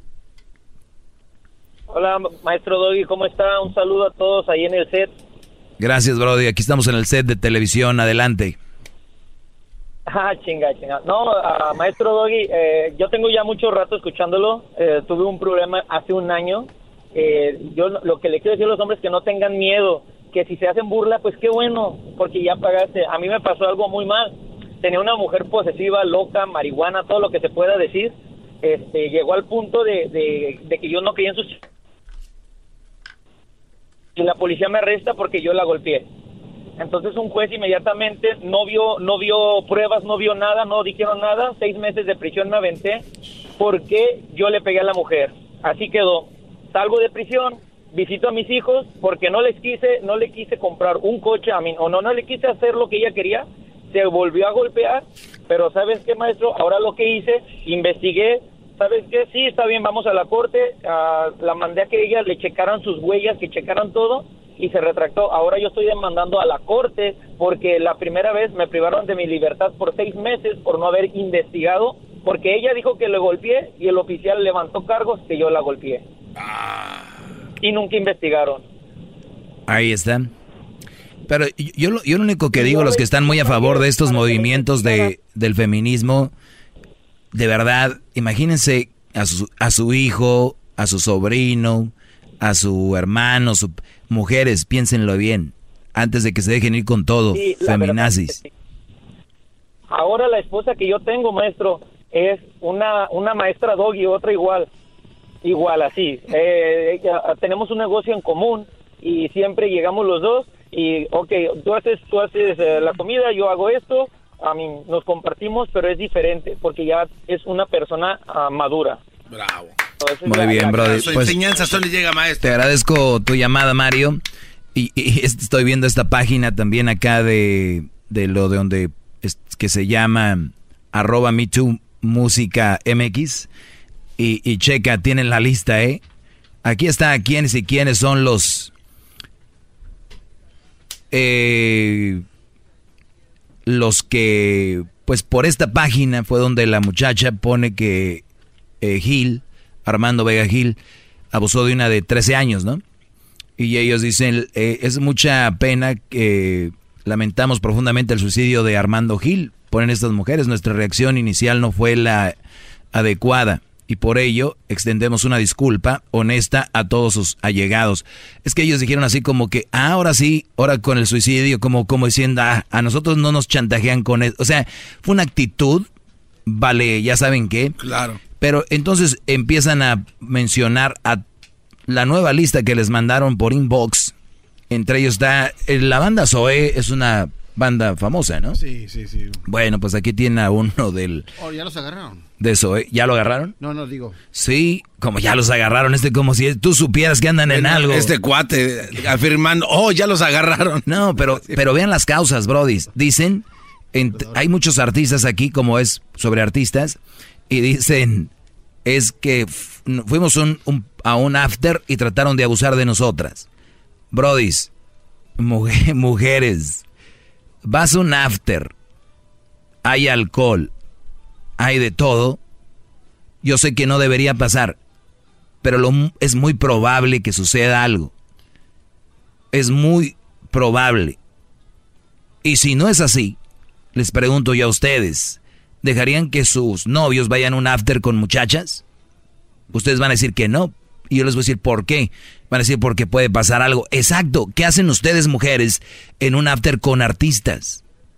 Hola, maestro Doggy, ¿cómo está? Un saludo a todos ahí en el set. Gracias, Brody. Aquí estamos en el set de televisión. Adelante. Chinga. No, maestro Doggy, yo tengo ya mucho rato escuchándolo. Tuve un problema hace un año. Yo lo que le quiero decir a los hombres es que no tengan miedo, que si se hacen burla, pues qué bueno, porque ya pagaste. A mí me pasó algo muy mal. Tenía una mujer posesiva, loca, marihuana, todo lo que se pueda decir. Llegó al punto de que yo no creía en sus... Y la policía me arresta porque yo la golpeé. Entonces un juez inmediatamente no vio pruebas, no vio nada, no dijeron nada. 6 meses de prisión me aventé porque yo le pegué a la mujer. Así quedó. Salgo de prisión, visito a mis hijos porque no le quise comprar un coche a mí, o no le quise hacer lo que ella quería. Se volvió a golpear, pero ¿sabes qué, maestro? Ahora lo que hice, investigué. ¿Sabes qué? Sí, está bien, vamos a la corte. La mandé a que ella le checaran sus huellas, que checaran todo, y se retractó. Ahora yo estoy demandando a la corte porque la primera vez me privaron de mi libertad por 6 meses por no haber investigado, porque ella dijo que le golpeé y el oficial levantó cargos que yo la golpeé. Y nunca investigaron. Ahí están. Pero yo lo único que digo, los que están muy a favor de estos movimientos del feminismo, de verdad, imagínense a su hijo, a su sobrino, a su hermano, mujeres, piénsenlo bien, antes de que se dejen ir con todo, sí, feminazis. Verdad, sí. Ahora la esposa que yo tengo, maestro, es una maestra doggy, otra igual así. Tenemos un negocio en común y siempre llegamos los dos y, tú haces la comida, yo hago esto, nos compartimos, pero es diferente porque ya es una persona madura. Bravo. Muy bien, brother. Su enseñanza solo llega, maestro. Te agradezco tu llamada, Mario. Y estoy viendo esta página también acá de donde que se llama @MeTooMúsicaMX. Y checa, tienen la lista, ¿eh? Aquí está quiénes y quiénes son los que, pues por esta página fue donde la muchacha pone que Armando Vega Gil, abusó de una de 13 años, ¿no? Y ellos dicen, es mucha pena que lamentamos profundamente el suicidio de Armando Gil. Ponen estas mujeres, nuestra reacción inicial no fue la adecuada y por ello extendemos una disculpa honesta a todos sus allegados. Es que ellos dijeron así como que, ahora sí, ahora con el suicidio, como diciendo, a nosotros no nos chantajean con eso. O sea, fue una actitud, vale, ya saben qué. Claro. Pero entonces empiezan a mencionar a la nueva lista que les mandaron por inbox. Entre ellos está la banda Zoé, es una banda famosa, ¿no? Sí. Bueno, pues aquí tiene a uno del... ya los agarraron. De Zoé. ¿Ya lo agarraron? No, digo. Sí, como ya los agarraron, como si tú supieras que andan en algo. Este cuate afirmando, ya los agarraron. No, pero vean las causas, brodis. Dicen, hay muchos artistas aquí, como es sobre artistas, y dicen, es que fuimos a un after y trataron de abusar de nosotras. Brodis, mujeres, vas a un after, hay alcohol, hay de todo. Yo sé que no debería pasar, pero es muy probable que suceda algo. Es muy probable. Y si no es así, les pregunto yo a ustedes, ¿dejarían que sus novios vayan a un after con muchachas? Ustedes van a decir que no. Y yo les voy a decir por qué. Van a decir porque puede pasar algo. Exacto. ¿Qué hacen ustedes, mujeres, en un after con artistas?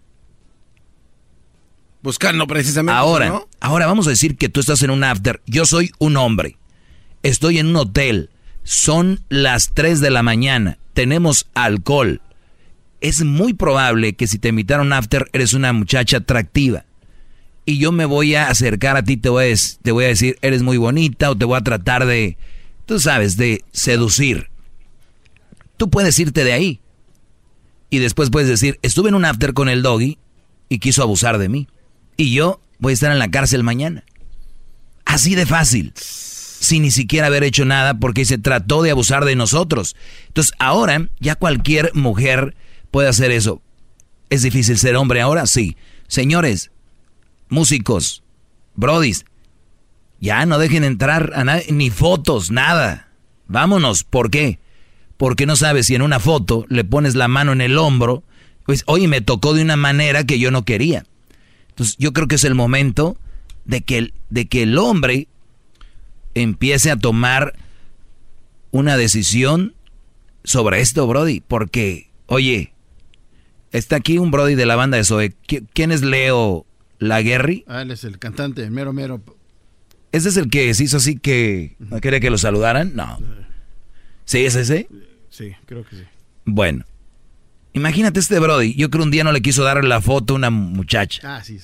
Buscando precisamente. Ahora vamos a decir que tú estás en un after. Yo soy un hombre. Estoy en un hotel. Son las 3 de la mañana. Tenemos alcohol. Es muy probable que si te invitaron a un after eres una muchacha atractiva. Y yo me voy a acercar a ti, te voy a decir, eres muy bonita, o te voy a tratar de, tú sabes, de seducir. Tú puedes irte de ahí. Y después puedes decir, estuve en un after con el doggy y quiso abusar de mí. Y yo voy a estar en la cárcel mañana. Así de fácil. Sin ni siquiera haber hecho nada porque se trató de abusar de nosotros. Entonces ahora ya cualquier mujer puede hacer eso. ¿Es difícil ser hombre ahora? Sí. Señores, músicos, brodis, ya no dejen entrar a nadie, ni fotos, nada. Vámonos. ¿Por qué? Porque no sabes si en una foto le pones la mano en el hombro, pues, oye, me tocó de una manera que yo no quería. Entonces yo creo que es el momento de que el hombre empiece a tomar una decisión sobre esto, brody. Porque, oye, está aquí un brody de la banda de Zoé. ¿Quién es Leo Laguerri? Él es el cantante, mero. ¿Ese es el que se hizo así que no quería que lo saludaran? No. ¿Sí es ese? Sí, creo que sí. Bueno, imagínate este brody. Yo creo un día no le quiso dar la foto a una muchacha. Sí.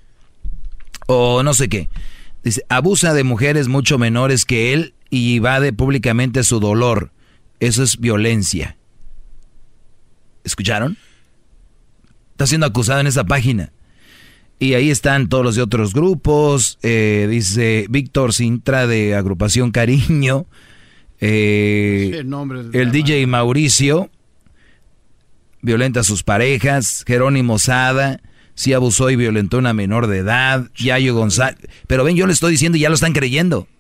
O no sé qué. Dice, abusa de mujeres mucho menores que él y evade públicamente su dolor. Eso es violencia. ¿Escucharon? Está siendo acusado en esa página. Y ahí están todos los de otros grupos. Dice Víctor Sintra de Agrupación Cariño. El DJ Mauricio violenta a sus parejas. Jerónimo Sada sí abusó y violentó a una menor de edad. Yayo González. Pero ven, yo le estoy diciendo y ya lo están creyendo.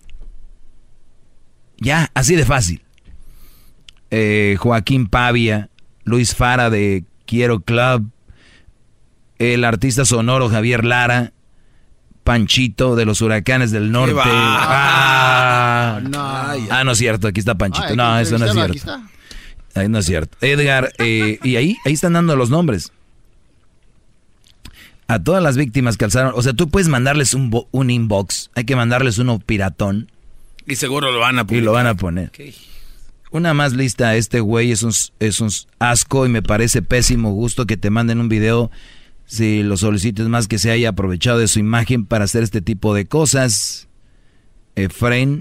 Ya, así de fácil. Joaquín Pavia, Luis Fara de Quiero Club, el artista sonoro Javier Lara, Panchito de los Huracanes del Norte. No es cierto, aquí está Panchito. No, eso no es cierto. Ahí no es cierto. Edgar, y ahí están dando los nombres. A todas las víctimas que alzaron. O sea, tú puedes mandarles un inbox. Hay que mandarles uno piratón. Y seguro lo van a publicar. Y lo van a poner. Okay. Una más lista. Este güey es un asco y me parece pésimo gusto que te manden un video. Si lo solicites, más que se haya aprovechado de su imagen para hacer este tipo de cosas. Efraín.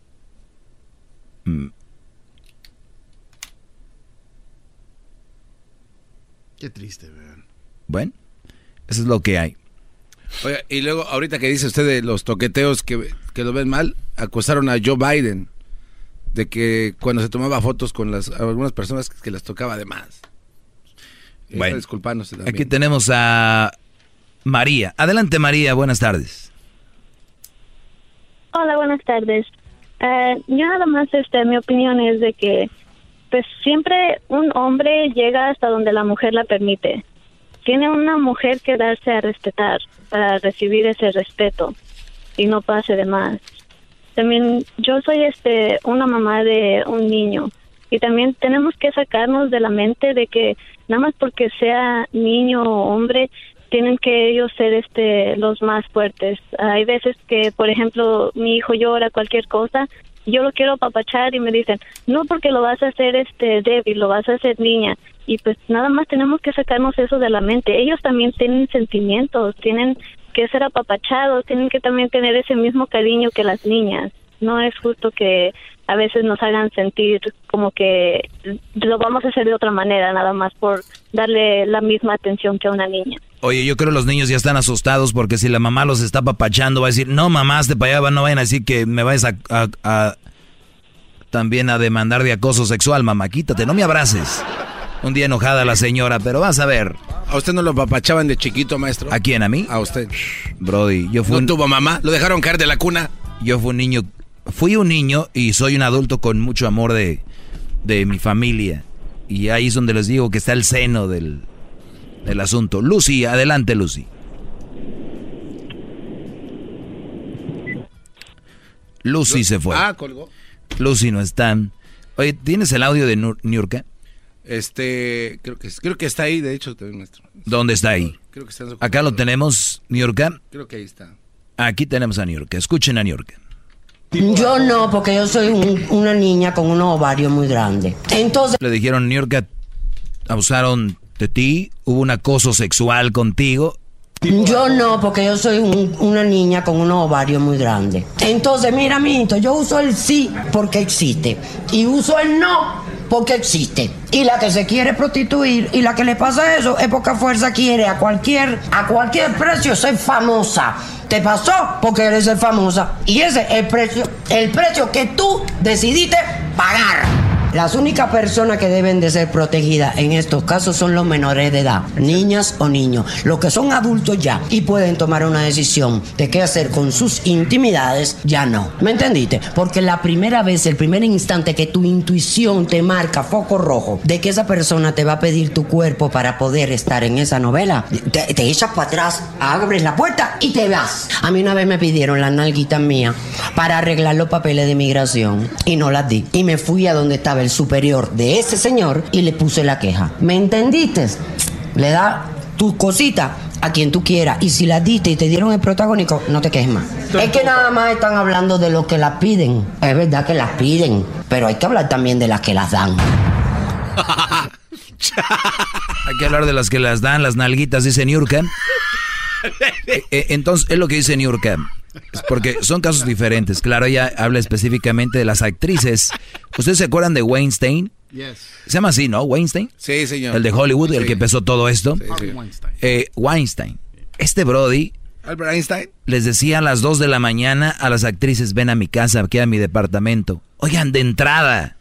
Qué triste, man. Bueno, eso es lo que hay. Oiga, y luego, ahorita que dice usted de los toqueteos que lo ven mal, acusaron a Joe Biden de que cuando se tomaba fotos con algunas personas que las tocaba de más. Bueno, disculpándose también. Aquí tenemos a María. Adelante, María, buenas tardes. Hola, buenas tardes. Yo nada más, mi opinión es de que pues siempre un hombre llega hasta donde la mujer la permite. Tiene una mujer que darse a respetar para recibir ese respeto y no pase de más. También yo soy una mamá de un niño y también tenemos que sacarnos de la mente de que nada más porque sea niño o hombre tienen que ellos ser los más fuertes. Hay veces que, por ejemplo, mi hijo llora cualquier cosa, yo lo quiero apapachar y me dicen, no, porque lo vas a hacer débil, lo vas a hacer niña. Y pues nada más tenemos que sacarnos eso de la mente. Ellos también tienen sentimientos, tienen que ser apapachados, tienen que también tener ese mismo cariño que las niñas. No es justo que a veces nos hagan sentir como que lo vamos a hacer de otra manera, nada más por darle la misma atención que a una niña. Oye, yo creo que los niños ya están asustados porque si la mamá los está apapachando va a decir, no mamá, hazte para allá, no vayan a decir que me vayas a también a demandar de acoso sexual, mamá, quítate, no me abraces. Un día enojada la señora, pero vas a ver. ¿A usted no lo apapachaban de chiquito, maestro? ¿A quién, a mí? A usted. Brody, yo fui ¿No tuvo mamá? ¿Lo dejaron caer de la cuna? Yo fui un niño y soy un adulto con mucho amor de mi familia. Y ahí es donde les digo que está el seno del asunto. Lucy, adelante, Lucy. Lucy se fue. Colgó. Lucy no está. Oye, ¿tienes el audio de Niurka? Creo que está ahí, de hecho, maestro. ¿Dónde está ahí? Creo que está en su Acá lo tenemos, Niurka. Creo que ahí está. Aquí tenemos a Niurka. Escuchen a Niurka. Yo no, porque yo soy una niña con unos ovarios muy grandes. Entonces le dijeron, Niurka, abusaron de ti, hubo un acoso sexual contigo. Yo no, porque yo soy una niña con unos ovarios muy grandes. Entonces, mira, mijito, yo uso el sí porque existe y uso el no porque existe. Y la que se quiere prostituir y la que le pasa eso es porque a fuerza quiere a cualquier precio ser famosa. Te pasó porque eres ser famosa y ese es el precio que tú decidiste pagar. Las únicas personas que deben de ser protegidas en estos casos son los menores de edad, niñas o niños, los que son adultos ya y pueden tomar una decisión de qué hacer con sus intimidades, ya no. ¿Me entendiste? Porque la primera vez, el primer instante que tu intuición te marca foco rojo de que esa persona te va a pedir tu cuerpo para poder estar en esa novela, te echas para atrás, abres la puerta y te vas. A mí una vez me pidieron las nalguitas mías para arreglar los papeles de migración y no las di. Y me fui a donde estaba el superior de ese señor y le puse la queja. ¿Me entendiste? Le da tu cosita a quien tú quieras y si la diste y te dieron el protagónico, no te quejes más. Es que nada más están hablando de los que las piden. Es verdad que las piden, pero hay que hablar también de las que las dan. Hay que hablar de las que las dan, las nalguitas, dice Niurka. Entonces, es lo que dice Niurka. Es porque son casos diferentes. Claro, ella habla específicamente de las actrices. ¿Ustedes se acuerdan de Weinstein? Yes. Se llama así, ¿no? Weinstein. Sí, señor. El de Hollywood, sí. El que empezó todo esto. Sí. Weinstein. Este Brody. Albert Einstein. Les decía a las 2 de la mañana a las actrices, ven a mi casa, aquí a mi departamento. Oigan, de entrada,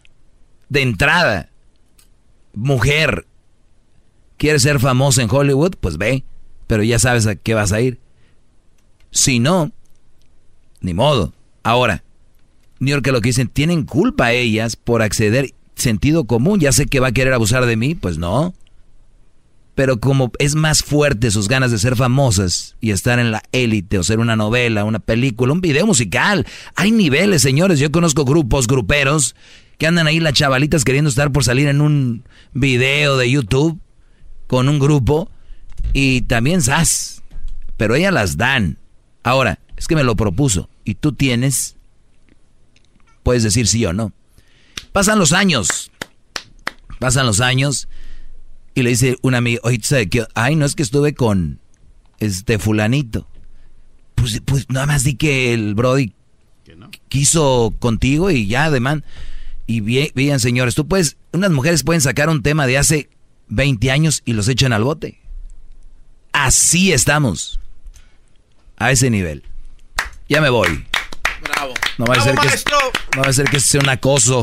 mujer, ¿quieres ser famosa en Hollywood? Pues ve, pero ya sabes a qué vas a ir. Si no, ni modo. Ahora, New York, lo que dicen, tienen culpa ellas por acceder, sentido común, ya sé que va a querer abusar de mí, pues no. Pero como es más fuerte sus ganas de ser famosas y estar en la élite o ser una novela, una película, un video musical. Hay niveles, señores. Yo conozco gruperos que andan ahí las chavalitas queriendo estar por salir en un video de YouTube con un grupo y también ¡zas! Pero ellas las dan. Ahora, es que me lo propuso y tú puedes decir sí o no. Pasan los años y le dice una amiga, oye, ¿sabes qué? Ay, no, es que estuve con fulanito. Pues nada más di que el brody quiso contigo y ya, además. Y bien, señores, unas mujeres pueden sacar un tema de hace 20 años y los echan al bote. Así estamos. A ese nivel. Ya me voy. Bravo. No va a ser que sea un acoso.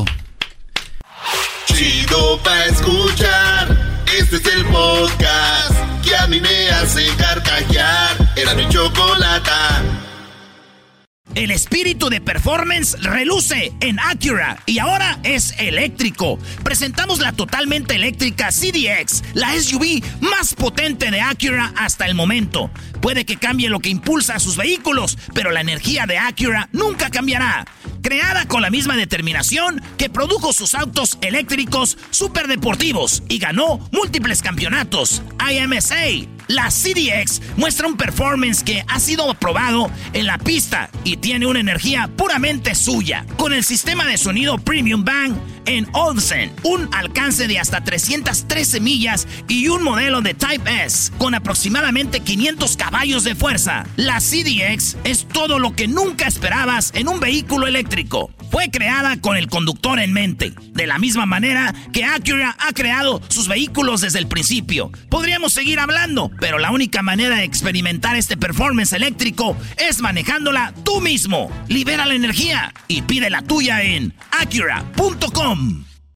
Chido pa' escuchar. Este es el podcast que a mí me hace carcajear. Era mi chocolata. El espíritu de performance reluce en Acura y ahora es eléctrico. Presentamos la totalmente eléctrica CDX, la SUV más potente de Acura hasta el momento. Puede que cambie lo que impulsa a sus vehículos, pero la energía de Acura nunca cambiará. Creada con la misma determinación que produjo sus autos eléctricos superdeportivos y ganó múltiples campeonatos. IMSA. La CDX muestra un performance que ha sido aprobado en la pista y tiene una energía puramente suya. Con el sistema de sonido Premium Bang en Olsen, un alcance de hasta 313 millas y un modelo de Type S con aproximadamente 500 caballos de fuerza. La CDX es todo lo que nunca esperabas en un vehículo eléctrico. Fue creada con el conductor en mente, de la misma manera que Acura ha creado sus vehículos desde el principio. Podríamos seguir hablando, pero la única manera de experimentar este performance eléctrico es manejándola tú mismo. Libera la energía y pide la tuya en Acura.com.